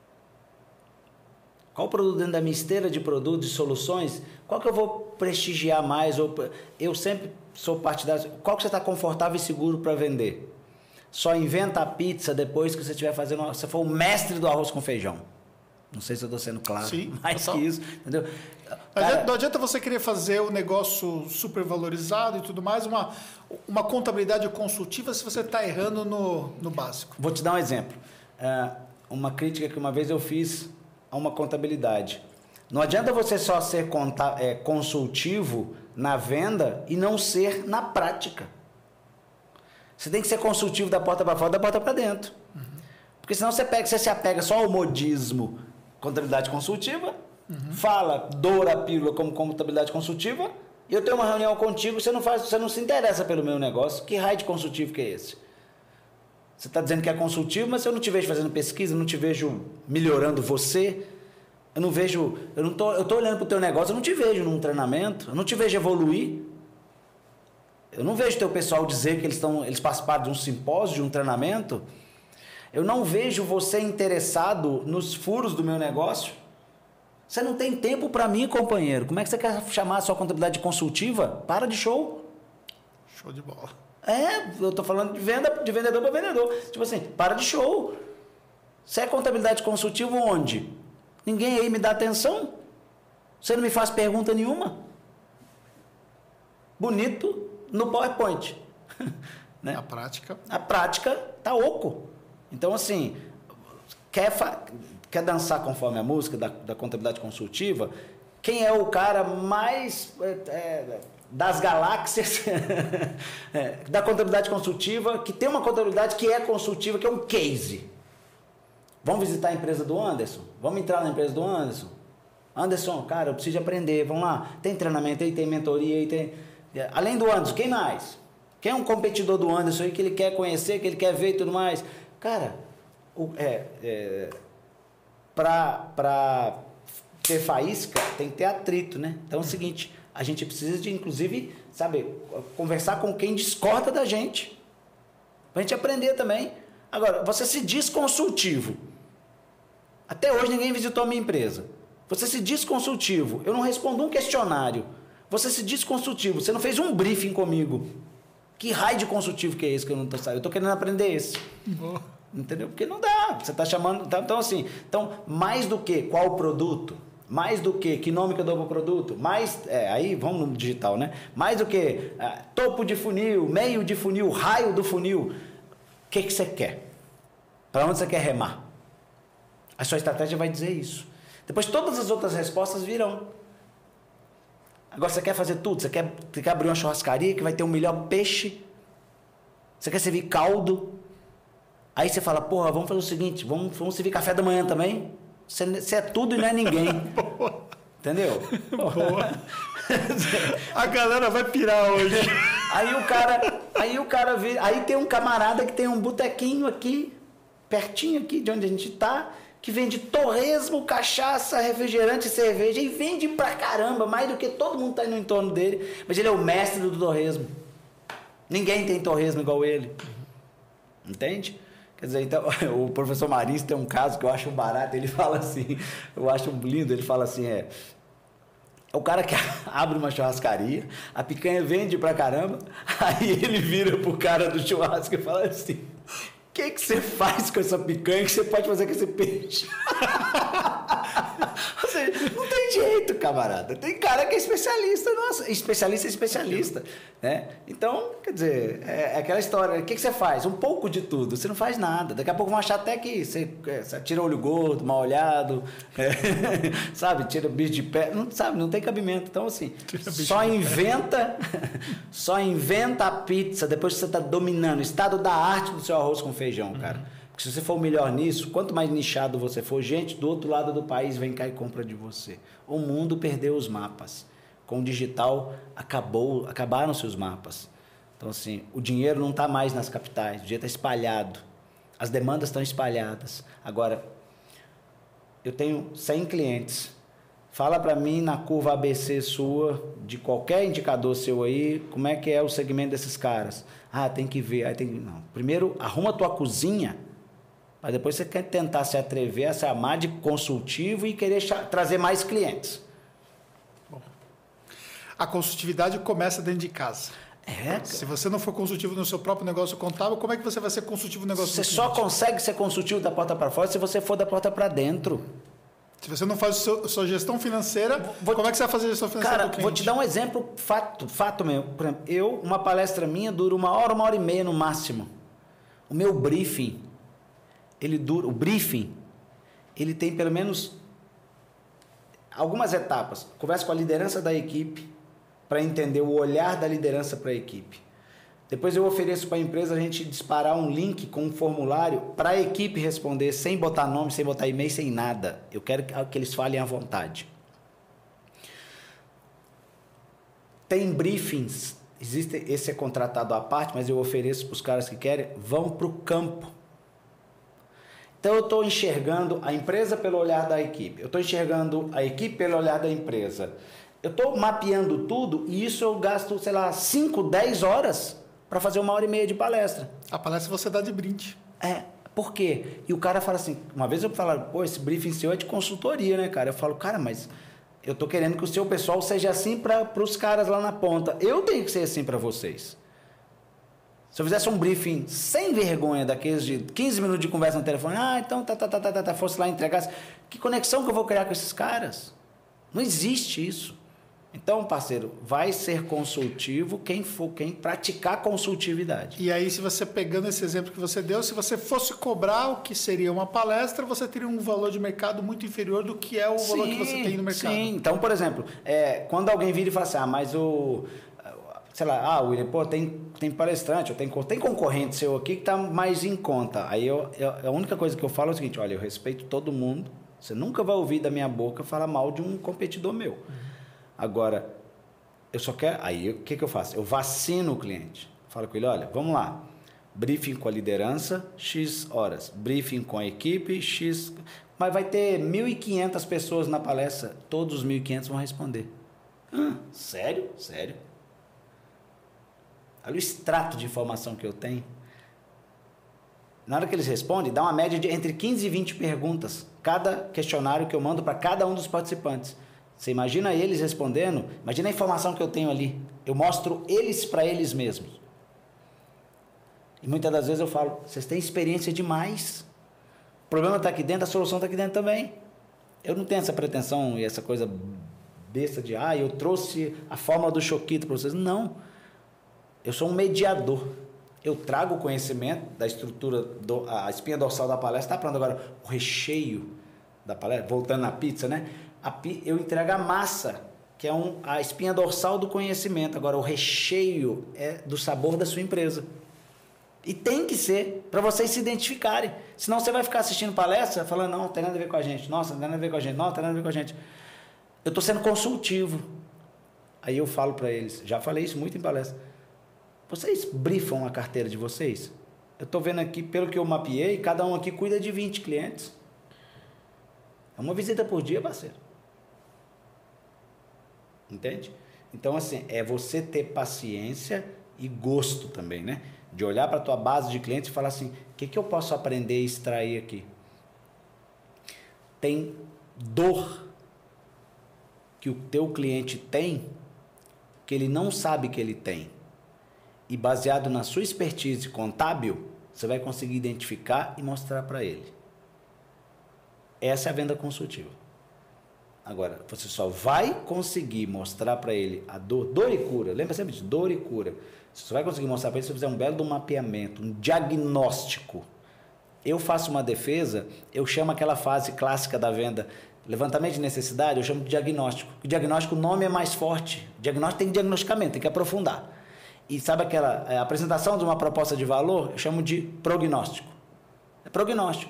Qual o produto dentro da minha esteira de produtos e soluções? Qual que eu vou prestigiar mais? Ou eu sempre sou partidário. Qual que você está confortável e seguro para vender? Só inventa a pizza depois que você estiver fazendo... Você for o mestre do arroz com feijão. Não sei se eu estou sendo claro. Sim, mais total. que isso. Entendeu? Não, Cara, adianta, não adianta você querer fazer o negócio super valorizado e tudo mais, uma, uma contabilidade consultiva se você está errando no, no básico. Vou te dar um exemplo. Uh, uma crítica que uma vez eu fiz... a uma contabilidade. Não adianta você só ser conta, é, consultivo na venda e não ser na prática. Você tem que ser consultivo da porta para fora, da porta para dentro. Uhum. Porque senão você, pega, você se apega só ao modismo contabilidade consultiva, uhum. fala, doura a pílula como contabilidade consultiva, e eu tenho uma reunião contigo, você não, faz, você não se interessa pelo meu negócio. Que raio de consultivo que é esse? Você está dizendo que é consultivo, mas eu não te vejo fazendo pesquisa, eu não te vejo melhorando você, eu não vejo, eu não tô, eu tô olhando para o teu negócio, eu não te vejo num treinamento, eu não te vejo evoluir, eu não vejo teu pessoal dizer que eles estão, eles participaram de um simpósio, de um treinamento, eu não vejo você interessado nos furos do meu negócio. Você não tem tempo para mim, companheiro. Como é que você quer chamar a sua contabilidade consultiva? Para de show. Show de bola. É, eu tô falando de venda, de vendedor para vendedor. Tipo assim, para de show. Você é contabilidade consultiva onde? Ninguém aí me dá atenção. Você não me faz pergunta nenhuma. Bonito no PowerPoint. Né? A prática. A prática tá oco. Então, assim, quer, fa... quer dançar conforme a música da, da contabilidade consultiva? Quem é o cara mais... É, das galáxias é, da contabilidade consultiva, que tem uma contabilidade que é consultiva, que é um case. Vamos visitar a empresa do Anderson? Vamos entrar na empresa do Anderson? Anderson, cara, eu preciso aprender, vamos lá. Tem treinamento aí, tem mentoria aí, tem... Além do Anderson, quem mais? Quem é um competidor do Anderson aí que ele quer conhecer, que ele quer ver e tudo mais? Cara, o, é, é, para ter faísca, tem que ter atrito, né? Então é o seguinte... A gente precisa de, inclusive, sabe, conversar com quem discorda da gente. Pra gente aprender também. Agora, você se diz consultivo. Até hoje ninguém visitou a minha empresa. Você se diz consultivo. Eu não respondo um questionário. Você se diz consultivo. Você não fez um briefing comigo. Que raio de consultivo que é esse que eu não estou sabendo? Eu estou querendo aprender esse. Boa. Entendeu? Porque não dá. Você está chamando... Então, assim, então, mais do que qual o produto, mais do que que nome que eu dou para o produto, mais... É, aí vamos no digital, né? Mais do que ah, topo de funil, meio de funil, raio do funil. O que, que você quer? Para onde você quer remar? A sua estratégia vai dizer isso. Depois todas as outras respostas virão. Agora você quer fazer tudo? Você quer, você quer abrir uma churrascaria que vai ter o melhor peixe? Você quer servir caldo? Aí você fala, porra, vamos fazer o seguinte, vamos, vamos servir café da manhã também? Você, você é tudo e não é ninguém. Boa. Entendeu? Boa. A galera vai pirar hoje. Aí o cara, aí o cara vê, aí tem um camarada que tem um botequinho aqui, pertinho aqui de onde a gente tá, que vende torresmo, cachaça, refrigerante, cerveja, e vende pra caramba, mais do que todo mundo tá aí no entorno dele, mas ele é o mestre do torresmo. Ninguém tem torresmo igual ele. Entende? Quer dizer, então, o professor Marins tem um caso que eu acho barato, ele fala assim, eu acho lindo, ele fala assim, é... O cara que abre uma churrascaria, a picanha vende pra caramba, aí ele vira pro cara do churrasco e fala assim, o que que você faz com essa picanha que você pode fazer com esse peixe? Ou seja, não tem jeito, camarada. Tem cara que é especialista, nossa, especialista é especialista, né? Então, quer dizer, é, é aquela história, o que que você faz? Um pouco de tudo, você não faz nada. Daqui a pouco vão achar até que você, você tira olho gordo, mal olhado, é, sabe? Tira bicho de pé, não sabe, não tem cabimento. Então, assim, só inventa, só inventa a pizza depois que você está dominando o estado da arte do seu arroz com feijão, cara. Uhum. Porque se você for o melhor nisso, quanto mais nichado você for, gente do outro lado do país vem cá e compra de você. O mundo perdeu os mapas. Com o digital, acabou, acabaram seus mapas. Então, assim, o dinheiro não está mais nas capitais, o dinheiro está espalhado. As demandas estão espalhadas. Agora, eu tenho cem clientes. Fala para mim na curva A B C sua, de qualquer indicador seu aí, como é que é o segmento desses caras. Ah, tem que ver. Aí tem... Não. Primeiro, arruma a tua cozinha, mas depois você quer tentar se atrever a se amar de consultivo e querer trazer mais clientes. Bom, a consultividade começa dentro de casa. É, se você não for consultivo no seu próprio negócio contábil, como é que você vai ser consultivo no negócio Você só consegue ser consultivo da porta para fora se você for da porta para dentro. Se você não faz a sua gestão financeira, vou como te... é que você vai fazer a gestão financeira? Cara, vou te dar um exemplo, fato, fato meu. Por exemplo, eu, uma palestra minha dura uma hora, uma hora e meia no máximo. O meu briefing, ele dura, o briefing, ele tem pelo menos algumas etapas. Conversa com a liderança da equipe para entender o olhar da liderança para a equipe. Depois eu ofereço para a empresa a gente disparar um link com um formulário para a equipe responder, sem botar nome, sem botar e-mail, sem nada. Eu quero que eles falem à vontade. Tem briefings, existe, esse é contratado à parte, mas eu ofereço para os caras que querem, vão para o campo. Então eu estou enxergando a empresa pelo olhar da equipe, eu estou enxergando a equipe pelo olhar da empresa. Eu estou mapeando tudo e isso eu gasto, sei lá, cinco, dez horas para fazer uma hora e meia de palestra. A palestra você dá de brinde. É, por quê? E o cara fala assim, uma vez eu falo, pô, esse briefing seu é de consultoria, né, cara? Eu falo, cara, mas eu tô querendo que o seu pessoal seja assim para os caras lá na ponta. Eu tenho que ser assim para vocês. Se eu fizesse um briefing sem vergonha, daqueles de quinze minutos de conversa no telefone, ah, então tá, tá, tá, tá, tá, tá, fosse lá entregar, que conexão que eu vou criar com esses caras? Não existe isso. Então, parceiro, vai ser consultivo quem for, quem praticar consultividade. E aí, se você pegando esse exemplo que você deu, se você fosse cobrar o que seria uma palestra, você teria um valor de mercado muito inferior do que é o sim, valor que você tem no mercado. Sim, então, por exemplo, é, quando alguém vira e fala assim, ah, mas o... sei lá, ah, William, pô, tem, tem palestrante, tem, tem concorrente seu aqui que está mais em conta. Aí eu, eu, a única coisa que eu falo é o seguinte, olha, eu respeito todo mundo, você nunca vai ouvir da minha boca falar mal de um competidor meu. Uhum. Agora, eu só quero... Aí, o que, que eu faço? Eu vacino o cliente. Falo com ele, olha, vamos lá. Briefing com a liderança, X horas. Briefing com a equipe, X... Mas vai ter mil e quinhentas pessoas na palestra. Todos os mil e quinhentos vão responder. Hã? Sério? Sério? Olha o extrato de informação que eu tenho. Na hora que eles respondem, dá uma média de entre quinze e vinte perguntas. cada questionário que eu mando para cada um dos participantes. Você imagina eles respondendo, imagina a informação que eu tenho ali. Eu mostro eles para eles mesmos. E muitas das vezes eu falo, vocês têm experiência demais. O problema está aqui dentro, a solução está aqui dentro também. Eu não tenho essa pretensão e essa coisa besta de, ah, eu trouxe a fórmula do choquito para vocês. Não. Eu sou um mediador. Eu trago o conhecimento da estrutura, do, a espinha dorsal da palestra. Está pronto agora o recheio da palestra, voltando na pizza, né? A, eu entrego a massa, que é um, a espinha dorsal do conhecimento. Agora, o recheio é do sabor da sua empresa. E tem que ser, para vocês se identificarem. Senão você vai ficar assistindo palestra falando, não, não tem nada a ver com a gente. Nossa, não tem nada a ver com a gente. Não, não tem nada a ver com a gente. Eu estou sendo consultivo. Aí eu falo para eles, já falei isso muito em palestra. Vocês brifam a carteira de vocês? Eu estou vendo aqui, pelo que eu mapeei, cada um aqui cuida de vinte clientes. É uma visita por dia, parceiro. Entende? Então, assim, é você ter paciência e gosto também, né? De olhar para a tua base de clientes e falar assim, o que, que eu posso aprender e extrair aqui? Tem dor que o teu cliente tem, que ele não sabe que ele tem. E baseado na sua expertise contábil, você vai conseguir identificar e mostrar para ele. Essa é a venda consultiva. Agora, você só vai conseguir mostrar para ele a dor, dor e cura. Lembra sempre disso, dor e cura. Você só vai conseguir mostrar para ele se você fizer um belo mapeamento, um diagnóstico. Eu faço uma defesa, eu chamo aquela fase clássica da venda, levantamento de necessidade, eu chamo de diagnóstico. O diagnóstico, o nome é mais forte. O diagnóstico tem diagnosticamento, tem que aprofundar. E sabe aquela é, apresentação de uma proposta de valor? Eu chamo de prognóstico. É prognóstico.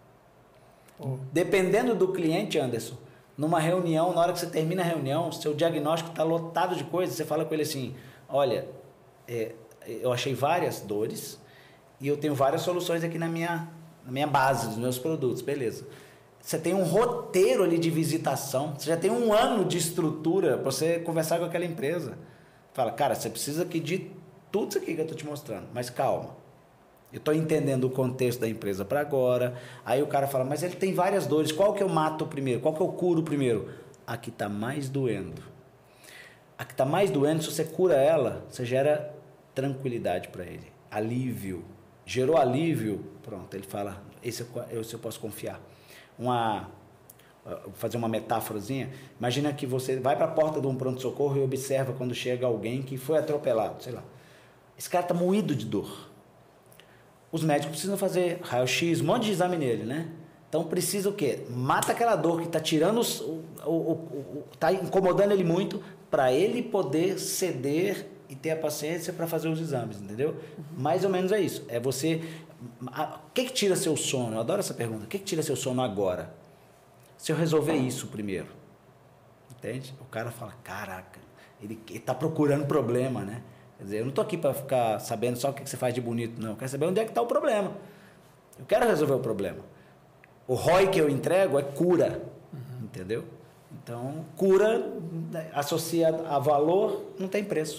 Oh. Dependendo do cliente, Anderson, numa reunião, na hora que você termina a reunião, seu diagnóstico está lotado de coisas, você fala com ele assim, olha, é, eu achei várias dores e eu tenho várias soluções aqui na minha, na minha base dos meus produtos, beleza. Você tem um roteiro ali de visitação, você já tem um ano de estrutura para você conversar com aquela empresa. Fala, cara, você precisa aqui de tudo isso aqui que eu estou te mostrando, mas calma. Eu estou entendendo o contexto da empresa para agora. Aí o cara fala, mas ele tem várias dores. Qual que eu mato primeiro? Qual que eu curo primeiro? A que está mais doendo. A que está mais doendo, se você cura ela, você gera tranquilidade para ele. Alívio. Gerou alívio, pronto. Ele fala, esse eu, esse eu posso confiar. Uma, vou fazer uma metáforazinha. Imagina que você vai para a porta de um pronto-socorro e observa quando chega alguém que foi atropelado, sei lá. Esse cara está moído de dor. Os médicos precisam fazer raio-x, um monte de exame nele, né? Então precisa o quê? Mata aquela dor que está tirando, os, o, o, o, está incomodando ele muito, para ele poder ceder e ter a paciência para fazer os exames, entendeu? Uhum. Mais ou menos é isso. É você. A, o que, que tira seu sono? Eu adoro essa pergunta. O que, que tira seu sono agora? Se eu resolver isso primeiro, entende? O cara fala, caraca, ele está procurando problema, né? Quer dizer, eu não estou aqui para ficar sabendo só o que você faz de bonito, não. Eu quero saber onde é que está o problema. Eu quero resolver o problema. O R O I que eu entrego é cura, uhum. Entendeu? Então, cura associada a valor não tem preço.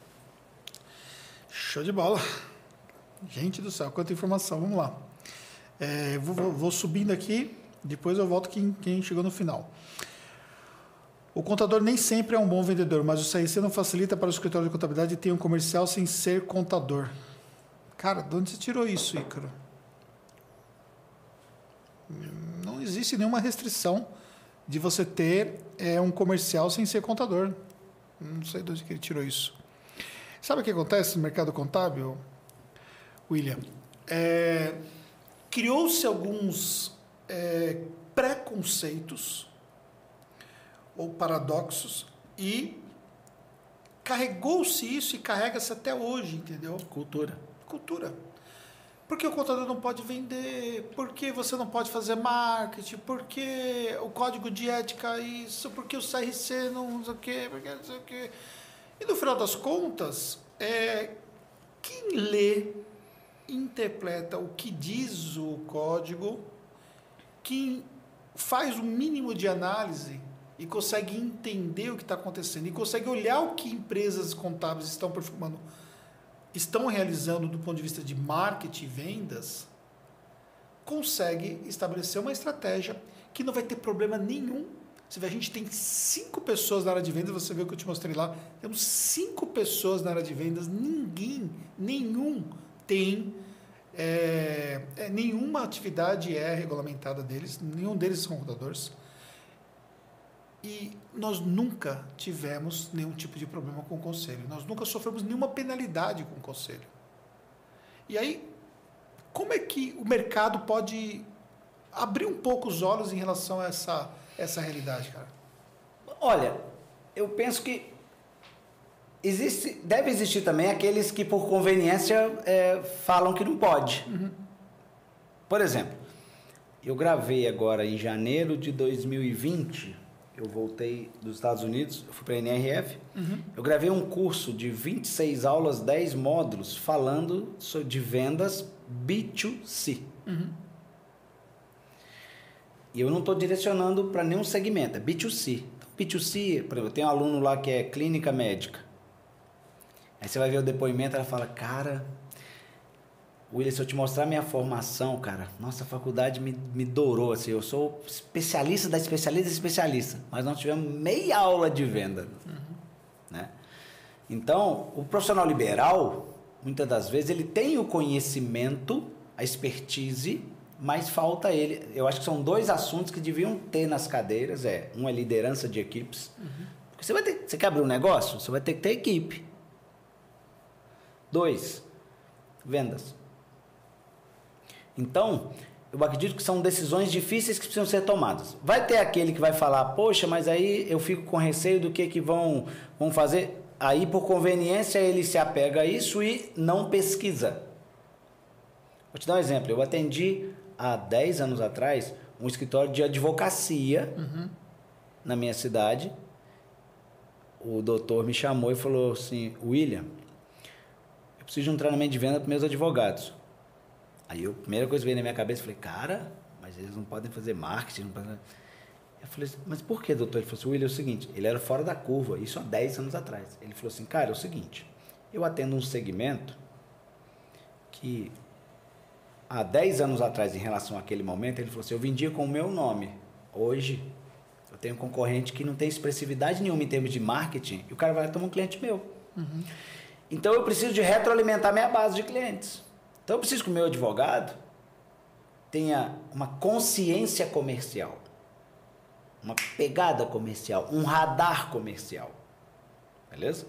Show de bola. Gente do céu, quanta informação. Vamos lá. É, vou, vou, vou subindo aqui, depois eu volto quem, quem chegou no final. O contador nem sempre é um bom vendedor, mas o C R C não facilita para o escritório de contabilidade ter um comercial sem ser contador. Cara, de onde você tirou isso, Ícaro? Não existe nenhuma restrição de você ter é, um comercial sem ser contador. Não sei de onde que ele tirou isso. Sabe o que acontece no mercado contábil, William? É, criou-se alguns é, preconceitos ou paradoxos e carregou-se isso e carrega-se até hoje, entendeu? Cultura. Cultura. Porque o contador não pode vender, porque você não pode fazer marketing, porque o código de ética é isso, porque o C R C não sei o quê, porque não sei o quê. E no final das contas, é, quem lê, interpreta o que diz o código, quem faz o mínimo de análise e consegue entender o que está acontecendo, e consegue olhar o que empresas contábeis estão performando, estão realizando do ponto de vista de marketing e vendas, consegue estabelecer uma estratégia que não vai ter problema nenhum. Você vê, a gente tem cinco pessoas na área de vendas, você vê o que eu te mostrei lá, temos cinco pessoas na área de vendas, ninguém, nenhum tem, é, é, nenhuma atividade é regulamentada deles, nenhum deles são contadores. E nós nunca tivemos nenhum tipo de problema com o conselho. Nós nunca sofremos nenhuma penalidade com o conselho. E aí, como é que o mercado pode abrir um pouco os olhos em relação a essa, essa realidade, cara? Olha, eu penso que existe, deve existir também aqueles que, por conveniência, é, falam que não pode. Uhum. Por exemplo, eu gravei agora em janeiro de dois mil e vinte... eu voltei dos Estados Unidos, eu fui para a N R F, uhum. eu gravei um curso de vinte e seis aulas, dez módulos, falando de vendas B dois C. Uhum. E eu não estou direcionando para nenhum segmento, é B dois C. Então, B dois C, por exemplo, eu tenho um aluno lá que é clínica médica. Aí você vai ver o depoimento, ela fala, cara... William, se eu te mostrar minha formação, cara, nossa faculdade me, me dourou, assim, eu sou especialista da especialista da especialista, mas nós tivemos meia aula de venda, uhum. né? Então, o profissional liberal, muitas das vezes, ele tem o conhecimento, a expertise, mas falta ele, eu acho que são dois assuntos que deviam ter nas cadeiras, é, um é liderança de equipes, uhum. porque você vai ter, você quer abrir um negócio, você vai ter que ter equipe. Dois, vendas. Então, eu acredito que são decisões difíceis que precisam ser tomadas. Vai ter aquele que vai falar, poxa, mas aí eu fico com receio do que, que vão, vão fazer. Aí, por conveniência, ele se apega a isso e não pesquisa. Vou te dar um exemplo. Eu atendi, há dez anos atrás, um escritório de advocacia uhum. na minha cidade. O doutor me chamou e falou assim, William, eu preciso de um treinamento de venda para meus advogados. Aí eu, a primeira coisa que veio na minha cabeça, eu falei, cara, mas eles não podem fazer marketing. Não podem... Eu falei, mas por que, doutor? Ele falou assim, William, é o seguinte, ele era fora da curva, isso há dez anos atrás. Ele falou assim, cara, é o seguinte, eu atendo um segmento que há dez anos atrás, em relação àquele momento, ele falou assim, eu vendia com o meu nome. Hoje, eu tenho um concorrente que não tem expressividade nenhuma em termos de marketing, e o cara vai lá e toma um cliente meu. Uhum. Então, eu preciso de retroalimentar minha base de clientes. Então, eu preciso que o meu advogado tenha uma consciência comercial, uma pegada comercial, um radar comercial. Beleza?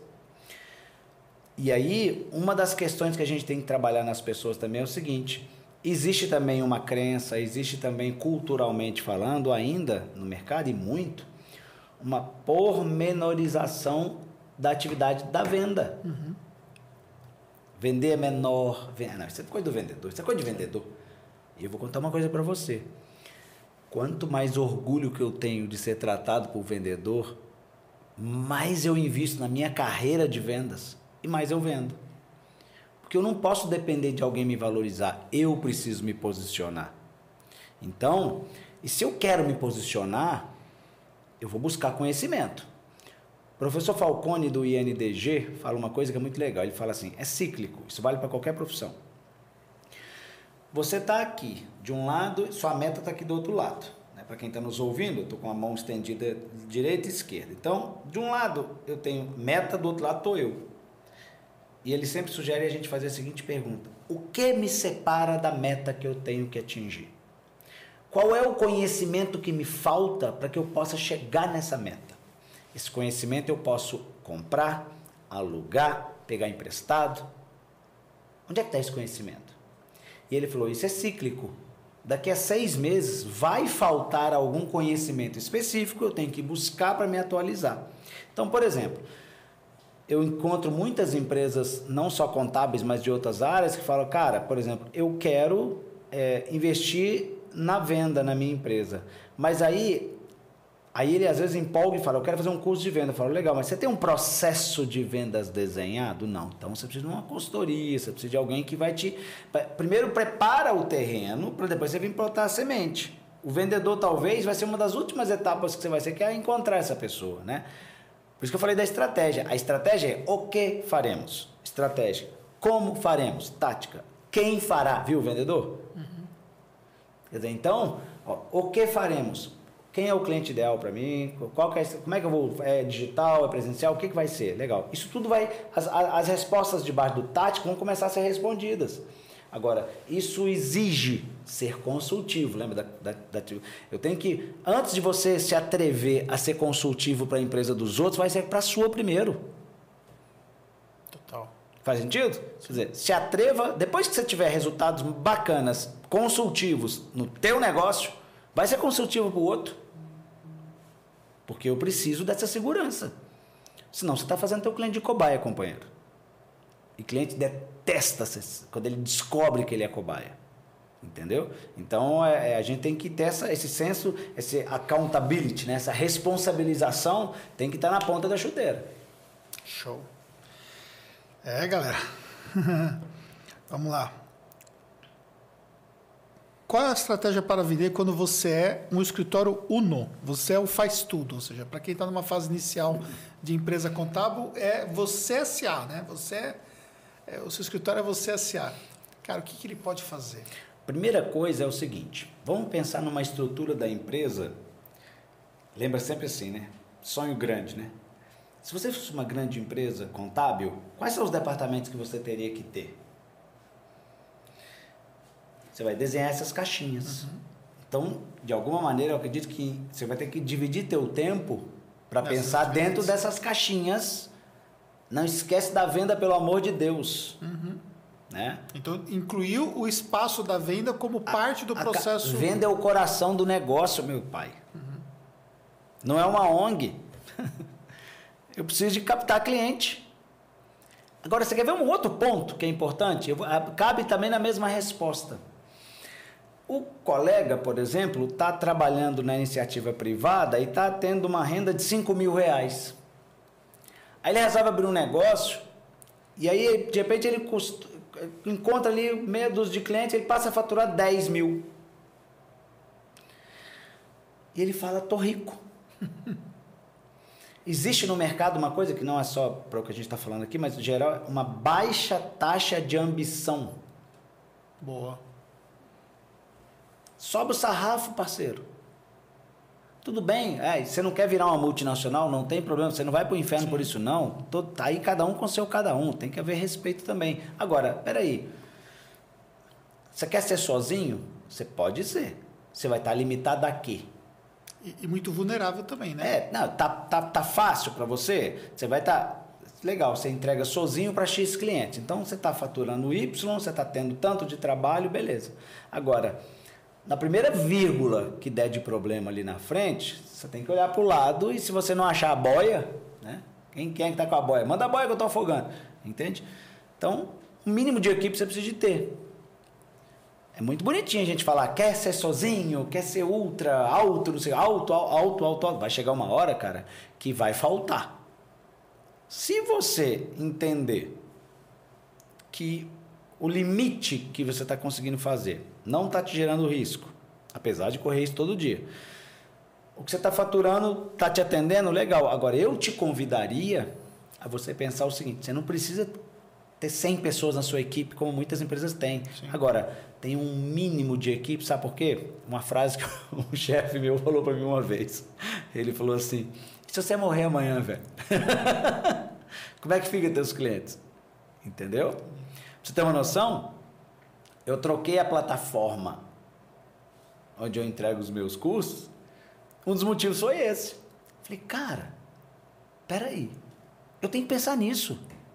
E aí, uma das questões que a gente tem que trabalhar nas pessoas também é o seguinte, existe também uma crença, existe também culturalmente falando ainda no mercado, e muito, uma pormenorização da atividade da venda. Uhum. Vender é menor. Não, isso é coisa do vendedor. Isso é coisa de vendedor. E eu vou contar uma coisa para você. Quanto mais orgulho que eu tenho de ser tratado por vendedor, mais eu invisto na minha carreira de vendas e mais eu vendo. Porque eu não posso depender de alguém me valorizar. Eu preciso me posicionar. Então, e se eu quero me posicionar, eu vou buscar conhecimento. O professor Falcone, do I N D G, fala uma coisa que é muito legal. Ele fala assim, é cíclico, isso vale para qualquer profissão. Você está aqui, de um lado, sua meta está aqui do outro lado. Né? Para quem está nos ouvindo, eu estou com a mão estendida direita e esquerda. Então, de um lado, eu tenho meta, do outro lado estou eu. E ele sempre sugere a gente fazer a seguinte pergunta. O que me separa da meta que eu tenho que atingir? Qual é o conhecimento que me falta para que eu possa chegar nessa meta? Esse conhecimento eu posso comprar, alugar, pegar emprestado. Onde é que está esse conhecimento? E ele falou, isso é cíclico. Daqui a seis meses vai faltar algum conhecimento específico, eu tenho que buscar para me atualizar. Então, por exemplo, eu encontro muitas empresas, não só contábeis, mas de outras áreas, que falam, cara, por exemplo, eu quero é, investir na venda na minha empresa. Mas aí... Aí ele às vezes empolga e fala, eu quero fazer um curso de venda. Eu falo, legal, mas você tem um processo de vendas desenhado? Não. Então você precisa de uma consultoria, você precisa de alguém que vai te... Primeiro prepara o terreno, para depois você vir plantar a semente. O vendedor talvez vai ser uma das últimas etapas que você vai ser, que é encontrar essa pessoa, né? Por isso que eu falei da estratégia. A estratégia é o que faremos. Estratégia. Como faremos? Tática. Quem fará? Viu o vendedor? Uhum. Quer dizer, então... Ó, o que faremos? Quem é o cliente ideal para mim? Qual que é, como é que eu vou? É digital? É presencial? O que, que vai ser? Legal. Isso tudo vai... As, as respostas debaixo do tático vão começar a ser respondidas. Agora, isso exige ser consultivo. Lembra da, da, da... Eu tenho que... Antes de você se atrever a ser consultivo para a empresa dos outros, vai ser para a sua primeiro. Total. Faz sentido? Quer dizer, se atreva... Depois que você tiver resultados bacanas, consultivos no teu negócio, vai ser consultivo para o outro. Porque eu preciso dessa segurança. Senão você está fazendo teu cliente de cobaia, companheiro. E cliente detesta quando ele descobre que ele é cobaia. Entendeu? Então, é, a gente tem que ter essa, esse senso, esse accountability, né? Essa responsabilização tem que estar na ponta da chuteira. Show. É, galera. Vamos lá. Qual é a estratégia para vender quando você é um escritório uno? Você é o faz tudo, ou seja, para quem está numa fase inicial de empresa contábil, é você S A, né? Você é, é, o seu escritório é você S A. Cara, o que, que ele pode fazer? Primeira coisa é o seguinte, vamos pensar numa estrutura da empresa, lembra sempre assim, né? Sonho grande, né? Se você fosse uma grande empresa contábil, quais são os departamentos que você teria que ter? Você vai desenhar essas caixinhas. Uhum. Então, de alguma maneira, eu acredito que você vai ter que dividir teu tempo para pensar dentro dessas caixinhas. Não esquece da venda, pelo amor de Deus. Uhum. Né? Então, incluiu o espaço da venda como a, parte do processo. A venda é o coração do negócio, meu pai. Uhum. Não é uma O N G. Eu preciso de captar cliente. Agora, você quer ver um outro ponto que é importante? Eu, cabe também na mesma resposta. O colega, por exemplo, está trabalhando na iniciativa privada e está tendo uma renda de cinco mil reais. Aí ele resolve abrir um negócio e aí, de repente, ele custa, encontra ali meia dúzia de clientes, ele passa a faturar dez mil. E ele fala, tô rico. Existe no mercado uma coisa que não é só para o que a gente está falando aqui, mas, em geral, uma baixa taxa de ambição. Boa. Sobe o sarrafo, parceiro. Tudo bem, é, você não quer virar uma multinacional, não tem problema, você não vai para o inferno Sim. por isso não. Tô, tá aí cada um com seu cada um, tem que haver respeito também. Agora, peraí, você quer ser sozinho? Você pode ser. Você vai estar limitado a quê? E, e muito vulnerável também, né? É, não, tá, tá, tá fácil para você? Você vai estar... Tá, legal, você entrega sozinho para X clientes. Então, você está faturando Y, você está tendo tanto de trabalho, beleza. Agora... Na primeira vírgula que der de problema ali na frente, você tem que olhar para o lado e se você não achar a boia, né? Quem, quem é que está com a boia? Manda a boia que eu estou afogando, entende? Então, o mínimo de equipe você precisa de ter. É muito bonitinho a gente falar, quer ser sozinho, quer ser ultra, alto, não sei, alto, alto, alto, alto. Vai chegar uma hora, cara, que vai faltar. Se você entender que o limite que você está conseguindo fazer não está te gerando risco, apesar de correr isso todo dia. O que você está faturando está te atendendo? Legal. Agora, eu te convidaria a você pensar o seguinte, você não precisa ter cem pessoas na sua equipe, como muitas empresas têm. Sim. Agora, tem um mínimo de equipe, sabe por quê? Uma frase que um chefe meu falou para mim uma vez. Ele falou assim, se você morrer amanhã, velho, como é que fica teus clientes? Entendeu? Pra você ter uma noção, eu troquei a plataforma onde eu entrego os meus cursos, um dos motivos foi esse. Falei, cara, peraí, eu tenho que pensar nisso.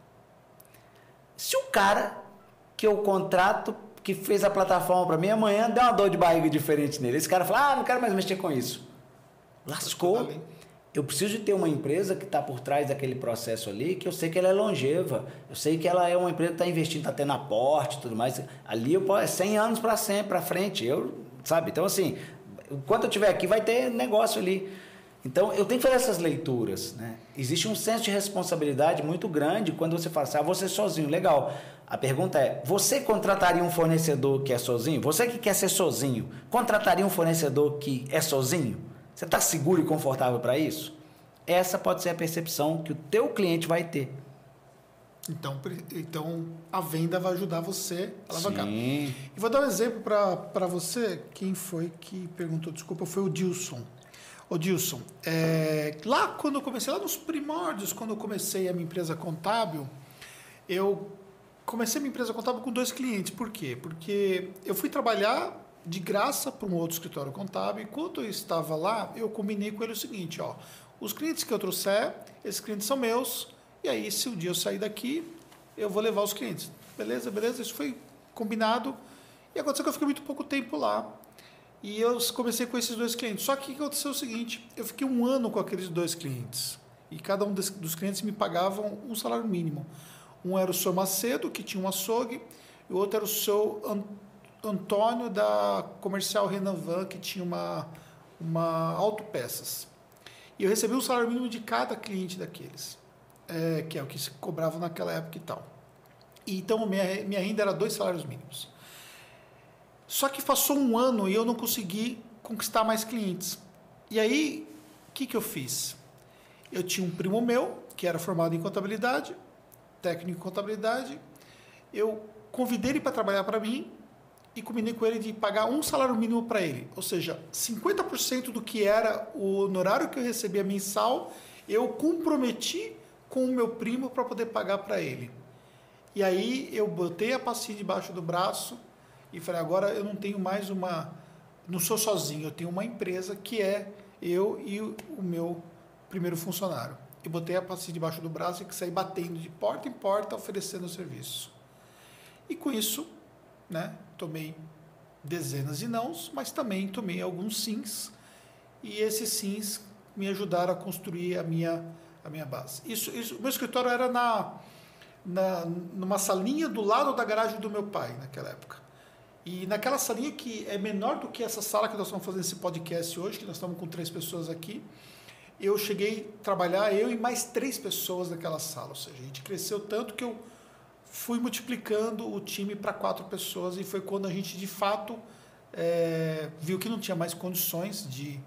Se o cara que eu contrato, que fez a plataforma para mim, amanhã der uma dor de barriga diferente nele, esse cara fala, ah, não quero mais mexer com isso. Lascou. Eu preciso de ter uma empresa que está por trás daquele processo ali, que eu sei que ela é longeva, eu sei que ela é uma empresa que está investindo, está tendo aporte e tudo mais. Ali eu posso, é cem anos para sempre, para frente, eu, sabe? Então, assim, enquanto eu estiver aqui, vai ter negócio ali. Então, eu tenho que fazer essas leituras, né? Existe um senso de responsabilidade muito grande quando você fala assim, ah, você sozinho, legal. A pergunta é, você contrataria um fornecedor que é sozinho? Você que quer ser sozinho, contrataria um fornecedor que é sozinho? Você está seguro e confortável para isso? Essa pode ser a percepção que o teu cliente vai ter. Então, então a venda vai ajudar você a alavancar. Sim. E vou dar um exemplo para você. Quem foi que perguntou? Desculpa, foi o Dilson. Ô Dilson, é, lá quando eu comecei, lá nos primórdios, quando eu comecei a minha empresa contábil, eu comecei a minha empresa contábil com dois clientes. Por quê? Porque eu fui trabalhar de graça para um outro escritório contábil. E quando eu estava lá, eu combinei com ele o seguinte, ó, os clientes que eu trouxer, esses clientes são meus, e aí se um dia eu sair daqui, eu vou levar os clientes. Beleza, beleza, isso foi combinado. E aconteceu que eu fiquei muito pouco tempo lá. E eu comecei com esses dois clientes. Só que o que aconteceu é o seguinte, eu fiquei um ano com aqueles dois clientes. E cada um dos clientes me pagavam um salário mínimo. Um era o senhor Macedo, que tinha um açougue, e o outro era o senhor Antônio, da Comercial Renovan, que tinha uma, uma autopeças. E eu recebi o salário mínimo de cada cliente daqueles, é, que é o que se cobrava naquela época e tal. E, então, minha, minha renda era dois salários mínimos. Só que passou um ano e eu não consegui conquistar mais clientes. E aí, o que, que eu fiz? Eu tinha um primo meu, que era formado em contabilidade, técnico em contabilidade. Eu convidei ele para trabalhar para mim e combinei com ele de pagar um salário mínimo para ele. Ou seja, cinquenta por cento do que era o honorário que eu recebia mensal, eu comprometi com o meu primo para poder pagar para ele. E aí eu botei a pastinha debaixo do braço e falei, agora eu não tenho mais uma... Não sou sozinho, eu tenho uma empresa que é eu e o meu primeiro funcionário. E botei a pastinha debaixo do braço e saí batendo de porta em porta, oferecendo o serviço. E com isso, né, tomei dezenas de nãos, mas também tomei alguns sims. E esses sims me ajudaram a construir a minha, a minha base. Isso, isso, meu escritório era na, na, numa salinha do lado da garagem do meu pai, naquela época. E naquela salinha que é menor do que essa sala que nós estamos fazendo esse podcast hoje, que nós estamos com três pessoas aqui, eu cheguei a trabalhar, eu e mais três pessoas naquela sala. Ou seja, a gente cresceu tanto que eu fui multiplicando o time para quatro pessoas e foi quando a gente, de fato, é, viu que não tinha mais condições de,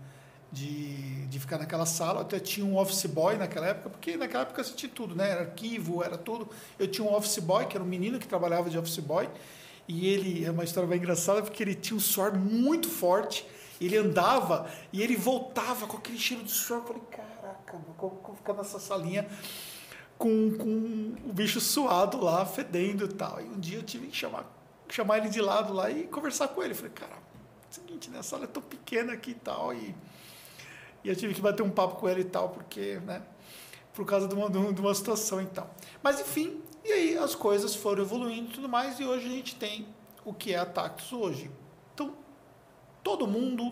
de, de ficar naquela sala. Eu até tinha um office boy naquela época, porque naquela época você tinha tudo, né? Era arquivo, era tudo. Eu tinha um office boy, que era um menino que trabalhava de office boy, e ele, é uma história bem engraçada, porque ele tinha um suor muito forte, ele andava e ele voltava com aquele cheiro de suor. Eu falei, caraca, como vou ficar nessa salinha com, com o bicho suado lá, fedendo e tal. E um dia eu tive que chamar, chamar ele de lado lá e conversar com ele. Eu falei, cara, é o seguinte, né, a sala é tão pequena aqui e tal, e, e eu tive que bater um papo com ele e tal, porque, né, por causa de uma, de uma situação e tal. Mas, enfim, e aí as coisas foram evoluindo e tudo mais, e hoje a gente tem o que é a Tactus hoje. Então, todo mundo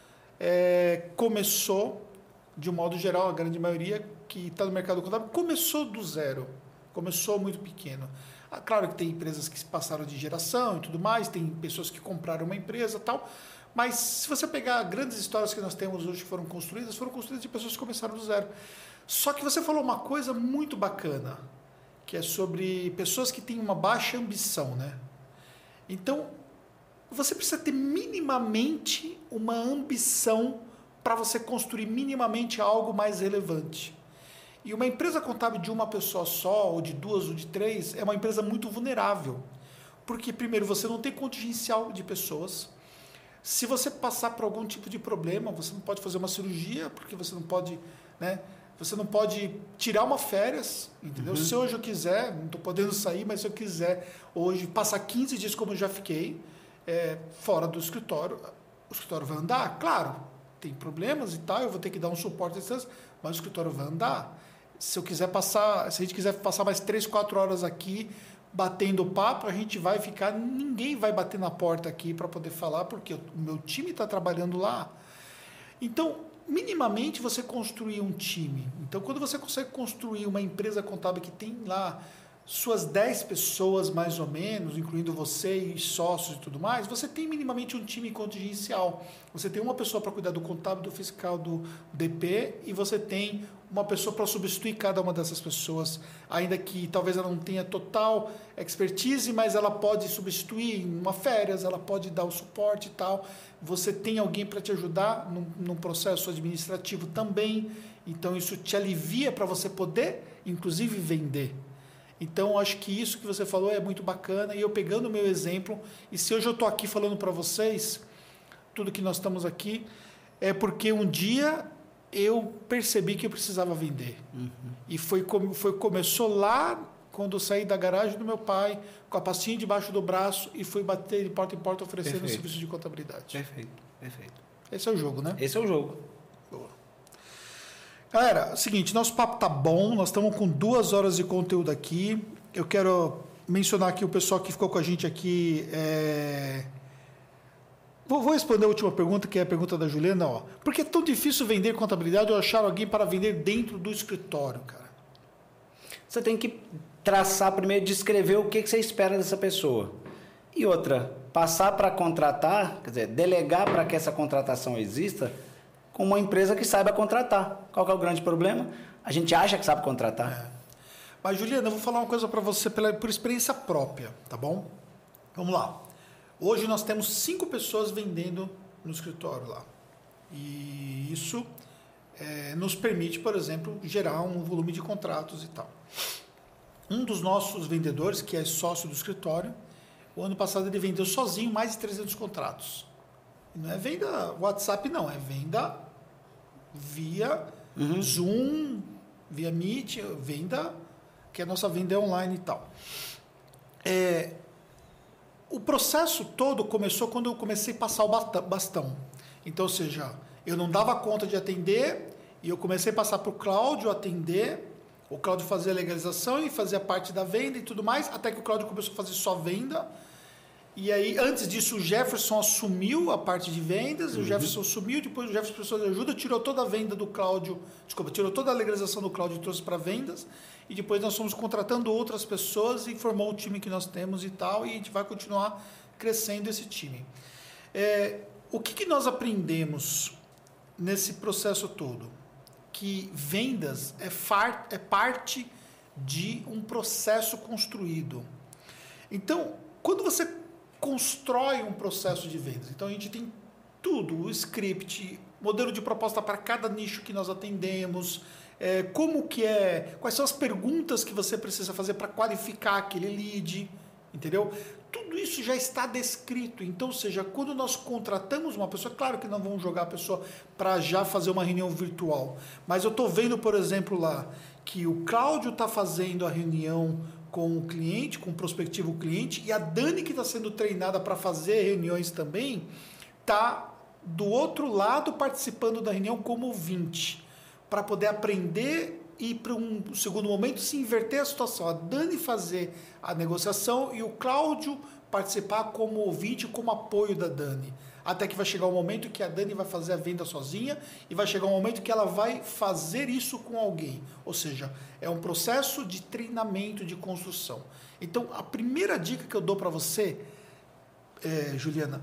é, começou, de um modo geral, a grande maioria que está no mercado contábil, começou do zero, começou muito pequeno. Ah, claro que tem empresas que passaram de geração e tudo mais, tem pessoas que compraram uma empresa e tal, mas se você pegar grandes histórias que nós temos hoje que foram construídas, foram construídas de pessoas que começaram do zero. Só que você falou uma coisa muito bacana, que é sobre pessoas que têm uma baixa ambição, né? Então, você precisa ter minimamente uma ambição para você construir minimamente algo mais relevante. E uma empresa contábil de uma pessoa só, ou de duas, ou de três, é uma empresa muito vulnerável. Porque, primeiro, você não tem contingencial de pessoas. Se você passar por algum tipo de problema, você não pode fazer uma cirurgia, porque você não pode, né? Você não pode tirar uma férias, entendeu? Uhum. Se hoje eu quiser, não estou podendo sair, mas se eu quiser hoje passar quinze dias como eu já fiquei, é, fora do escritório, o escritório vai andar, claro, tem problemas e tal, eu vou ter que dar um suporte a distância, mas o escritório vai andar. Se eu quiser passar, se a gente quiser passar mais três, quatro horas aqui batendo papo, a gente vai ficar, ninguém vai bater na porta aqui para poder falar, porque o meu time está trabalhando lá. Então, minimamente você construir um time. Então, quando você consegue construir uma empresa contábil que tem lá suas dez pessoas, mais ou menos, incluindo você e sócios e tudo mais, você tem minimamente um time contingencial. Você tem uma pessoa para cuidar do contábil, do fiscal, do D P, e você tem uma pessoa para substituir cada uma dessas pessoas, ainda que talvez ela não tenha total expertise, mas ela pode substituir em uma férias, ela pode dar o suporte e tal. Você tem alguém para te ajudar num, num processo administrativo também, então isso te alivia para você poder, inclusive, vender. Então, acho que isso que você falou é muito bacana. E eu pegando o meu exemplo, e se hoje eu estou aqui falando para vocês, tudo que nós estamos aqui, é porque um dia eu percebi que eu precisava vender. Uhum. E foi, foi, começou lá quando eu saí da garagem do meu pai, com a pastinha debaixo do braço, e fui bater de porta em porta oferecendo Perfeito. serviço de contabilidade. Perfeito, perfeito. Esse é o jogo, né? Esse é o jogo. Boa. Galera, é o seguinte, nosso papo tá bom, nós estamos com duas horas de conteúdo aqui. Eu quero mencionar aqui o pessoal que ficou com a gente aqui. É... Vou, vou responder a última pergunta, que é a pergunta da Juliana. Ó. Por que é tão difícil vender contabilidade ou achar alguém para vender dentro do escritório, cara? Você tem que traçar primeiro, descrever o que, que você espera dessa pessoa. E outra, passar para contratar, quer dizer, delegar para que essa contratação exista com uma empresa que saiba contratar. Qual que é o grande problema? A gente acha que sabe contratar. É. Mas, Juliana, eu vou falar uma coisa para você pela, por experiência própria, tá bom? Vamos lá. Hoje nós temos cinco pessoas vendendo no escritório lá. E isso é, nos permite, por exemplo, gerar um volume de contratos e tal. Um dos nossos vendedores, que é sócio do escritório, o ano passado ele vendeu sozinho mais de trezentos contratos. E não é venda WhatsApp, não. É venda via uhum. Zoom, via Meet, venda, que a nossa venda é online e tal. É, o processo todo começou quando eu comecei a passar o bastão. Então, ou seja, eu não dava conta de atender e eu comecei a passar para o Cláudio atender, o Cláudio fazia a legalização e fazia parte da venda e tudo mais, até que o Cláudio começou a fazer só venda. E aí, antes disso, o Jefferson assumiu a parte de vendas, uhum. o Jefferson assumiu, depois o Jefferson precisou de ajuda, tirou toda a venda do Cláudio, desculpa, tirou toda a legalização do Cláudio e trouxe para vendas, e depois nós fomos contratando outras pessoas e formou o time que nós temos e tal, e a gente vai continuar crescendo esse time. É, o que, que nós aprendemos nesse processo todo? Que vendas é, far, é parte de um processo construído. Então, quando você constrói um processo de vendas, então a gente tem tudo, o script, modelo de proposta para cada nicho que nós atendemos, é, como que é, quais são as perguntas que você precisa fazer para qualificar aquele lead, entendeu? Tudo isso já está descrito. Então, ou seja, quando nós contratamos uma pessoa, claro que não vamos jogar a pessoa para já fazer uma reunião virtual, mas eu estou vendo, por exemplo, lá, que o Cláudio está fazendo a reunião com o cliente, com o prospectivo cliente, e a Dani, que está sendo treinada para fazer reuniões também, está do outro lado participando da reunião como ouvinte, para poder aprender e para um segundo momento se inverter a situação. A Dani fazer a negociação e o Cláudio participar como ouvinte, como apoio da Dani. Até que vai chegar um momento que a Dani vai fazer a venda sozinha e vai chegar um momento que ela vai fazer isso com alguém. Ou seja, é um processo de treinamento, de construção. Então, a primeira dica que eu dou para você, é, Juliana,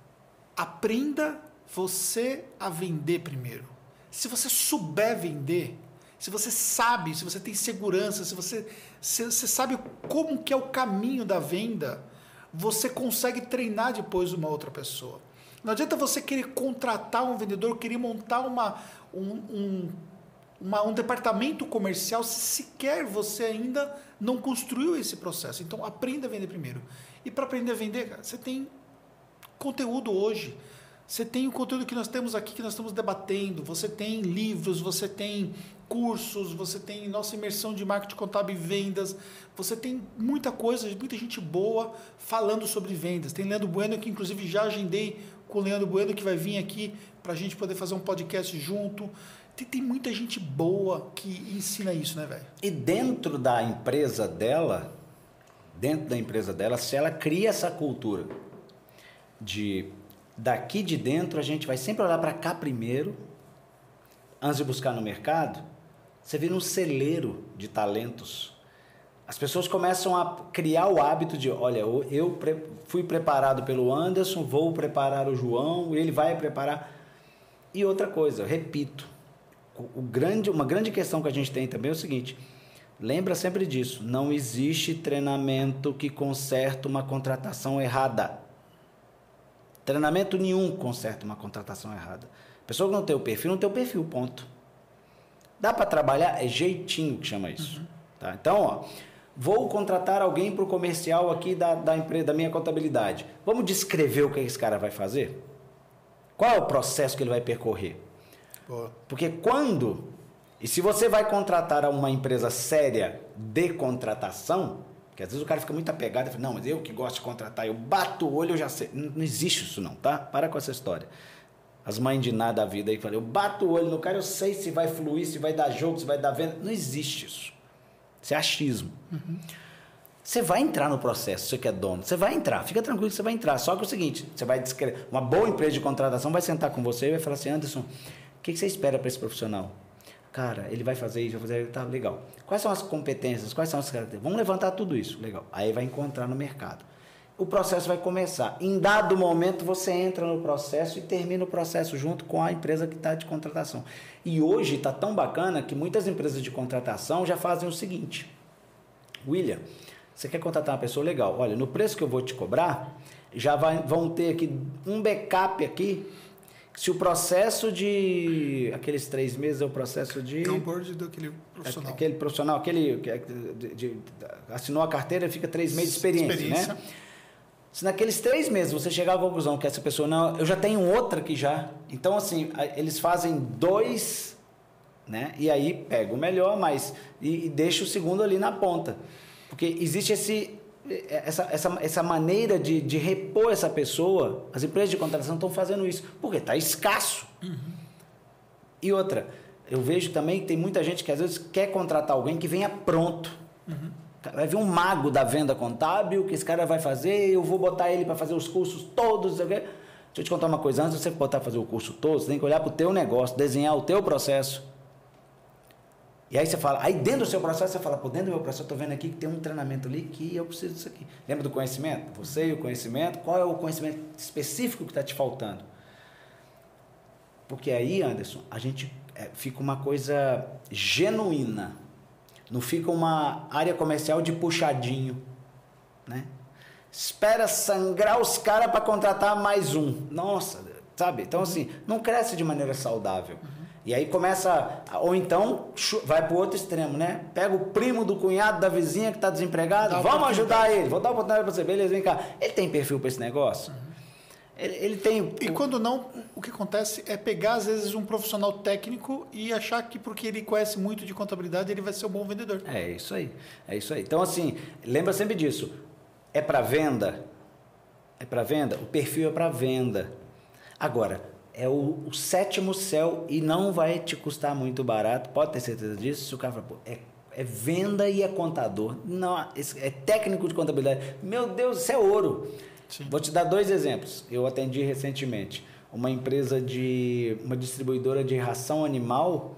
aprenda você a vender primeiro. Se você souber vender, se você sabe, se você tem segurança, se você, se você sabe como que é o caminho da venda, você consegue treinar depois uma outra pessoa. Não adianta você querer contratar um vendedor, querer montar uma, um, um, uma, um departamento comercial se sequer você ainda não construiu esse processo. Então, aprenda a vender primeiro. E para aprender a vender, cara, você tem conteúdo hoje. Você tem o conteúdo que nós temos aqui, que nós estamos debatendo. Você tem livros, você tem cursos, você tem nossa imersão de marketing contábil e vendas. Você tem muita coisa, muita gente boa falando sobre vendas. Tem Leandro Bueno, que inclusive já agendei com o Leandro Bueno, que vai vir aqui para a gente poder fazer um podcast junto. Tem, tem muita gente boa que ensina isso, né, velho? E dentro da empresa dela, dentro da empresa dela, se ela cria essa cultura de daqui de dentro, a gente vai sempre olhar para cá primeiro, antes de buscar no mercado, você vira um celeiro de talentos. As pessoas começam a criar o hábito de, olha, eu fui preparado pelo Anderson, vou preparar o João, ele vai preparar. E outra coisa, eu repito, o grande, uma grande questão que a gente tem também é o seguinte, lembra sempre disso, não existe treinamento que conserta uma contratação errada. Treinamento nenhum conserta uma contratação errada. A pessoa que não tem o perfil, não tem o perfil, ponto. Dá para trabalhar, é jeitinho que chama isso. Uhum. Tá? Então, ó, vou contratar alguém para o comercial aqui da, da, empresa, da minha contabilidade. Vamos descrever o que esse cara vai fazer? Qual é o processo que ele vai percorrer? Boa. Porque quando... E se você vai contratar uma empresa séria de contratação, que às vezes o cara fica muito apegado e fala, não, mas eu que gosto de contratar, eu bato o olho, eu já sei. Não, não existe isso não, tá? Para com essa história. As mães de nada da vida aí falam, eu bato o olho no cara, eu sei se vai fluir, se vai dar jogo, se vai dar venda. Não existe isso. Isso é achismo. Uhum. Você vai entrar no processo, você que é dono, você vai entrar, fica tranquilo que você vai entrar. Só que é o seguinte, você vai descrever, uma boa empresa de contratação vai sentar com você e vai falar assim, Anderson, o que você espera para esse profissional? Cara, ele vai fazer isso, vai fazer isso, tá legal. Quais são as competências, quais são as características? Vamos levantar tudo isso, legal. Aí vai encontrar no mercado. O processo vai começar. Em dado momento, você entra no processo e termina o processo junto com a empresa que está de contratação. E hoje está tão bacana que muitas empresas de contratação já fazem o seguinte. William, você quer contratar uma pessoa legal? Olha, no preço que eu vou te cobrar, já vai, vão ter aqui um backup aqui. Se o processo de... Aqueles três meses é o processo de... onboard daquele profissional. Aquele profissional, aquele que de, de, de, assinou a carteira, fica três meses de experiência, experiência. né? Se naqueles três meses você chegar à conclusão que essa pessoa não... Eu já tenho outra aqui já. Então, assim, eles fazem dois, né? E aí pega o melhor, mas... E, e deixa o segundo ali na ponta. Porque existe esse... Essa, essa, essa maneira de, de repor essa pessoa, as empresas de contratação estão fazendo isso, porque está escasso. Uhum. E outra, eu vejo também que tem muita gente que às vezes quer contratar alguém que venha pronto. Uhum. Vai vir um mago da venda contábil, que esse cara vai fazer, eu vou botar ele para fazer os cursos todos. Deixa eu te contar uma coisa, antes de você botar para fazer o curso todo, você tem que olhar para o teu negócio, desenhar o teu processo. E aí você fala, aí dentro do seu processo, você fala, pô, dentro do meu processo eu estou vendo aqui que tem um treinamento ali que eu preciso disso aqui. Lembra do conhecimento? Você e o conhecimento, qual é o conhecimento específico que está te faltando? Porque aí, Anderson, a gente é, fica uma coisa genuína. Não fica uma área comercial de puxadinho, né? Espera sangrar os caras para contratar mais um. Nossa, sabe? Então, assim, não cresce de maneira saudável. E aí começa, ou então vai para o outro extremo, né? Pega o primo do cunhado da vizinha que está desempregado, vamos ajudar ele, vou dar uma oportunidade para você, beleza, vem cá. Ele tem perfil para esse negócio? Uhum. Ele, ele tem... E quando não, o que acontece é pegar, às vezes, um profissional técnico e achar que porque ele conhece muito de contabilidade, ele vai ser um bom vendedor. É isso aí, é isso aí. Então, assim, lembra sempre disso. É para venda? É para venda? O perfil é para venda. Agora... É o, o sétimo céu e não vai te custar muito barato, pode ter certeza disso. Se o cara fala, pô, é, é venda e é contador, não, é técnico de contabilidade, meu Deus, isso é ouro. Sim. Vou te dar dois exemplos. Eu atendi recentemente uma empresa de, uma distribuidora de ração animal.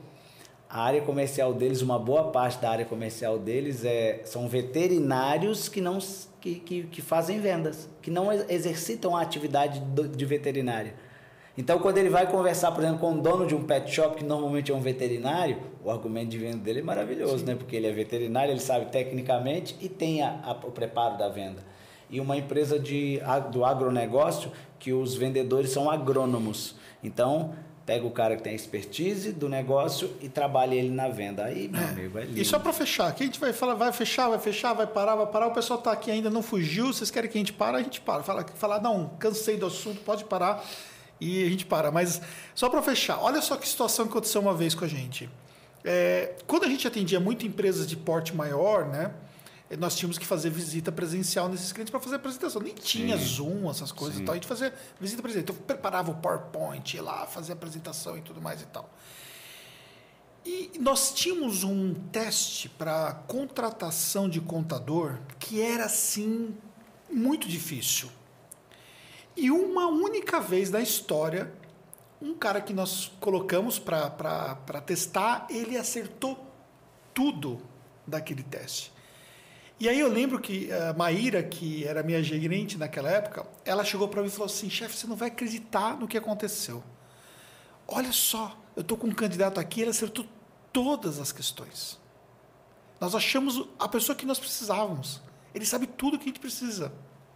A área comercial deles, uma boa parte da área comercial deles é, são veterinários que, não, que, que, que fazem vendas, que não exercitam a atividade de veterinária. Então, quando ele vai conversar, por exemplo, com o dono de um pet shop, que normalmente é um veterinário, o argumento de venda dele é maravilhoso, Sim. né? Porque ele é veterinário, ele sabe tecnicamente e tem a, a, o preparo da venda. E uma empresa de, do agronegócio, que os vendedores são agrônomos. Então, pega o cara que tem expertise do negócio e trabalha ele na venda. Aí, meu é. amigo, é lindo. E só para fechar, aqui a gente vai falar, vai fechar, vai fechar, vai parar, vai parar. O pessoal está aqui ainda, não fugiu. Vocês querem que a gente pare? A gente para. Fala, falar, não, cansei do assunto, pode parar. E a gente para. Mas só para fechar, olha só que situação que aconteceu uma vez com a gente. É, quando a gente atendia muito empresas de porte maior, né, nós tínhamos que fazer visita presencial nesses clientes para fazer apresentação. Nem tinha Sim. Zoom, essas coisas Sim. e tal. A gente fazia visita presencial. Então, preparava o PowerPoint, ia lá, fazia apresentação e tudo mais e tal. E nós tínhamos um teste para contratação de contador que era, assim, muito difícil. E uma única vez na história, um cara que nós colocamos para testar, ele acertou tudo daquele teste. E aí eu lembro que a Maíra, que era minha gerente naquela época, ela chegou para mim e falou assim, chefe, você não vai acreditar no que aconteceu. Olha só, eu estou com um candidato aqui, ele acertou todas as questões. Nós achamos a pessoa que nós precisávamos. Ele sabe tudo que a gente precisa.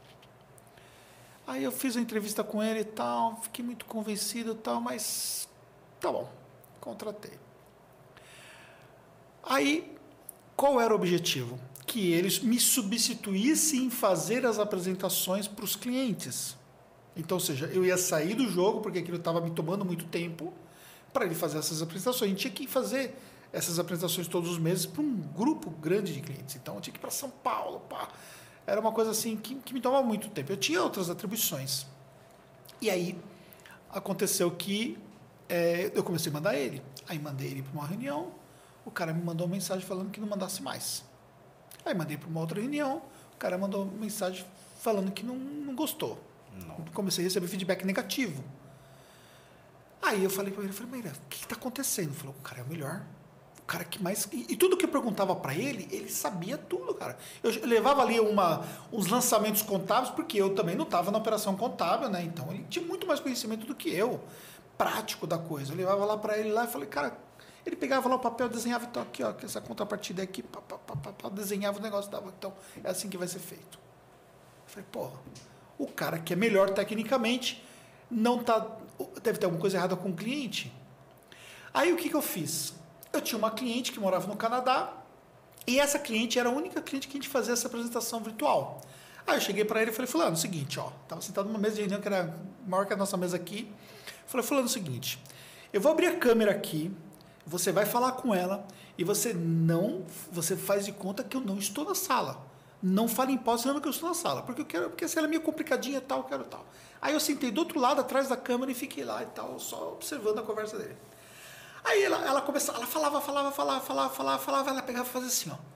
Aí eu fiz uma entrevista com ele e tal, fiquei muito convencido e tal, mas tá bom, contratei. Aí, qual era o objetivo? Que que ele me substituísse em fazer as apresentações para os clientes. Então, ou seja, eu ia sair do jogo, porque aquilo estava me tomando muito tempo, para ele fazer essas apresentações. A gente tinha que fazer essas apresentações todos os meses para um grupo grande de clientes. Então, eu tinha que ir para São Paulo. Pá. Era uma coisa assim que, que me tomava muito tempo. Eu tinha outras atribuições. E aí, aconteceu que é, eu comecei a mandar ele. Aí, mandei ele para uma reunião. O cara me mandou uma mensagem falando que não mandasse mais. Aí, mandei para uma outra reunião. O cara mandou uma mensagem falando que não, não gostou. Não. Comecei a receber feedback negativo. Aí, eu falei para ele, eu falei, Meira, o que está acontecendo? Ele falou, o cara é o melhor. O cara que mais... E, e tudo que eu perguntava para ele, ele sabia tudo, cara. Eu, eu levava ali uma, uns lançamentos contábeis, porque eu também não estava na operação contábil, né? Então, ele tinha muito mais conhecimento do que eu, prático da coisa. Eu levava lá para ele lá e falei, cara... Ele pegava lá o papel, desenhava, então aqui, ó, essa contrapartida aqui, pá, pá, pá, pá, pá, desenhava o negócio, dava, então é assim que vai ser feito. Eu falei, porra, o cara que é melhor tecnicamente, não tá, deve ter alguma coisa errada com o cliente. Aí o que, que eu fiz? Eu tinha uma cliente que morava no Canadá, e essa cliente era a única cliente que a gente fazia essa apresentação virtual. Aí eu cheguei para ele e falei, fulano, é o seguinte, ó, estava sentado numa mesa de reunião que era maior que a nossa mesa aqui. Falei, fulano, é o seguinte, eu vou abrir a câmera aqui, você vai falar com ela e você não, você faz de conta que eu não estou na sala. Não fale em pós dizendo que eu estou na sala, porque eu quero, porque se ela é meio complicadinha e tal, eu quero tal. Aí eu sentei do outro lado, atrás da câmera e fiquei lá e tal, só observando a conversa dele. Aí ela, ela começava, ela falava, falava, falava, falava, falava, falava, ela pegava e fazia assim, ó.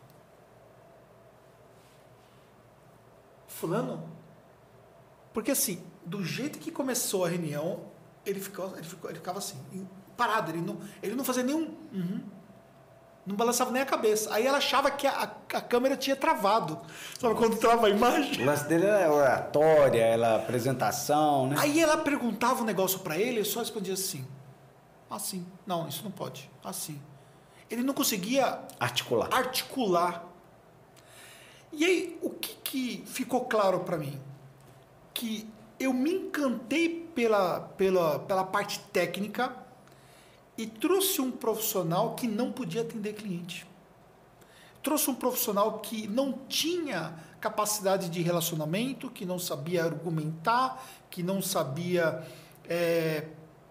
Fulano? Porque assim, do jeito que começou a reunião, ele ficou, ele ficou, ele ficava assim, parado, ele não, ele não fazia nenhum, uhum, não balançava nem a cabeça. Aí ela achava que a, a, a câmera tinha travado. Sabe quando trava a imagem? O lance dele é oratória, ela apresentação, né? Aí ela perguntava um negócio para ele, ele só respondia assim, assim, não, isso não pode, assim. Ele não conseguia articular. articular. E aí, o que, que ficou claro para mim? Que eu me encantei pela, pela, pela parte técnica e trouxe um profissional que não podia atender cliente. Trouxe um profissional que não tinha capacidade de relacionamento, que não sabia argumentar, que não sabia é,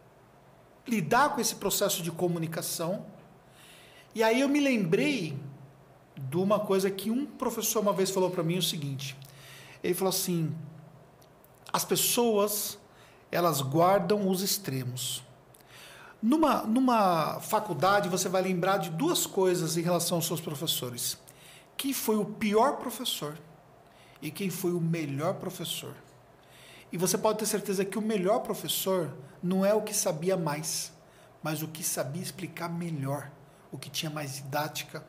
lidar com esse processo de comunicação. E aí eu me lembrei de uma coisa que um professor uma vez falou para mim, o seguinte, ele falou assim, as pessoas, elas guardam os extremos. Numa, numa faculdade, você vai lembrar de duas coisas em relação aos seus professores. Quem foi o pior professor e quem foi o melhor professor. E você pode ter certeza que o melhor professor não é o que sabia mais, mas o que sabia explicar melhor, o que tinha mais didática.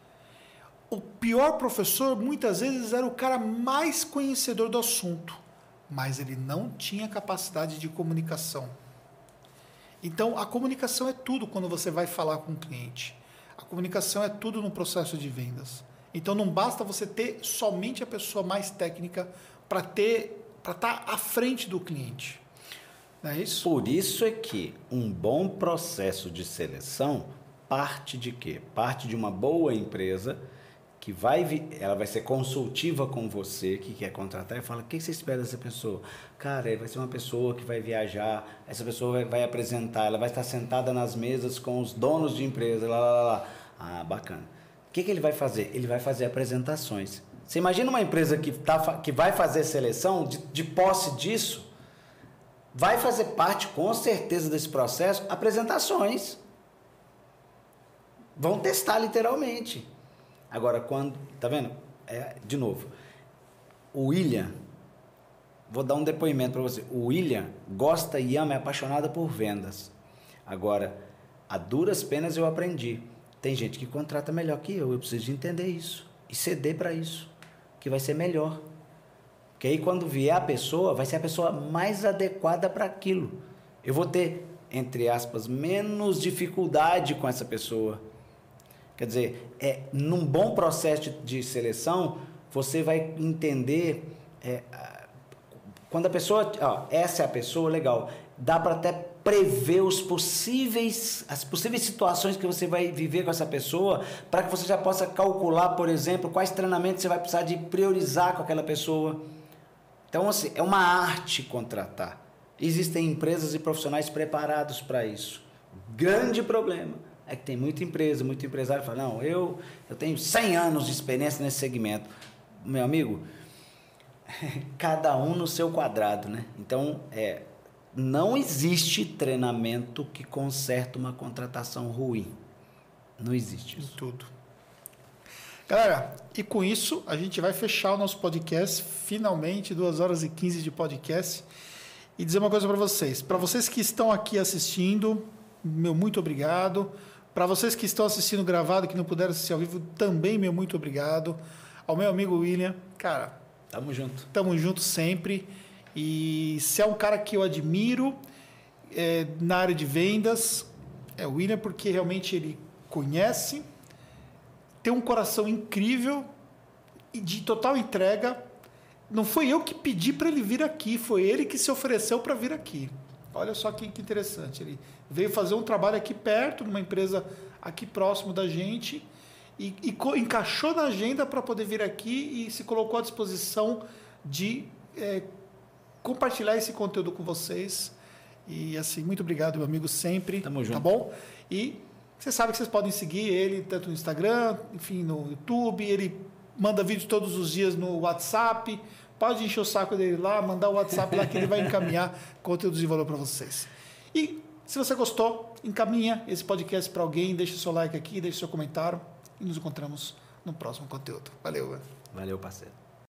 O pior professor, muitas vezes, era o cara mais conhecedor do assunto, mas ele não tinha capacidade de comunicação. Então, a comunicação é tudo quando você vai falar com o cliente. A comunicação é tudo no processo de vendas. Então, não basta você ter somente a pessoa mais técnica para ter, para estar à frente do cliente. Não é isso? Por isso é que um bom processo de seleção parte de quê? Parte de uma boa empresa que vai, ela vai ser consultiva com você, que quer contratar, e fala, o que você espera dessa pessoa? Cara, vai ser uma pessoa que vai viajar, essa pessoa vai, vai apresentar, ela vai estar sentada nas mesas com os donos de empresa, lá, lá, lá. Ah, bacana. O que, que ele vai fazer? Ele vai fazer apresentações. Você imagina uma empresa que, tá, que vai fazer seleção, de, de posse disso, vai fazer parte, com certeza, desse processo, apresentações. Vão testar literalmente. Agora, quando... Tá vendo? É, de novo. O William... Vou dar um depoimento para você. O William gosta e ama, é apaixonado por vendas. Agora, a duras penas eu aprendi. Tem gente que contrata melhor que eu. Eu preciso de entender isso. E ceder para isso. Que vai ser melhor. Porque aí, quando vier a pessoa, vai ser a pessoa mais adequada para aquilo. Eu vou ter, entre aspas, menos dificuldade com essa pessoa. Quer dizer, é, num bom processo de, de seleção, você vai entender... É, quando a pessoa... Ó, essa é a pessoa, legal. Dá para até prever os possíveis, as possíveis situações que você vai viver com essa pessoa, para que você já possa calcular, por exemplo, quais treinamentos você vai precisar de priorizar com aquela pessoa. Então, assim, é uma arte contratar. Existem empresas e profissionais preparados para isso. O grande problema é que tem muita empresa, muito empresário que fala, não, eu, eu tenho cem anos de experiência nesse segmento. Meu amigo, cada um no seu quadrado, né? Então, é... não existe treinamento que conserta uma contratação ruim. Não existe isso. Tudo. Galera, e com isso a gente vai fechar o nosso podcast, finalmente, duas horas e quinze de podcast. E dizer uma coisa para vocês. Para vocês que estão aqui assistindo, meu muito obrigado. Para vocês que estão assistindo gravado, que não puderam assistir ao vivo, também meu muito obrigado. Ao meu amigo William, cara... Tamo junto. Tamo junto sempre. E se é um cara que eu admiro é, na área de vendas, é o William, porque realmente ele conhece, tem um coração incrível e de total entrega. Não foi eu que pedi para ele vir aqui, foi ele que se ofereceu para vir aqui. Olha só que, que interessante. Ele veio fazer um trabalho aqui perto, numa empresa aqui próximo da gente, e, e co- encaixou na agenda para poder vir aqui e se colocou à disposição de... É, compartilhar esse conteúdo com vocês. E assim, muito obrigado, meu amigo, sempre. Tamo junto. Tá bom? E você sabe que vocês podem seguir ele tanto no Instagram, enfim, no YouTube. Ele manda vídeos todos os dias no WhatsApp. Pode encher o saco dele lá, mandar o WhatsApp lá que ele vai encaminhar conteúdos de valor para vocês. E se você gostou, encaminha esse podcast para alguém, deixa seu like aqui, deixa seu comentário e nos encontramos no próximo conteúdo. Valeu. Valeu, parceiro.